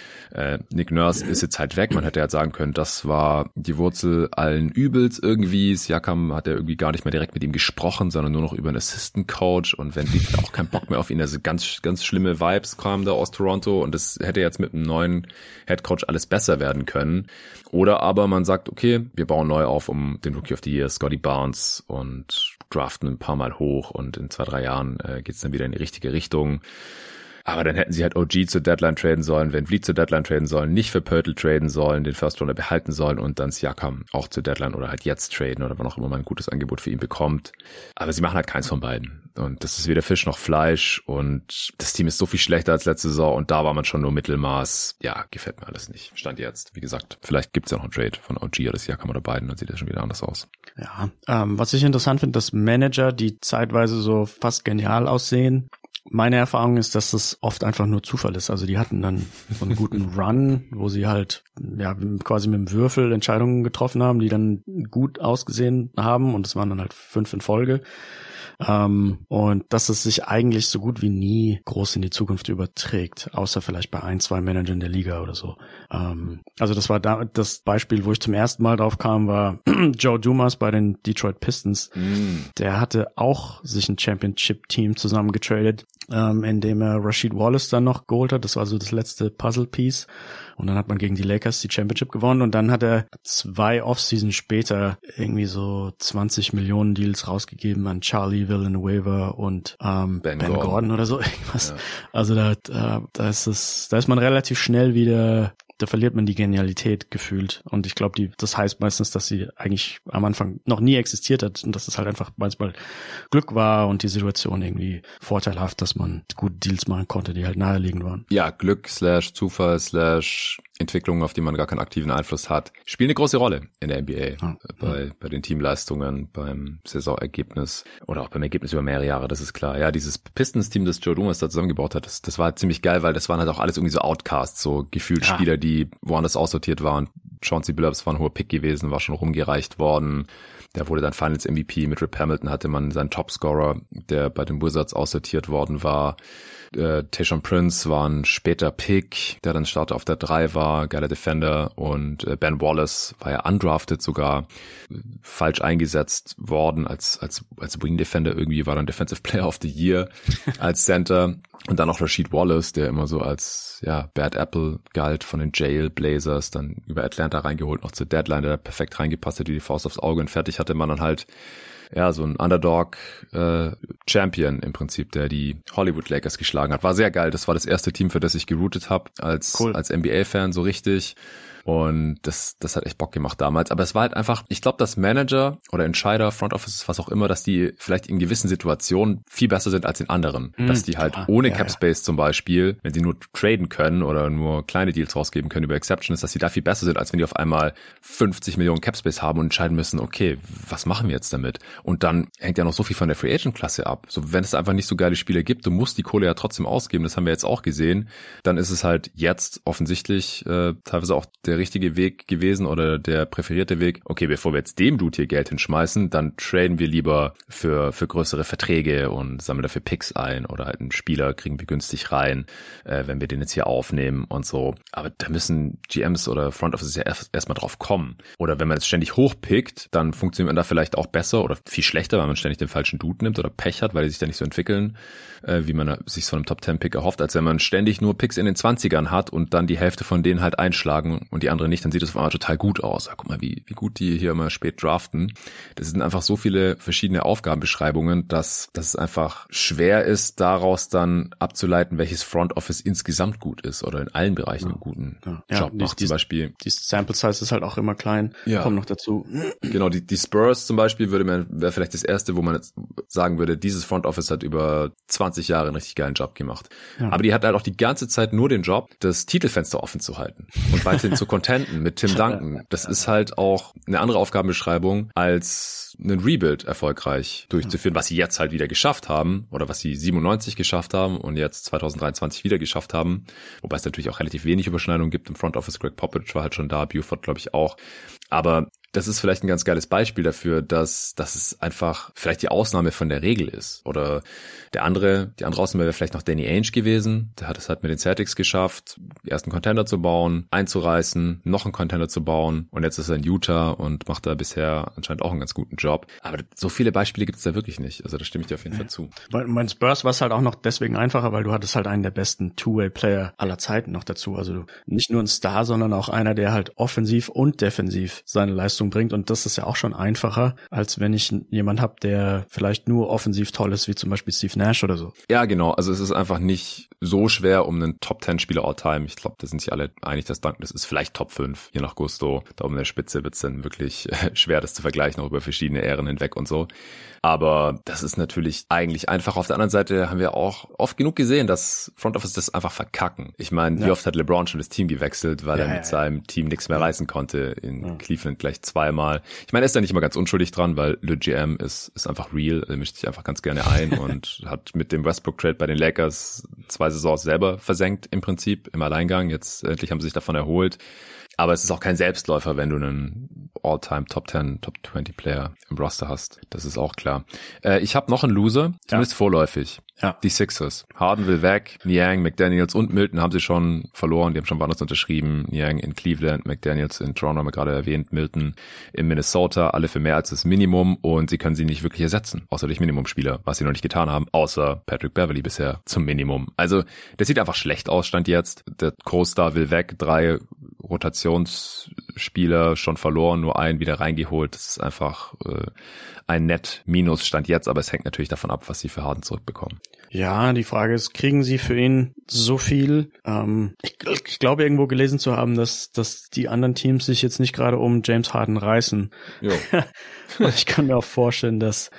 Nick Nurse ist jetzt halt weg. Man hätte halt sagen können, das war die Wurzel allen Übels irgendwie. Siakam hat ja irgendwie gar nicht mehr direkt mit ihm gesprochen, sondern nur noch über einen Assistant Coach, und VanVleet hat auch keinen Bock mehr auf ihn. Also ganz, ganz schlimme Vibes kamen da aus Toronto, und das hätte jetzt mit einem neuen Head Coach alles besser werden können. Oder aber man sagt, okay, wir bauen neu auf um den Rookie of the Year, Scotty Barnes, und draften ein paar Mal hoch, und in 2, 3 Jahren geht's dann wieder in die richtige Richtung. Aber dann hätten sie halt OG zur Deadline traden sollen, VanVleet zur Deadline traden sollen, nicht für Poeltl traden sollen, den First Rounder behalten sollen und dann Siakam auch zur Deadline oder halt jetzt traden oder wann auch immer man ein gutes Angebot für ihn bekommt. Aber sie machen halt keins von beiden. Und das ist weder Fisch noch Fleisch, und das Team ist so viel schlechter als letzte Saison, und da war man schon nur Mittelmaß. Ja, gefällt mir alles nicht. Stand jetzt. Wie gesagt, vielleicht gibt's ja noch einen Trade von OG oder Siakam oder beiden, dann sieht das schon wieder anders aus. Ja, was ich interessant finde, dass Manager, die zeitweise so fast genial aussehen, meine Erfahrung ist, dass das oft einfach nur Zufall ist. Also die hatten dann so einen guten Run, wo sie halt quasi mit dem Würfel Entscheidungen getroffen haben, die dann gut ausgesehen haben, und es waren dann halt 5 in Folge. Und dass es sich eigentlich so gut wie nie groß in die Zukunft überträgt, außer vielleicht bei 1, 2 Managern der Liga oder so. Also das war das Beispiel, wo ich zum ersten Mal drauf kam, war Joe Dumas bei den Detroit Pistons. Der hatte auch sich ein Championship-Team zusammengetradet, indem er Rasheed Wallace dann noch geholt hat. Das war so das letzte Puzzle-Piece. Und dann hat man gegen die Lakers die Championship gewonnen, und dann hat er 2 Offseason später irgendwie so 20 Millionen Deals rausgegeben an Charlie Villanueva und Ben Gordon oder so irgendwas. Ja. Also da ist man relativ schnell wieder, da verliert man die Genialität gefühlt. Und ich glaube, das heißt meistens, dass sie eigentlich am Anfang noch nie existiert hat, und dass es halt einfach manchmal Glück war und die Situation irgendwie vorteilhaft, dass man gute Deals machen konnte, die halt naheliegend waren. Ja, Glück / Zufall / Entwicklungen, auf die man gar keinen aktiven Einfluss hat, spielen eine große Rolle in der NBA. Bei den Teamleistungen, beim Saisonergebnis oder auch beim Ergebnis über mehrere Jahre, das ist klar. Ja, dieses Pistons-Team, das Joe Dumas da zusammengebaut hat, das war halt ziemlich geil, weil das waren halt auch alles irgendwie so Outcasts, so gefühlt Spieler, die woanders aussortiert waren. Chauncey Billups war ein hoher Pick gewesen, war schon rumgereicht worden. Der wurde dann Finals MVP. Mit Rip Hamilton hatte man seinen Topscorer, der bei den Wizards aussortiert worden war. Tayshaun Prince war ein später Pick, der dann Starter auf der 3 war, geiler Defender, und Ben Wallace war ja undrafted sogar, falsch eingesetzt worden als Wing Defender, irgendwie war dann Defensive Player of the Year als Center, und dann noch Rasheed Wallace, der immer so als Bad Apple galt von den Jail Blazers, dann über Atlanta reingeholt, noch zur Deadline, der perfekt reingepasst hat, die Faust aufs Auge, und fertig hatte man dann halt so ein Underdog-Champion im Prinzip, der die Hollywood Lakers geschlagen hat. War sehr geil. Das war das erste Team, für das ich geroutet habe als NBA-Fan so richtig. Und das hat echt Bock gemacht damals. Aber es war halt einfach, ich glaube, dass Manager oder Entscheider, Front Office, was auch immer, dass die vielleicht in gewissen Situationen viel besser sind als in anderen. Dass die halt ohne Cap Space zum Beispiel, wenn sie nur traden können oder nur kleine Deals rausgeben können über Exceptions, dass sie da viel besser sind, als wenn die auf einmal 50 Millionen Cap Space haben und entscheiden müssen, okay, was machen wir jetzt damit? Und dann hängt ja noch so viel von der Free Agent Klasse ab. So, wenn es einfach nicht so geile Spieler gibt, du musst die Kohle ja trotzdem ausgeben, das haben wir jetzt auch gesehen, dann ist es halt jetzt offensichtlich teilweise auch der richtige Weg gewesen oder der präferierte Weg. Okay, bevor wir jetzt dem Dude hier Geld hinschmeißen, dann traden wir lieber für größere Verträge und sammeln dafür Picks ein oder halt einen Spieler kriegen wir günstig rein, wenn wir den jetzt hier aufnehmen und so. Aber da müssen GMs oder Front Offices ja erstmal drauf kommen. Oder wenn man es ständig hochpickt, dann funktioniert man da vielleicht auch besser oder viel schlechter, weil man ständig den falschen Dude nimmt oder Pech hat, weil die sich da nicht so entwickeln, wie man sich von einem Top-10-Pick erhofft, als wenn man ständig nur Picks in den 20ern hat und dann die Hälfte von denen halt einschlagen und die anderen nicht, dann sieht das auf einmal total gut aus. Ja, guck mal, wie gut die hier immer spät draften. Das sind einfach so viele verschiedene Aufgabenbeschreibungen, dass es einfach schwer ist, daraus dann abzuleiten, welches Front Office insgesamt gut ist oder in allen Bereichen einen guten Job macht. Zum Beispiel. Die Sample Size ist halt auch immer klein, kommt noch dazu. Genau, die Spurs zum Beispiel wäre vielleicht das erste, wo man jetzt sagen würde, dieses Front Office hat über 20 Jahre einen richtig geilen Job gemacht. Ja. Aber die hat halt auch die ganze Zeit nur den Job, das Titelfenster offen zu halten und weiterhin zu contenten mit Tim Duncan. Das ist halt auch eine andere Aufgabenbeschreibung, als einen Rebuild erfolgreich durchzuführen, was sie jetzt halt wieder geschafft haben oder was sie 97 geschafft haben und jetzt 2023 wieder geschafft haben. Wobei es natürlich auch relativ wenig Überschneidungen gibt im Front Office. Greg Popovich war halt schon da, Buford glaube ich auch. Aber das ist vielleicht ein ganz geiles Beispiel dafür, dass es einfach vielleicht die Ausnahme von der Regel ist. Oder die andere Ausnahme wäre vielleicht noch Danny Ainge gewesen. Der hat es halt mit den Celtics geschafft, die ersten Contender zu bauen, einzureißen, noch einen Contender zu bauen. Und jetzt ist er in Utah und macht da bisher anscheinend auch einen ganz guten Job. Aber so viele Beispiele gibt es da wirklich nicht. Also da stimme ich dir auf jeden Fall zu. Bei Spurs war es halt auch noch deswegen einfacher, weil du hattest halt einen der besten Two-Way-Player aller Zeiten noch dazu. Also nicht nur ein Star, sondern auch einer, der halt offensiv und defensiv seine Leistung bringt, und das ist ja auch schon einfacher, als wenn ich jemand habe, der vielleicht nur offensiv toll ist, wie zum Beispiel Steve Nash oder so. Ja, genau. Also es ist einfach nicht so schwer um einen Top-10-Spieler all-time. Ich glaube, da sind sich alle einig, dass Duncan, das ist vielleicht Top 5, je nach Gusto. Da oben in der Spitze wird es dann wirklich schwer, das zu vergleichen, auch über verschiedene Ähren hinweg und so. Aber das ist natürlich eigentlich einfach. Auf der anderen Seite haben wir auch oft genug gesehen, dass Front Office das einfach verkacken. Ich meine, wie oft hat LeBron schon das Team gewechselt, weil er mit seinem Team nichts mehr reißen konnte. In Cleveland gleich zweimal. Ich meine, er ist da nicht immer ganz unschuldig dran, weil Le GM ist einfach real. Er mischt sich einfach ganz gerne ein und hat mit dem Westbrook-Trade bei den Lakers 2 Saisons selber versenkt im Prinzip im Alleingang. Jetzt endlich haben sie sich davon erholt. Aber es ist auch kein Selbstläufer, wenn du einen All-Time Top 10, Top 20 Player im Roster hast. Das ist auch klar. Ich habe noch einen Loser, zumindest vorläufig. Ja. Die Sixers. Harden will weg, Niang, McDaniels und Milton haben sie schon verloren. Die haben schon woanders unterschrieben. Niang in Cleveland, McDaniels in Toronto haben wir gerade erwähnt, Milton in Minnesota, alle für mehr als das Minimum, und sie können sie nicht wirklich ersetzen, außer durch Minimumspieler, was sie noch nicht getan haben, außer Patrick Beverley bisher zum Minimum. Also das sieht einfach schlecht aus, Stand jetzt. Der Co-Star will weg, 3 Rotationsspieler schon verloren, nur einen wieder reingeholt. Das ist einfach ein Net-Minus Stand jetzt, aber es hängt natürlich davon ab, was sie für Harden zurückbekommen. Ja, die Frage ist, kriegen sie für ihn so viel? Ich glaube, irgendwo gelesen zu haben, dass die anderen Teams sich jetzt nicht gerade um James Harden reißen. Jo. Ich kann mir auch vorstellen, dass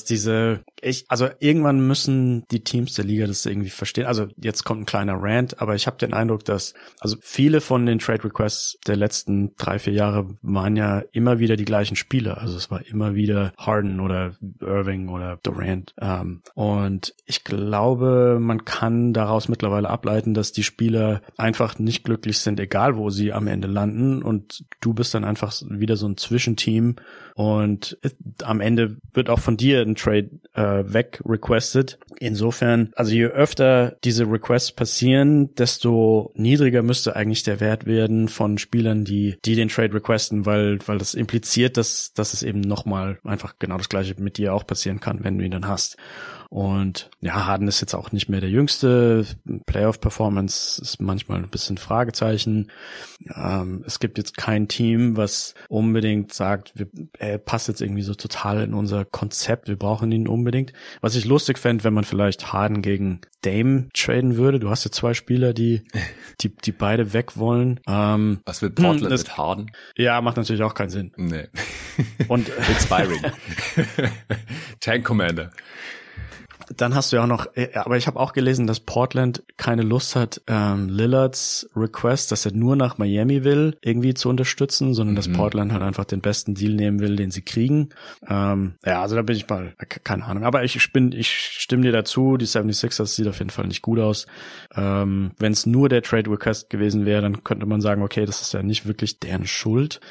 irgendwann müssen die Teams der Liga das irgendwie verstehen. Also jetzt kommt ein kleiner Rant, aber ich habe den Eindruck, dass viele von den Trade Requests der letzten 3-4 Jahre waren ja immer wieder die gleichen Spieler. Also es war immer wieder Harden oder Irving oder Durant. Und ich glaube, man kann daraus mittlerweile ableiten, dass die Spieler einfach nicht glücklich sind, egal wo sie am Ende landen. Und du bist dann einfach wieder so ein Zwischenteam. Und am Ende wird auch von dir ein Trade weg requested. Insofern, also je öfter diese Requests passieren, desto niedriger müsste eigentlich der Wert werden von Spielern, die den Trade requesten, weil das impliziert, dass es eben nochmal einfach genau das Gleiche mit dir auch passieren kann, wenn du ihn dann hast. Und ja, Harden ist jetzt auch nicht mehr der Jüngste. Playoff-Performance ist manchmal ein bisschen Fragezeichen. Es gibt jetzt kein Team, was unbedingt sagt, er passt jetzt irgendwie so total in unser Konzept, wir brauchen ihn unbedingt. Was ich lustig fände, wenn man vielleicht Harden gegen Dame traden würde. Du hast ja 2 Spieler, die beide weg wollen. Was will Portland mit Harden? Ja, macht natürlich auch keinen Sinn. Nee. Und Expiring. Tank Commander. Dann hast du ja auch noch, aber ich habe auch gelesen, dass Portland keine Lust hat, Lillards Request, dass er nur nach Miami will, irgendwie zu unterstützen, sondern dass Portland halt einfach den besten Deal nehmen will, den sie kriegen. Also da bin ich mal, keine Ahnung. Aber ich stimme dir dazu, die 76ers sieht auf jeden Fall nicht gut aus. Wenn es nur der Trade Request gewesen wäre, dann könnte man sagen, okay, das ist ja nicht wirklich deren Schuld.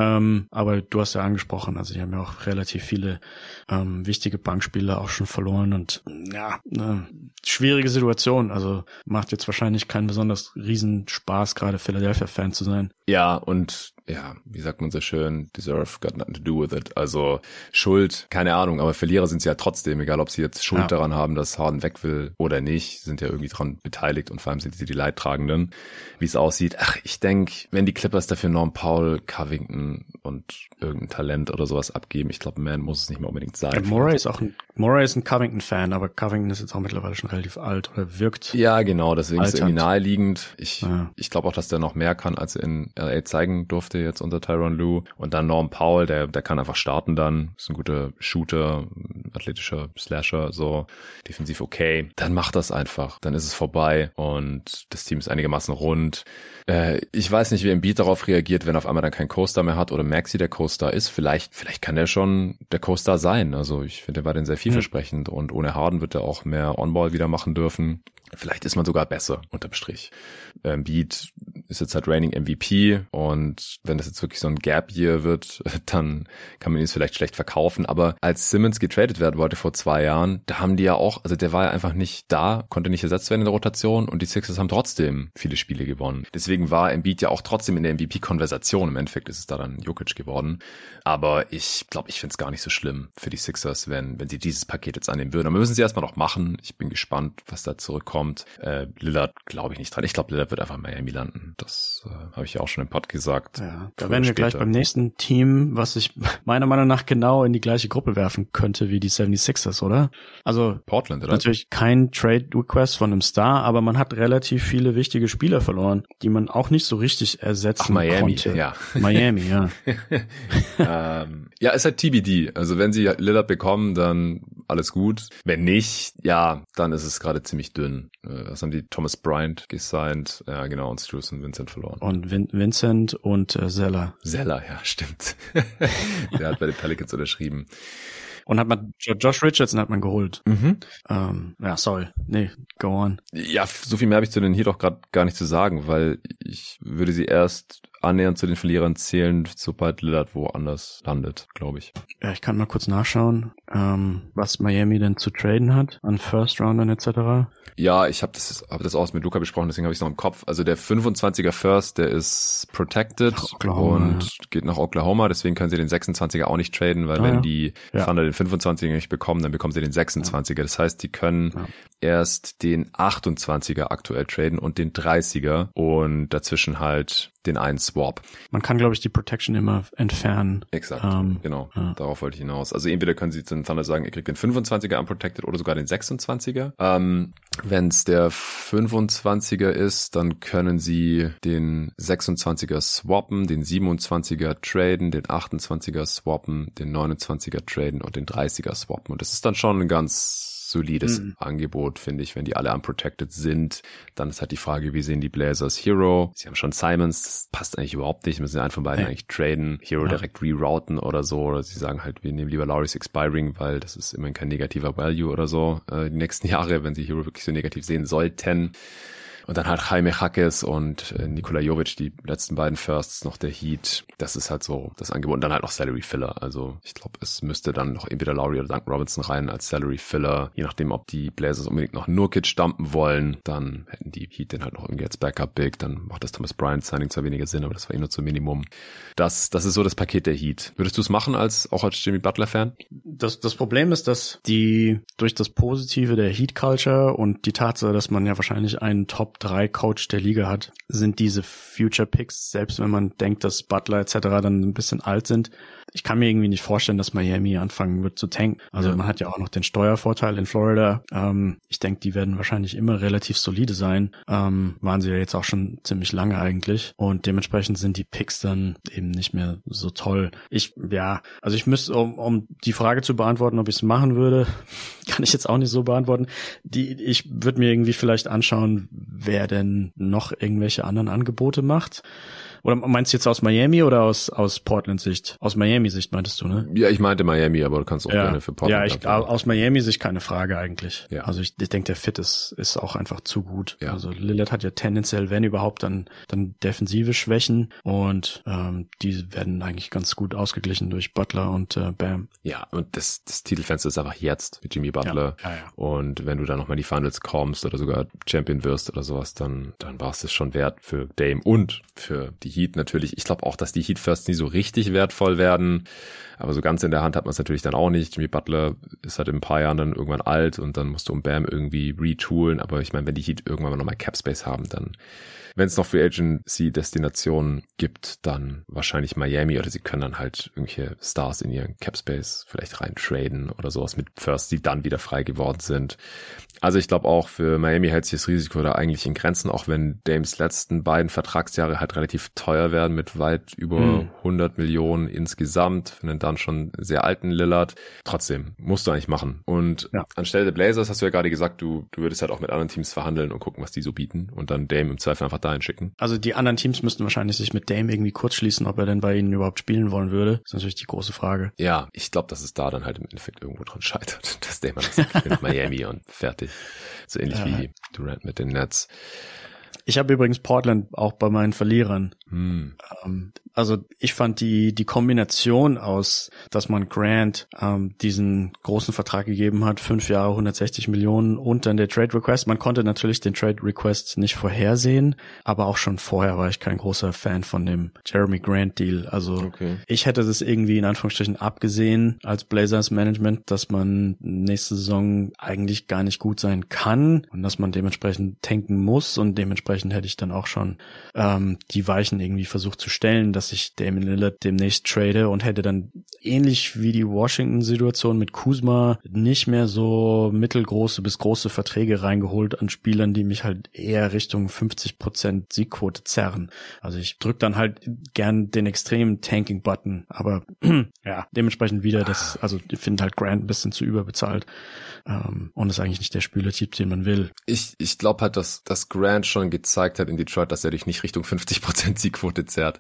Aber du hast ja angesprochen, also die haben ja auch relativ viele wichtige Bankspieler auch schon verloren und ja, schwierige Situation. Also macht jetzt wahrscheinlich keinen besonders riesen Spaß, gerade Philadelphia-Fan zu sein. Ja, und ja, wie sagt man so schön, deserve got nothing to do with it. Also Schuld, keine Ahnung, aber Verlierer sind sie ja trotzdem, egal ob sie jetzt Schuld daran haben, dass Harden weg will oder nicht, sind ja irgendwie dran beteiligt und vor allem sind sie die Leidtragenden. Wie es aussieht, ich denke, wenn die Clippers dafür Norm Powell, Covington und irgendein Talent oder sowas abgeben, ich glaube, Man muss es nicht mehr unbedingt sein. Murray ist ein Covington-Fan, aber Covington ist jetzt auch mittlerweile schon relativ alt oder wirkt. Ja, genau, deswegen ist es irgendwie naheliegend. Ich Ja. glaube auch, dass der noch mehr kann, als er in LA zeigen durfte jetzt unter Tyronn Lue. Und dann Norm Powell, der kann einfach starten dann. Ist ein guter Shooter, athletischer Slasher, so defensiv okay. Dann macht das einfach. Dann ist es vorbei und das Team ist einigermaßen rund. Ich weiß nicht, wie Embiid darauf reagiert, wenn auf einmal dann kein Co-Star mehr hat oder Maxey der Co-Star ist. Vielleicht kann der schon der Co-Star sein. Also ich finde, der war dann sehr vielversprechend und ohne Harden wird er auch mehr On-Ball wieder machen dürfen. Vielleicht ist man sogar besser, unterm Strich. Embiid ist jetzt halt reigning MVP und wenn das jetzt wirklich so ein Gap-Year wird, dann kann man ihn vielleicht schlecht verkaufen. Aber als Simmons getradet werden wollte vor 2 Jahren, da haben die ja auch, also der war ja einfach nicht da, konnte nicht ersetzt werden in der Rotation und die Sixers haben trotzdem viele Spiele gewonnen. Deswegen war Embiid ja auch trotzdem in der MVP-Konversation. Im Endeffekt ist es da dann Jokic geworden. Aber ich glaube, ich finde es gar nicht so schlimm für die Sixers, wenn sie dieses Paket jetzt annehmen würden. Aber müssen sie erstmal noch machen. Ich bin gespannt, was da zurückkommt. Lillard glaube ich nicht dran. Ich glaube, Lillard wird einfach in Miami landen. Das habe ich ja auch schon im Pod gesagt. Ja, da werden wir gleich beim nächsten Team, was ich meiner Meinung nach genau in die gleiche Gruppe werfen könnte wie die 76ers, oder? Also Portland, oder? Natürlich kein Trade Request von einem Star, aber man hat relativ viele wichtige Spieler verloren, die man auch nicht so richtig ersetzen Miami, konnte. Ja. Miami, ja. Ja, ist halt TBD. Also wenn sie Lillard bekommen, dann alles gut. Wenn nicht, ja, dann ist es gerade ziemlich dünn. Was haben die? Thomas Bryant gesigned, ja genau, und Strus und Vincent verloren. Und Vincent und Zeller. Zeller, ja, stimmt. Der hat bei den Pelicans unterschrieben. Und hat man Josh Richardson hat man geholt. Ja, sorry. Nee, go on. Ja, so viel mehr habe ich zu denen hier doch gerade gar nicht zu sagen, weil ich würde sie erst annähernd zu den Verlierern zählen, sobald Lillard woanders landet, glaube ich. Ja, ich kann mal kurz nachschauen, was Miami denn zu traden hat an First-Roundern etc. Ja, ich habe das auch mit Luca besprochen, deswegen habe ich es noch im Kopf. Also der 25er First, der ist protected und geht nach Oklahoma, deswegen können sie den 26er auch nicht traden, weil wenn die Thunder den 25er nicht bekommen, dann bekommen sie den 26er. Das heißt, die können erst den 28er aktuell traden und den 30er und dazwischen halt den einen Swap. Man kann, glaube ich, die Protection immer entfernen. Exakt, genau. Ja. Darauf wollte ich hinaus. Also entweder können sie den Thunder sagen, ihr kriegt den 25er unprotected oder sogar den 26er. Wenn es der 25er ist, dann können sie den 26er swappen, den 27er traden, den 28er swappen, den 29er traden und den 30er swappen. Und das ist dann schon ein ganz solides Angebot, finde ich, wenn die alle unprotected sind. Dann ist halt die Frage, wie sehen die Blazers Hero? Sie haben schon Simons, das passt eigentlich überhaupt nicht. Müssen einen von beiden eigentlich traden, Hero direkt rerouten oder so. Oder sie sagen halt, wir nehmen lieber Lowry's Expiring, weil das ist immerhin kein negativer Value oder so die nächsten Jahre, wenn sie Hero wirklich so negativ sehen sollten. Und dann halt Jaime Jaquez und Nikola Jovic, die letzten beiden Firsts noch der Heat. Das ist halt so das Angebot. Und dann halt noch Salary Filler. Also ich glaube, es müsste dann noch entweder Lowry oder Duncan Robinson rein als Salary Filler. Je nachdem, ob die Blazers unbedingt noch Nurkic stampen wollen, dann hätten die Heat den halt noch irgendwie als Backup Big. Dann macht das Thomas Bryant Signing zwar weniger Sinn, aber das war nur zum Minimum. Das ist so das Paket der Heat. Würdest du es machen auch als Jimmy Butler Fan? Das Problem ist, dass die durch das Positive der Heat Culture und die Tatsache, dass man ja wahrscheinlich einen Top 3 Coach der Liga hat, sind diese Future Picks, selbst wenn man denkt, dass Butler etc. dann ein bisschen alt sind. Ich kann mir irgendwie nicht vorstellen, dass Miami anfangen wird zu tanken. Also man hat ja auch noch den Steuervorteil in Florida. Ich denke, die werden wahrscheinlich immer relativ solide sein. Waren sie ja jetzt auch schon ziemlich lange eigentlich. Und dementsprechend sind die Picks dann eben nicht mehr so toll. Ich müsste, um die Frage zu beantworten, ob ich es machen würde, kann ich jetzt auch nicht so beantworten. Ich würde mir irgendwie vielleicht anschauen, wer denn noch irgendwelche anderen Angebote macht. Oder meinst du jetzt aus Miami oder aus Portland-Sicht? Aus Miami-Sicht meintest du, ne? Ja, ich meinte Miami, aber du kannst auch gerne für Portland. Ja, aus Miami-Sicht keine Frage eigentlich. Ja. Also ich denke, der Fit ist auch einfach zu gut. Ja. Also Lillard hat ja tendenziell, wenn überhaupt, dann defensive Schwächen und die werden eigentlich ganz gut ausgeglichen durch Butler und Bam. Ja, und das Titelfenster ist einfach jetzt mit Jimmy Butler. Ja. Und wenn du dann nochmal in die Finals kommst oder sogar Champion wirst oder sowas, dann war es das schon wert für Dame und für die Heat natürlich. Ich glaube auch, dass die Heat First nie so richtig wertvoll werden, aber so ganz in der Hand hat man es natürlich dann auch nicht. Jimmy Butler ist halt in ein paar Jahren dann irgendwann alt und dann musst du um Bam irgendwie retoolen, aber ich meine, wenn die Heat irgendwann mal nochmal Cap Space haben, dann, wenn es noch Free Agency Destinationen gibt, dann wahrscheinlich Miami oder sie können dann halt irgendwelche Stars in ihren Cap Space vielleicht rein traden oder sowas mit First, die dann wieder frei geworden sind. Also ich glaube auch, für Miami hält sich das Risiko da eigentlich in Grenzen, auch wenn Dames letzten beiden Vertragsjahre halt relativ teuer werden mit weit über 100 Millionen insgesamt für einen dann schon sehr alten Lillard. Trotzdem, musst du eigentlich machen. Und anstelle der Blazers hast du ja gerade gesagt, du würdest halt auch mit anderen Teams verhandeln und gucken, was die so bieten und dann Dame im Zweifel einfach dahin schicken. Also die anderen Teams müssten wahrscheinlich sich mit Dame irgendwie kurz schließen, ob er denn bei ihnen überhaupt spielen wollen würde. Das ist natürlich die große Frage. Ja, ich glaube, dass es da dann halt im Endeffekt irgendwo dran scheitert, dass Dame dann sagt, ich bin nach Miami und fertig. So ähnlich wie Durant mit den Nets. Ich habe übrigens Portland auch bei meinen Verlierern. Also ich fand die Kombination aus, dass man Grant diesen großen Vertrag gegeben hat, 5 Jahre, 160 Millionen und dann der Trade Request. Man konnte natürlich den Trade Request nicht vorhersehen, aber auch schon vorher war ich kein großer Fan von dem Jeremy Grant Deal. Also ich hätte das irgendwie in Anführungsstrichen abgesehen als Blazers Management, dass man nächste Saison eigentlich gar nicht gut sein kann und dass man dementsprechend tanken muss und dementsprechend hätte ich dann auch schon die Weichen irgendwie versucht zu stellen, dass ich Damian Lillard demnächst trade und hätte dann ähnlich wie die Washington-Situation mit Kuzma nicht mehr so mittelgroße bis große Verträge reingeholt an Spielern, die mich halt eher Richtung 50% Siegquote zerren. Also ich drücke dann halt gern den extremen Tanking-Button, aber ja, dementsprechend wieder also ich finde halt Grant ein bisschen zu überbezahlt und ist eigentlich nicht der Spielertyp, den man will. Ich glaube halt, dass Grant schon gezeigt hat in Detroit, dass er dich nicht Richtung 50% Siegquote zerrt.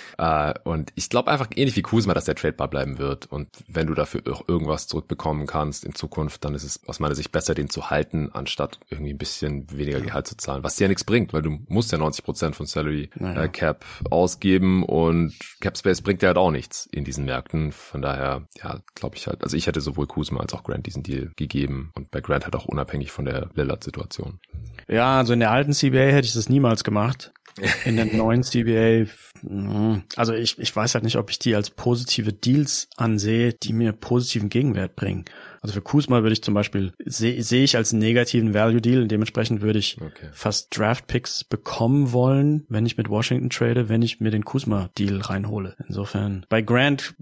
Und ich glaube einfach ähnlich wie Kuzma, dass der tradebar bleiben wird. Und wenn du dafür auch irgendwas zurückbekommen kannst in Zukunft, dann ist es aus meiner Sicht besser, den zu halten, anstatt irgendwie ein bisschen weniger Gehalt zu zahlen. Was dir ja nichts bringt, weil du musst ja 90% von Salary Cap ausgeben und Cap Space bringt dir halt auch nichts in diesen Märkten. Von daher, ja, glaube ich halt, also ich hätte sowohl Kuzma als auch Grant diesen Deal gegeben und bei Grant halt auch unabhängig von der Lillard-Situation. Ja, also in der alten CBA hätte ich das niemals gemacht. In der neuen CBA, also ich weiß halt nicht, ob ich die als positive Deals ansehe, die mir positiven Gegenwert bringen. Also für Kuzma würde ich zum Beispiel, sehe ich als negativen Value-Deal und dementsprechend würde ich fast Draft-Picks bekommen wollen, wenn ich mit Washington trade, wenn ich mir den Kuzma-Deal reinhole. Insofern, bei Grant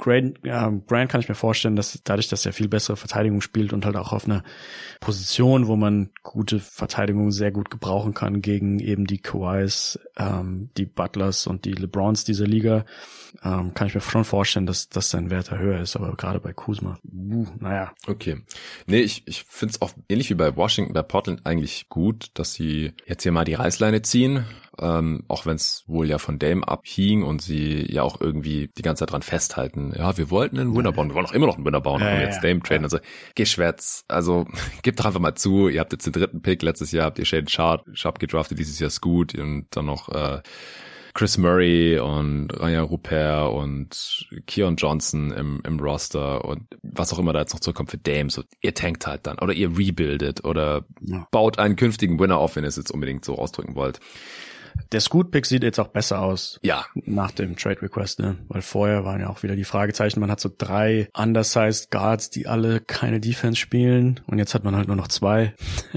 kann ich mir vorstellen, dass dadurch, dass er viel bessere Verteidigung spielt und halt auch auf einer Position, wo man gute Verteidigung sehr gut gebrauchen kann gegen eben die Kawhis, die Butlers und die LeBrons dieser Liga, kann ich mir schon vorstellen, dass sein Wert höher ist, aber gerade bei Kuzma, naja, Ja. Okay. Nee, ich finde es auch ähnlich wie bei Washington, bei Portland eigentlich gut, dass sie jetzt hier mal die Reißleine ziehen. Auch wenn es wohl ja von Dame abhing und sie ja auch irgendwie die ganze Zeit dran festhalten. Ja, wir wollten einen Winner bauen, wir wollen auch immer noch einen Winner bauen, und jetzt Dame traden. Also geschwätz. Also gebt doch einfach mal zu, ihr habt jetzt den 3. Pick, letztes Jahr habt ihr Shaden Sharp gedraftet, dieses Jahr ist gut, und dann noch Chris Murray und Ryan Rupert und Keon Johnson im Roster und was auch immer da jetzt noch zurückkommt für Dame. So, ihr tankt halt dann oder ihr rebuildet oder baut einen künftigen Winner auf, wenn ihr es jetzt unbedingt so ausdrücken wollt. Der Scoot-Pick sieht jetzt auch besser aus. Ja. Nach dem Trade-Request, ne? Weil vorher waren ja auch wieder die Fragezeichen. Man hat so 3 undersized Guards, die alle keine Defense spielen. Und jetzt hat man halt nur noch 2.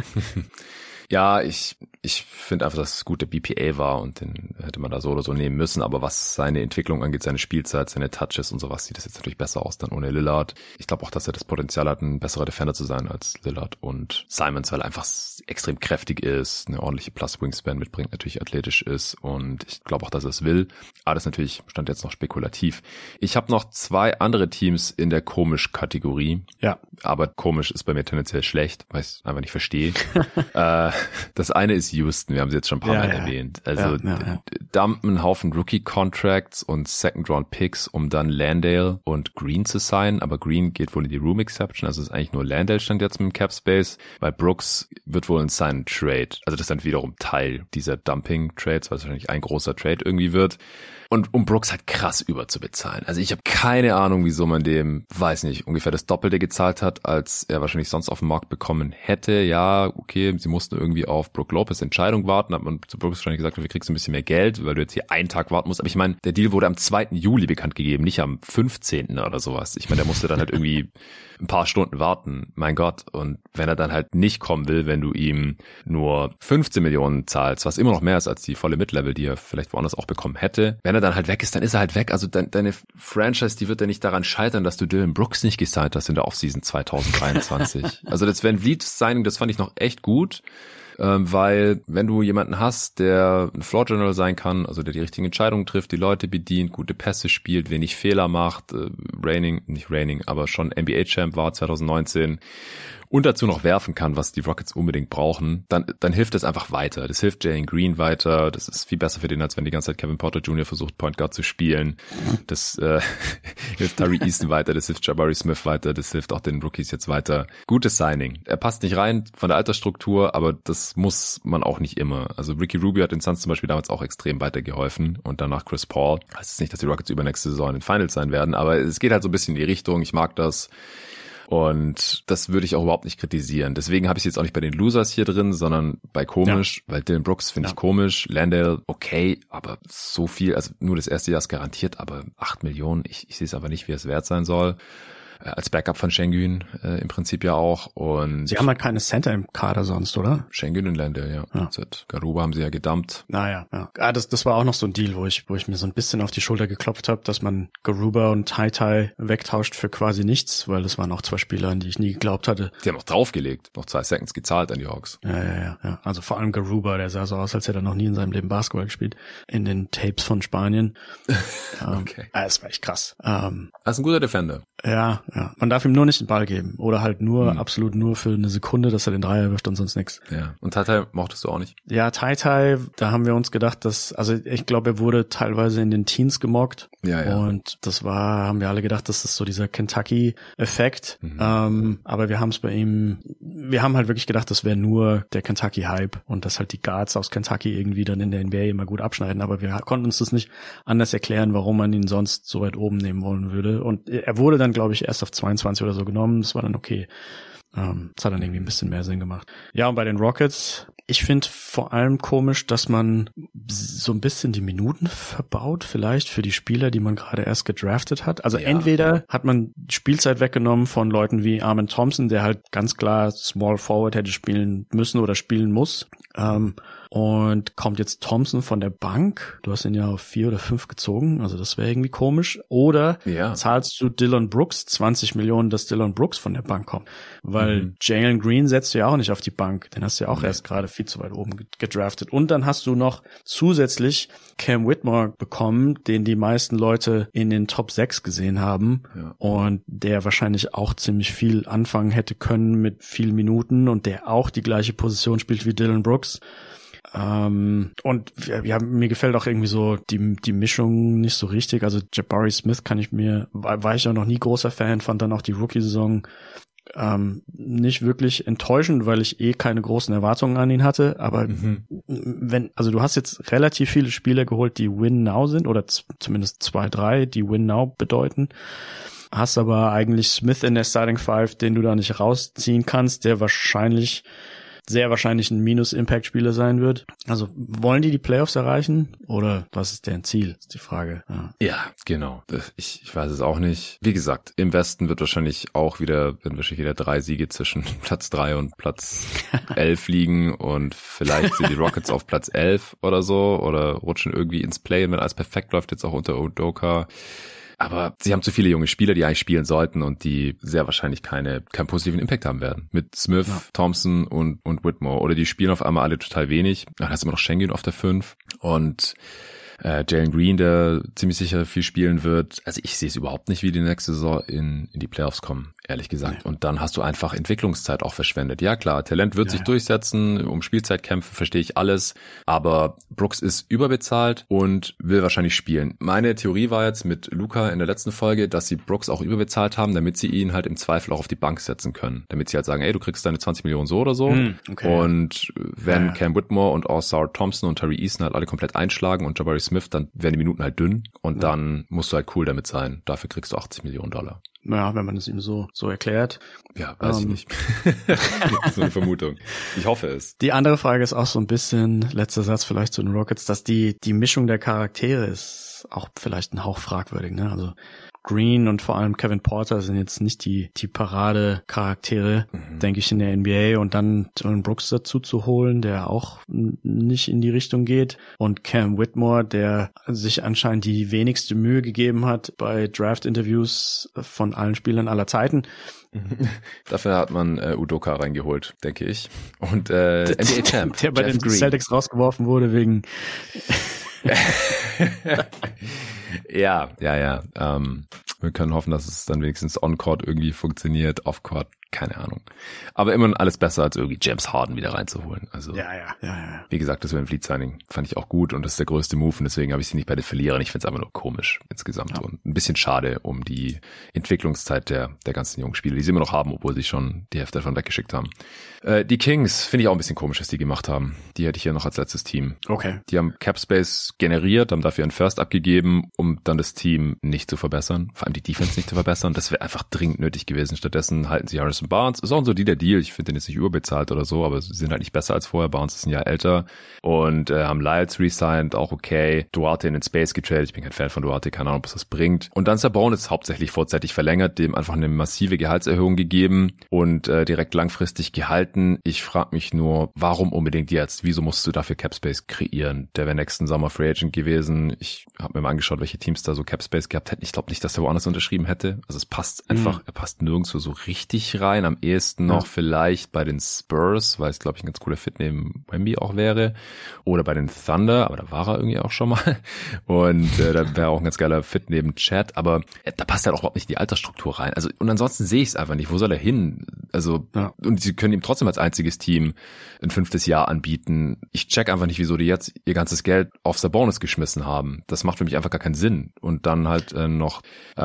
Ja, ich finde einfach, dass es gut der BPA war und den hätte man da so oder so nehmen müssen. Aber was seine Entwicklung angeht, seine Spielzeit, seine Touches und sowas, sieht das jetzt natürlich besser aus dann ohne Lillard. Ich glaube auch, dass er das Potenzial hat, ein besserer Defender zu sein als Lillard und Simons, weil er einfach extrem kräftig ist, eine ordentliche Plus-Wingspan mitbringt, natürlich athletisch ist und ich glaube auch, dass er es will. Aber das ist natürlich, stand jetzt noch spekulativ. Ich habe noch 2 andere Teams in der Komisch-Kategorie. Ja. Aber komisch ist bei mir tendenziell schlecht, weil ich es einfach nicht verstehe. Das eine ist Houston, wir haben sie jetzt schon ein paar Mal erwähnt. Also dumpen einen Haufen Rookie-Contracts und Second-Round-Picks, um dann Landale und Green zu signen, aber Green geht wohl in die Room-Exception, also ist eigentlich nur Landale stand jetzt mit dem Cap-Space, weil Brooks wird wohl ein Sign-Trade, also das ist dann wiederum Teil dieser Dumping-Trades, weil es wahrscheinlich ein großer Trade irgendwie wird. Und um Brooks halt krass überzubezahlen. Also ich habe keine Ahnung, wieso man dem, weiß nicht, ungefähr das Doppelte gezahlt hat, als er wahrscheinlich sonst auf dem Markt bekommen hätte. Ja, okay, sie mussten irgendwie auf Brook Lopez Entscheidung warten, hat man zu Brooks wahrscheinlich gesagt, wir kriegst ein bisschen mehr Geld, weil du jetzt hier einen Tag warten musst. Aber ich meine, der Deal wurde am 2. Juli bekannt gegeben, nicht am 15. oder sowas. Ich meine, der musste dann halt irgendwie ein paar Stunden warten. Mein Gott. Und wenn er dann halt nicht kommen will, wenn du ihm nur 15 Millionen zahlst, was immer noch mehr ist als die volle Mid-Level, die er vielleicht woanders auch bekommen hätte, wenn er dann halt weg ist, dann ist er halt weg. Also deine Franchise, die wird ja nicht daran scheitern, dass du Dylan Brooks nicht gesigned hast in der Offseason 2023. Also das Van Vliet-Signing, das fand ich noch echt gut. Weil wenn du jemanden hast, der ein Floor General sein kann, also der die richtigen Entscheidungen trifft, die Leute bedient, gute Pässe spielt, wenig Fehler macht, aber schon NBA-Champ war 2019 und dazu noch werfen kann, was die Rockets unbedingt brauchen, dann hilft das einfach weiter. Das hilft Jalen Green weiter. Das ist viel besser für den, als wenn die ganze Zeit Kevin Porter Jr. versucht, Point Guard zu spielen. Das hilft Tari Eason weiter, das hilft Jabari Smith weiter, das hilft auch den Rookies jetzt weiter. Gutes Signing. Er passt nicht rein von der Altersstruktur, aber das muss man auch nicht immer. Also Ricky Rubio hat den Suns zum Beispiel damals auch extrem weitergeholfen und danach Chris Paul. Heißt jetzt nicht, dass die Rockets übernächste Saison in den Finals sein werden, aber es geht halt so ein bisschen in die Richtung. Ich mag das. Und das würde ich auch überhaupt nicht kritisieren. Deswegen habe ich es jetzt auch nicht bei den Losers hier drin, sondern bei komisch, weil Dylan Brooks finde ich komisch, Landale okay, aber so viel, also nur das erste Jahr ist garantiert, aber 8 Millionen, ich sehe es aber nicht, wie es wert sein soll. Als Backup von Şengün im Prinzip ja auch. Und sie haben halt keine Center im Kader sonst, oder? Şengün und Landale, ja. Garuba haben sie ja gedumpt. Naja, ja. Das war auch noch so ein Deal, wo ich mir so ein bisschen auf die Schulter geklopft habe, dass man Garuba und Tai wegtauscht für quasi nichts, weil das waren auch 2 Spieler, an die ich nie geglaubt hatte. Die haben auch draufgelegt, noch 2 Seconds gezahlt an die Hawks. Ja. Also vor allem Garuba, der sah so aus, als hätte er noch nie in seinem Leben Basketball gespielt. In den Tapes von Spanien. Okay. Das war echt krass. Er ist ein guter Defender. Ja. Man darf ihm nur nicht den Ball geben. Oder halt nur, absolut nur für eine Sekunde, dass er den Dreier wirft und sonst nichts. Ja. Und Tai mochtest du auch nicht? Ja, Tai, da haben wir uns gedacht, also ich glaube, er wurde teilweise in den Teens gemockt. Ja. Und haben wir alle gedacht, das ist so dieser Kentucky-Effekt. Aber wir haben halt wirklich gedacht, das wäre nur der Kentucky-Hype und dass halt die Guards aus Kentucky irgendwie dann in der NBA immer gut abschneiden. Aber wir konnten uns das nicht anders erklären, warum man ihn sonst so weit oben nehmen wollen würde. Und er wurde dann, glaube ich, erst auf 22 oder so genommen. Das war dann okay. Das hat dann irgendwie ein bisschen mehr Sinn gemacht. Ja, und bei den Rockets, ich finde vor allem komisch, dass man so ein bisschen die Minuten verbaut, vielleicht für die Spieler, die man gerade erst gedraftet hat. Also entweder hat man Spielzeit weggenommen von Leuten wie Amen Thompson, der halt ganz klar Small Forward hätte spielen müssen oder spielen muss. und kommt jetzt Thompson von der Bank. Du hast ihn ja auf 4 oder 5 gezogen, also das wäre irgendwie komisch. Oder zahlst du Dillon Brooks 20 Millionen, dass Dillon Brooks von der Bank kommt. Weil Jalen Green setzt du ja auch nicht auf die Bank. Den hast du ja auch erst gerade viel zu weit oben gedraftet. Und dann hast du noch zusätzlich Cam Whitmore bekommen, den die meisten Leute in den Top 6 gesehen haben. Ja. Und der wahrscheinlich auch ziemlich viel anfangen hätte können mit vielen Minuten und der auch die gleiche Position spielt wie Dillon Brooks. Und mir gefällt auch irgendwie so die Mischung nicht so richtig. Also Jabari Smith war ich ja noch nie großer Fan, fand dann auch die Rookie-Saison nicht wirklich enttäuschend, weil ich keine großen Erwartungen an ihn hatte, aber du hast jetzt relativ viele Spieler geholt, die Win Now sind, oder zumindest 2, 3, die Win Now bedeuten, hast aber eigentlich Smith in der Starting Five, den du da nicht rausziehen kannst, der sehr wahrscheinlich ein Minus-Impact-Spieler sein wird. Also wollen die Playoffs erreichen oder was ist deren Ziel, ist die Frage. Ja, genau. Ich weiß es auch nicht. Wie gesagt, im Westen werden wahrscheinlich wieder 3 Siege zwischen Platz 3 und Platz 11 liegen und vielleicht sind die Rockets auf Platz 11 oder so oder rutschen irgendwie ins Play, wenn alles perfekt läuft, jetzt auch unter Udoka. Aber sie haben zu viele junge Spieler, die eigentlich spielen sollten und die sehr wahrscheinlich keinen positiven Impact haben werden. Mit Smith, Thompson und Whitmore. Oder die spielen auf einmal alle total wenig. Dann hast du immer noch Schengen auf der 5 und Jalen Green, der ziemlich sicher viel spielen wird. Also ich sehe es überhaupt nicht, wie die nächste Saison in die Playoffs kommen, ehrlich gesagt. Nee. Und dann hast du einfach Entwicklungszeit auch verschwendet. Ja klar, Talent wird sich durchsetzen, um Spielzeit kämpfen, verstehe ich alles. Aber Brooks ist überbezahlt und will wahrscheinlich spielen. Meine Theorie war jetzt mit Luca in der letzten Folge, dass sie Brooks auch überbezahlt haben, damit sie ihn halt im Zweifel auch auf die Bank setzen können. Damit sie halt sagen, ey, du kriegst deine 20 Millionen so oder so. Okay. Und wenn Cam Whitmore und Ausar Thompson und Tari Eason halt alle komplett einschlagen und Jabari Smith, dann werden die Minuten halt dünn und dann musst du halt cool damit sein. Dafür kriegst du $80 Millionen. Ja, wenn man es ihm so erklärt. Ja, weiß ich nicht. So eine Vermutung. Ich hoffe es. Die andere Frage ist auch so ein bisschen, letzter Satz vielleicht zu den Rockets, dass die Mischung der Charaktere ist auch vielleicht ein Hauch fragwürdig, ne? Also Green und vor allem Kevin Porter sind jetzt nicht die Parade-Charaktere, denke ich, in der NBA. Und dann Dillon Brooks dazu zu holen, der auch nicht in die Richtung geht. Und Cam Whitmore, der sich anscheinend die wenigste Mühe gegeben hat bei Draft-Interviews von allen Spielern aller Zeiten. Dafür hat man Udoka reingeholt, denke ich. Und NBA-Champ. Der bei den Celtics rausgeworfen wurde wegen... Ja. Wir können hoffen, dass es dann wenigstens on-court irgendwie funktioniert, off-court, keine Ahnung. Aber immerhin alles besser, als irgendwie James Harden wieder reinzuholen. Also, ja. Wie gesagt, das VanVleet-Signing fand ich auch gut und das ist der größte Move und deswegen habe ich sie nicht bei den Verlierern. Ich finde es einfach nur komisch insgesamt und ein bisschen schade um die Entwicklungszeit der ganzen jungen Spieler, die sie immer noch haben, obwohl sie schon die Hälfte davon weggeschickt haben. Die Kings finde ich auch ein bisschen komisch, was die gemacht haben. Die hätte ich ja noch als letztes Team. Okay. Die haben Cap Space generiert, haben dafür einen First abgegeben, um dann das Team nicht zu verbessern, vor allem die Defense nicht zu verbessern. Das wäre einfach dringend nötig gewesen. Stattdessen halten sie Harrison Barnes. Ist auch so der Deal. Ich finde den jetzt nicht überbezahlt oder so, aber sie sind halt nicht besser als vorher. Barnes ist ein Jahr älter und haben Lyles resigned, auch okay. Duarte in den Space getradet. Ich bin kein Fan von Duarte, keine Ahnung, was das bringt. Und dann Sabonis hauptsächlich vorzeitig verlängert, dem einfach eine massive Gehaltserhöhung gegeben und direkt langfristig gehalten. Ich frage mich nur, warum unbedingt jetzt? Wieso musst du dafür Cap Space kreieren? Der wäre nächsten Sommer Free Agent gewesen. Ich habe mir mal angeschaut, welche Teams da so Cap Space gehabt hätten. Ich glaube nicht, dass er woanders unterschrieben hätte. Also es passt einfach, er passt nirgendwo so richtig rein. Am ehesten noch vielleicht bei den Spurs, weil es, glaube ich, ein ganz cooler Fit neben Wemby auch wäre. Oder bei den Thunder, aber da war er irgendwie auch schon mal. Und da wäre auch ein ganz geiler Fit neben Chad. Aber da passt halt auch überhaupt nicht in die Altersstruktur rein. Also und ansonsten sehe ich es einfach nicht. Wo soll er hin? Also und sie können ihm trotzdem als einziges Team ein 5. Jahr anbieten. Ich check einfach nicht, wieso die jetzt ihr ganzes Geld auf Sabonis geschmissen haben. Das macht für mich einfach gar keinen Sinn. Und dann halt noch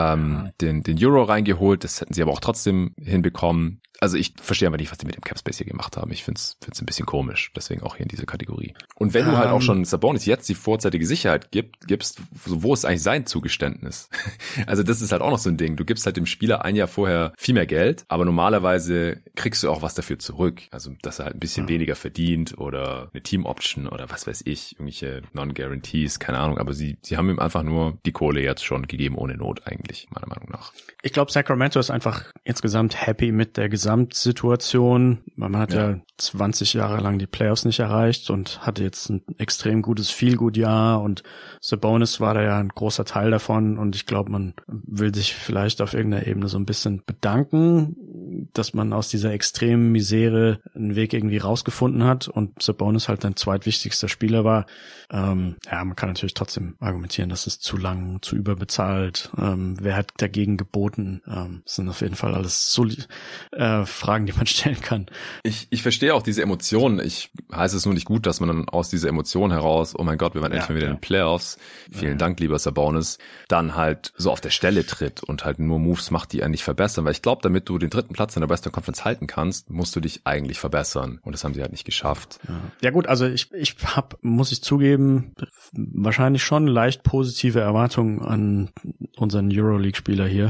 den Euro reingeholt. Das hätten sie aber auch trotzdem hinbekommen. Also ich verstehe aber nicht, was die mit dem Capspace hier gemacht haben. Ich find's ein bisschen komisch, deswegen auch hier in dieser Kategorie. Und wenn du halt auch schon Sabonis jetzt die vorzeitige Sicherheit gibst, wo ist eigentlich sein Zugeständnis? Also das ist halt auch noch so ein Ding. Du gibst halt dem Spieler ein Jahr vorher viel mehr Geld, aber normalerweise kriegst du auch was dafür zurück. Also dass er halt ein bisschen weniger verdient oder eine Team-Option oder was weiß ich, irgendwelche Non-Guarantees, keine Ahnung. Aber sie haben ihm einfach nur die Kohle jetzt schon gegeben ohne Not eigentlich, meiner Meinung nach. Ich glaube, Sacramento ist einfach insgesamt happy mit der Gesamtsituation. Man hat ja 20 Jahre lang die Playoffs nicht erreicht und hatte jetzt ein extrem gutes Feel-Good-Jahr und Sabonis war da ja ein großer Teil davon und ich glaube, man will sich vielleicht auf irgendeiner Ebene so ein bisschen bedanken, dass man aus dieser extremen Misere einen Weg irgendwie rausgefunden hat und Sabonis halt dein zweitwichtigster Spieler war. Man kann natürlich trotzdem argumentieren, dass es zu lang, zu überbezahlt. Wer hat dagegen geboten? Das sind auf jeden Fall alles Fragen, die man stellen kann. Ich verstehe auch diese Emotionen. Ich heiße es nur nicht gut, dass man dann aus dieser Emotion heraus, oh mein Gott, wir waren endlich mal wieder in den Playoffs. Vielen Dank, lieber Sabonis. Dann halt so auf der Stelle tritt und halt nur Moves macht, die eigentlich verbessern. Weil ich glaube, damit du den 3. Platz in der Western Conference halten kannst, musst du dich eigentlich verbessern. Und das haben sie halt nicht geschafft. Ja gut, also ich habe, muss ich zugeben, wahrscheinlich schon leicht positive Erwartungen an unseren Euroleague-Spieler hier,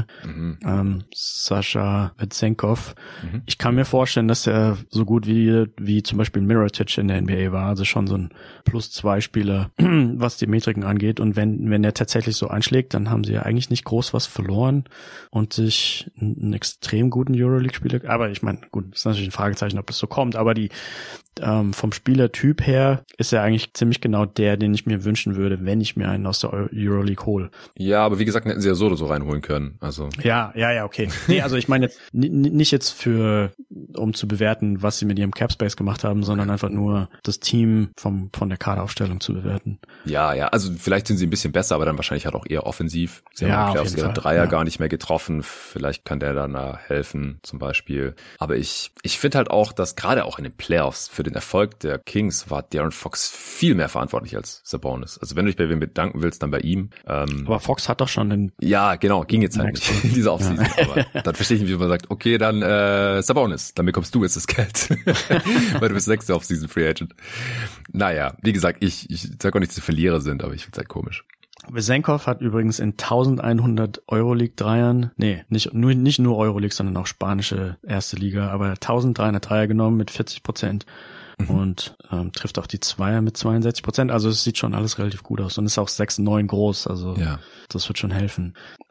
Sascha Vezenkov. Ich kann mir vorstellen, dass er so gut wie zum Beispiel Mirotic in der NBA war, also schon so ein Plus-2-Spieler, was die Metriken angeht. Und wenn er tatsächlich so einschlägt, dann haben sie ja eigentlich nicht groß was verloren und sich einen extrem guten Euroleague-Spieler, aber ich meine, gut, ist natürlich ein Fragezeichen, ob das so kommt, aber die vom Spielertyp her ist er eigentlich ziemlich genau der, den ich mir wünschen würde, wenn ich mir einen aus der Euroleague hole. Ja, aber wie gesagt, hätten sie ja so oder so reinholen können. Also Ja, okay. Nee, also ich meine jetzt nicht jetzt um zu bewerten, was sie mit ihrem Capspace gemacht haben, sondern einfach nur das Team von der Kaderaufstellung zu bewerten. Ja, also vielleicht sind sie ein bisschen besser, aber dann wahrscheinlich halt auch eher offensiv. Sie haben auf jeden Fall. Dreier gar nicht mehr getroffen. Vielleicht kann der dann da helfen, zum Beispiel. Aber ich finde halt auch, dass gerade auch in den Playoffs für den Erfolg der Kings war De'Aaron Fox viel mehr verantwortlich als Sabonis. Also wenn du dich bei wem bedanken willst, dann bei ihm. Aber Fox hat doch schon den... Ja, genau, ging jetzt halt nicht in dieser Offseason. Aber dann verstehe ich nicht, wie man sagt, okay, dann Sabonis, dann bekommst du jetzt das Geld. Weil du bist 6. Offseason Free Agent. Naja, wie gesagt, ich sag auch nicht, dass sie Verlierer sind, aber ich find's halt komisch. Vezenkov hat übrigens in 1100 Euroleague-Dreiern, nicht nur Euroleague, sondern auch spanische erste Liga, aber 1300 Dreier genommen mit 40%. Und trifft auch die Zweier mit 62%. Also es sieht schon alles relativ gut aus. Und ist auch 6'9" groß. Also das wird schon helfen.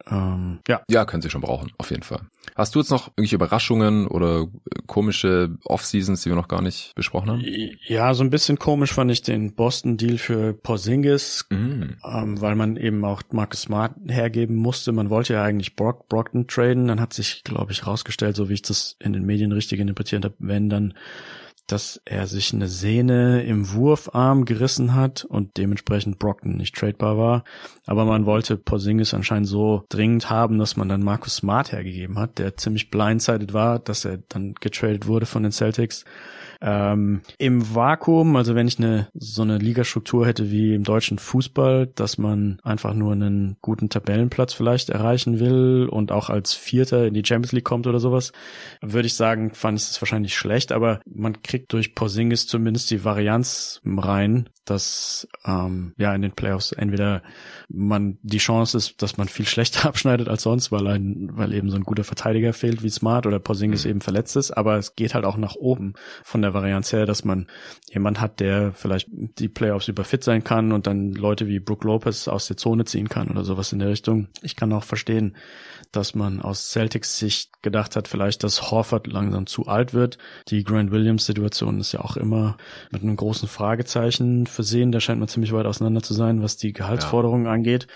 Ja, können sie schon brauchen, auf jeden Fall. Hast du jetzt noch irgendwelche Überraschungen oder komische Off-Seasons, die wir noch gar nicht besprochen haben? Ja, so ein bisschen komisch fand ich den Boston-Deal für Porzingis, weil man eben auch Marcus Smart hergeben musste. Man wollte ja eigentlich Brogdon traden. Dann hat sich, glaube ich, rausgestellt, so wie ich das in den Medien richtig interpretiert habe, wenn dann dass er sich eine Sehne im Wurfarm gerissen hat und dementsprechend Brogdon nicht tradebar war. Aber man wollte Porzingis anscheinend so dringend haben, dass man dann Marcus Smart hergegeben hat, der ziemlich blindsided war, dass er dann getradet wurde von den Celtics. Im Vakuum, also wenn ich so eine Ligastruktur hätte wie im deutschen Fußball, dass man einfach nur einen guten Tabellenplatz vielleicht erreichen will und auch als Vierter in die Champions League kommt oder sowas, würde ich sagen, fand ich das wahrscheinlich schlecht, aber man kriegt durch Porzingis zumindest die Varianz rein, dass in den Playoffs entweder man die Chance ist, dass man viel schlechter abschneidet als sonst, weil eben so ein guter Verteidiger fehlt wie Smart oder Porzingis eben verletzt ist, aber es geht halt auch nach oben von der Varianz her, dass man jemand hat, der vielleicht die Playoffs über fit sein kann und dann Leute wie Brook Lopez aus der Zone ziehen kann oder sowas in der Richtung. Ich kann auch verstehen, dass man aus Celtics Sicht gedacht hat, vielleicht, dass Horford langsam zu alt wird. Die Grant Williams-Situation ist ja auch immer mit einem großen Fragezeichen versehen. Da scheint man ziemlich weit auseinander zu sein, was die Gehaltsforderungen angeht.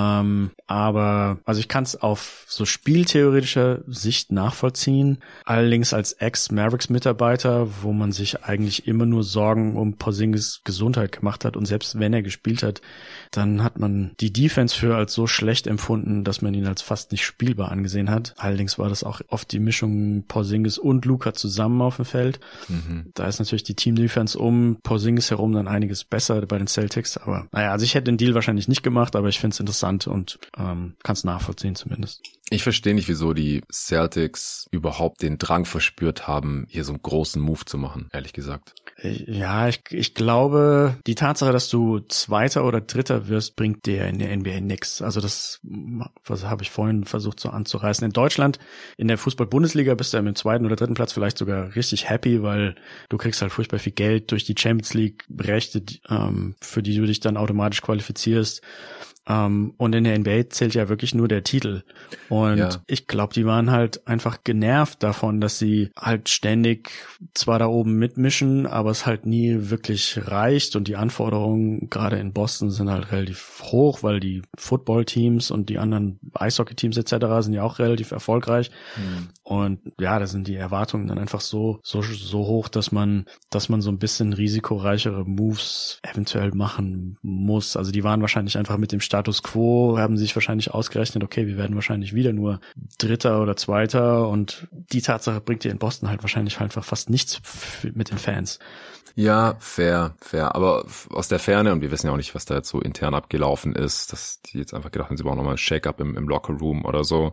Aber also ich kann es auf so spieltheoretischer Sicht nachvollziehen. Allerdings als Ex-Mavericks-Mitarbeiter, wo man sich eigentlich immer nur Sorgen um Porzingis Gesundheit gemacht hat und selbst wenn er gespielt hat, dann hat man die Defense für als so schlecht empfunden, dass man ihn als fast nicht spielbar angesehen hat. Allerdings war das auch oft die Mischung Porzingis und Luka zusammen auf dem Feld. Da ist natürlich die Team-Defense um Porzingis herum dann einiges besser bei den Celtics. Aber naja, also ich hätte den Deal wahrscheinlich nicht gemacht, aber ich finde es interessant und kann es nachvollziehen zumindest. Ich verstehe nicht, wieso die Celtics überhaupt den Drang verspürt haben, hier so einen großen Move zu machen, ehrlich gesagt. Ja, ich glaube, die Tatsache, dass du Zweiter oder Dritter wirst, bringt dir in der NBA nix. Also das habe ich vorhin versucht so anzureißen. In Deutschland, in der Fußball-Bundesliga bist du ja mit dem 2. oder 3. Platz vielleicht sogar richtig happy, weil du kriegst halt furchtbar viel Geld durch die Champions League Rechte, für die du dich dann automatisch qualifizierst. Und in der NBA zählt ja wirklich nur der Titel. Und ich glaube, die waren halt einfach genervt davon, dass sie halt ständig zwar da oben mitmischen, aber es halt nie wirklich reicht. Und die Anforderungen gerade in Boston sind halt relativ hoch, weil die Football-Teams und die anderen Eishockey-Teams etc. sind ja auch relativ erfolgreich. Und ja, da sind die Erwartungen dann einfach so hoch, dass man so ein bisschen risikoreichere Moves eventuell machen muss. Also die waren wahrscheinlich einfach mit dem Status Quo, haben sich wahrscheinlich ausgerechnet, okay, wir werden wahrscheinlich wieder nur Dritter oder Zweiter, und die Tatsache bringt dir in Boston halt wahrscheinlich einfach fast nichts mit den Fans. Ja, fair. Aber aus der Ferne, und wir wissen ja auch nicht, was da jetzt so intern abgelaufen ist, dass die jetzt einfach gedacht haben, sie brauchen nochmal ein Shake-up im Locker-Room oder so.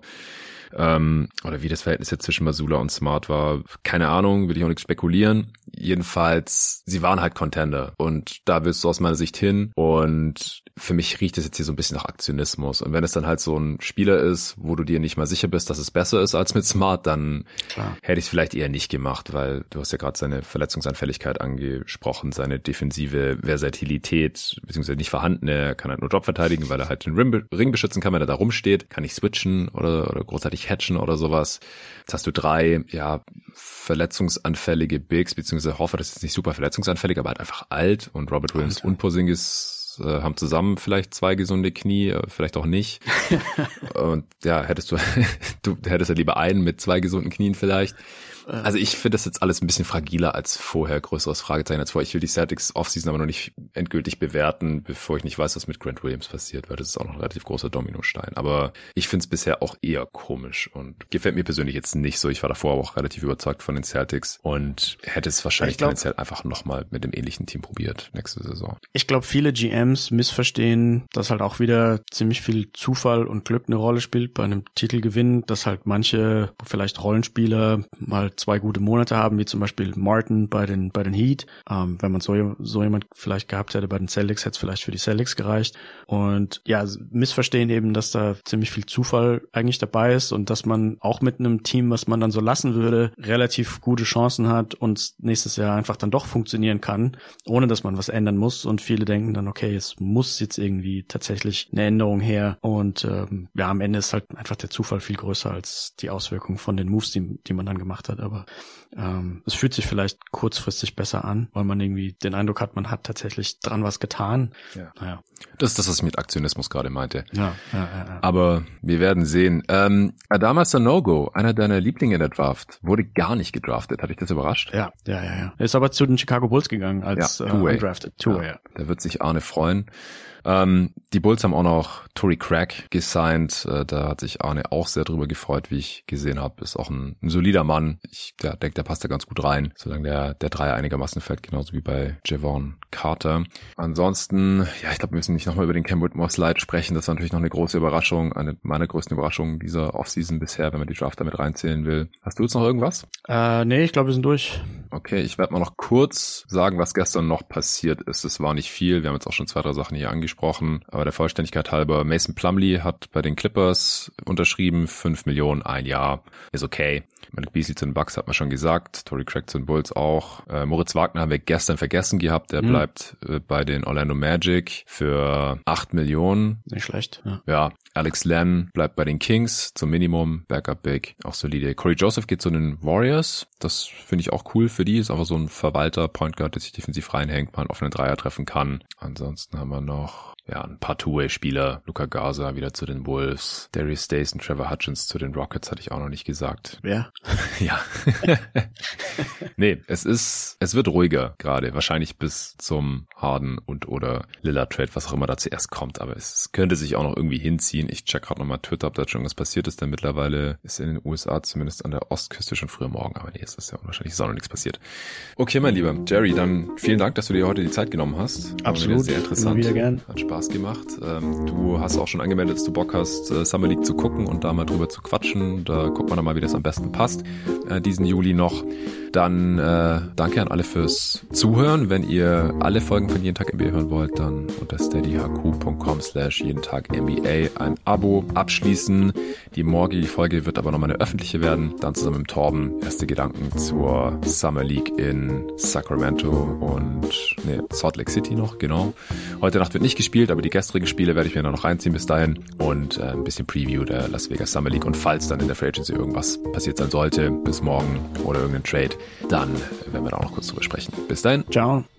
Oder wie das Verhältnis jetzt zwischen Mazzulla und Smart war, keine Ahnung, will ich auch nichts spekulieren. Jedenfalls, sie waren halt Contender und da willst du aus meiner Sicht hin, und für mich riecht es jetzt hier so ein bisschen nach Aktionismus, und wenn es dann halt so ein Spieler ist, wo du dir nicht mal sicher bist, dass es besser ist als mit Smart, dann hätte ich es vielleicht eher nicht gemacht, weil du hast ja gerade seine Verletzungsanfälligkeit angesprochen, seine defensive Versatilität, beziehungsweise nicht vorhandene, er kann halt nur Drop verteidigen, weil er halt den Ring beschützen kann, wenn er da rumsteht, kann nicht switchen oder großartig hatchen oder sowas. Jetzt hast du 3, verletzungsanfällige Bigs, beziehungsweise Horford ist jetzt nicht super verletzungsanfällig, aber halt einfach alt, und Robert Williams und Porzingis haben zusammen vielleicht 2 gesunde Knie, vielleicht auch nicht. Und ja, du hättest ja lieber einen mit 2 gesunden Knien vielleicht. Also ich finde das jetzt alles ein bisschen fragiler als vorher, größeres Fragezeichen als vorher. Ich will die Celtics Offseason aber noch nicht endgültig bewerten, bevor ich nicht weiß, was mit Grant Williams passiert, weil das ist auch noch ein relativ großer Dominostein. Aber ich finde es bisher auch eher komisch und gefällt mir persönlich jetzt nicht so. Ich war davor auch relativ überzeugt von den Celtics und hätte es wahrscheinlich tendenziell einfach nochmal mit dem ähnlichen Team probiert nächste Saison. Ich glaube, viele GMs missverstehen, dass halt auch wieder ziemlich viel Zufall und Glück eine Rolle spielt bei einem Titelgewinn, dass halt manche vielleicht Rollenspieler mal 2 gute Monate haben, wie zum Beispiel Martin bei den Heat. Wenn man so jemand vielleicht gehabt hätte bei den Celtics, hätte es vielleicht für die Celtics gereicht. Und ja, missverstehen eben, dass da ziemlich viel Zufall eigentlich dabei ist und dass man auch mit einem Team, was man dann so lassen würde, relativ gute Chancen hat und nächstes Jahr einfach dann doch funktionieren kann, ohne dass man was ändern muss. Und viele denken dann, okay, es muss jetzt irgendwie tatsächlich eine Änderung her. Und ja, am Ende ist halt einfach der Zufall viel größer als die Auswirkungen von den Moves, die man dann gemacht hat. Aber es fühlt sich vielleicht kurzfristig besser an, weil man irgendwie den Eindruck hat, man hat tatsächlich dran was getan. Ja. Naja. Das ist das, was ich mit Aktionismus gerade meinte. Ja. Aber wir werden sehen. Adama Sanogo, einer deiner Lieblinge in der Draft, wurde gar nicht gedraftet. Hat dich das überrascht? Ja. Er ist aber zu den Chicago Bulls gegangen als undrafted. Ja. Da wird sich Arne freuen. Die Bulls haben auch noch Torrey Craig gesigned. Da hat sich Arne auch sehr drüber gefreut, wie ich gesehen habe. Ist auch ein solider Mann. Ich denke, der passt da ganz gut rein, solange der Dreier einigermaßen fällt, genauso wie bei Javon Carter. Ansonsten, ja, ich glaube, wir müssen nicht nochmal über den Cam Whitmore-Slide sprechen. Das war natürlich noch eine große Überraschung, eine meiner größten Überraschungen dieser Offseason bisher, wenn man die Draft damit reinzählen will. Hast du jetzt noch irgendwas? Nee, ich glaube, wir sind durch. Okay, ich werde mal noch kurz sagen, was gestern noch passiert ist. Es war nicht viel. Wir haben jetzt auch schon 2, 3 Sachen hier angesprochen. Aber der Vollständigkeit halber, Mason Plumlee hat bei den Clippers unterschrieben. 5 Millionen, 1 Jahr. Ist okay. Malik Beasley zu den Bucks hat man schon gesagt. Torrey Craig zu den Bulls auch. Moritz Wagner haben wir gestern vergessen gehabt. Der bleibt bei den Orlando Magic für 8 Millionen. Nicht schlecht. Ja. Alex Len bleibt bei den Kings zum Minimum. Backup Big. Auch solide. Corey Joseph geht zu den Warriors. Das finde ich auch cool für die. Ist einfach so ein Verwalter, Point Guard, der sich defensiv reinhängt, mal einen offenen Dreier treffen kann. Ansonsten haben wir noch ein paar Two-Way-Spieler. Luka Garza wieder zu den Wolves. Darius Stays und Trevor Hutchins zu den Rockets, hatte ich auch noch nicht gesagt. Wer? Ja. Nee, es wird ruhiger gerade. Wahrscheinlich bis zum Harden und oder Lillard-Trade, was auch immer da zuerst kommt. Aber es könnte sich auch noch irgendwie hinziehen. Ich check gerade nochmal Twitter, ob da schon was passiert ist. Denn mittlerweile ist in den USA zumindest an der Ostküste schon früher morgen. Aber nee, es ist ja unwahrscheinlich, ist auch noch nichts passiert. Okay, mein Lieber Jerry, dann vielen Dank, dass du dir heute die Zeit genommen hast. Absolut. Sehr interessant. Immer wieder gern. Hat Spaß gemacht. Du hast auch schon angemeldet, dass du Bock hast, Summer League zu gucken und da mal drüber zu quatschen. Da guckt man dann mal, wie das am besten passt, diesen Juli noch. Dann danke an alle fürs Zuhören. Wenn ihr alle Folgen von Jeden Tag NBA hören wollt, dann unter steadyhq.com/jedentagNBA ein Abo abschließen. Die morgige Folge wird aber nochmal eine öffentliche werden. Dann zusammen mit Torben erste Gedanken zur Summer League in Sacramento und Salt Lake City noch, genau. Heute Nacht wird nicht gespielt. gespielt, aber die gestrigen Spiele werde ich mir dann noch reinziehen bis dahin und ein bisschen Preview der Las Vegas Summer League. Und falls dann in der Free Agency irgendwas passiert sein sollte, bis morgen oder irgendein Trade, dann werden wir da auch noch kurz drüber sprechen. Bis dahin. Ciao.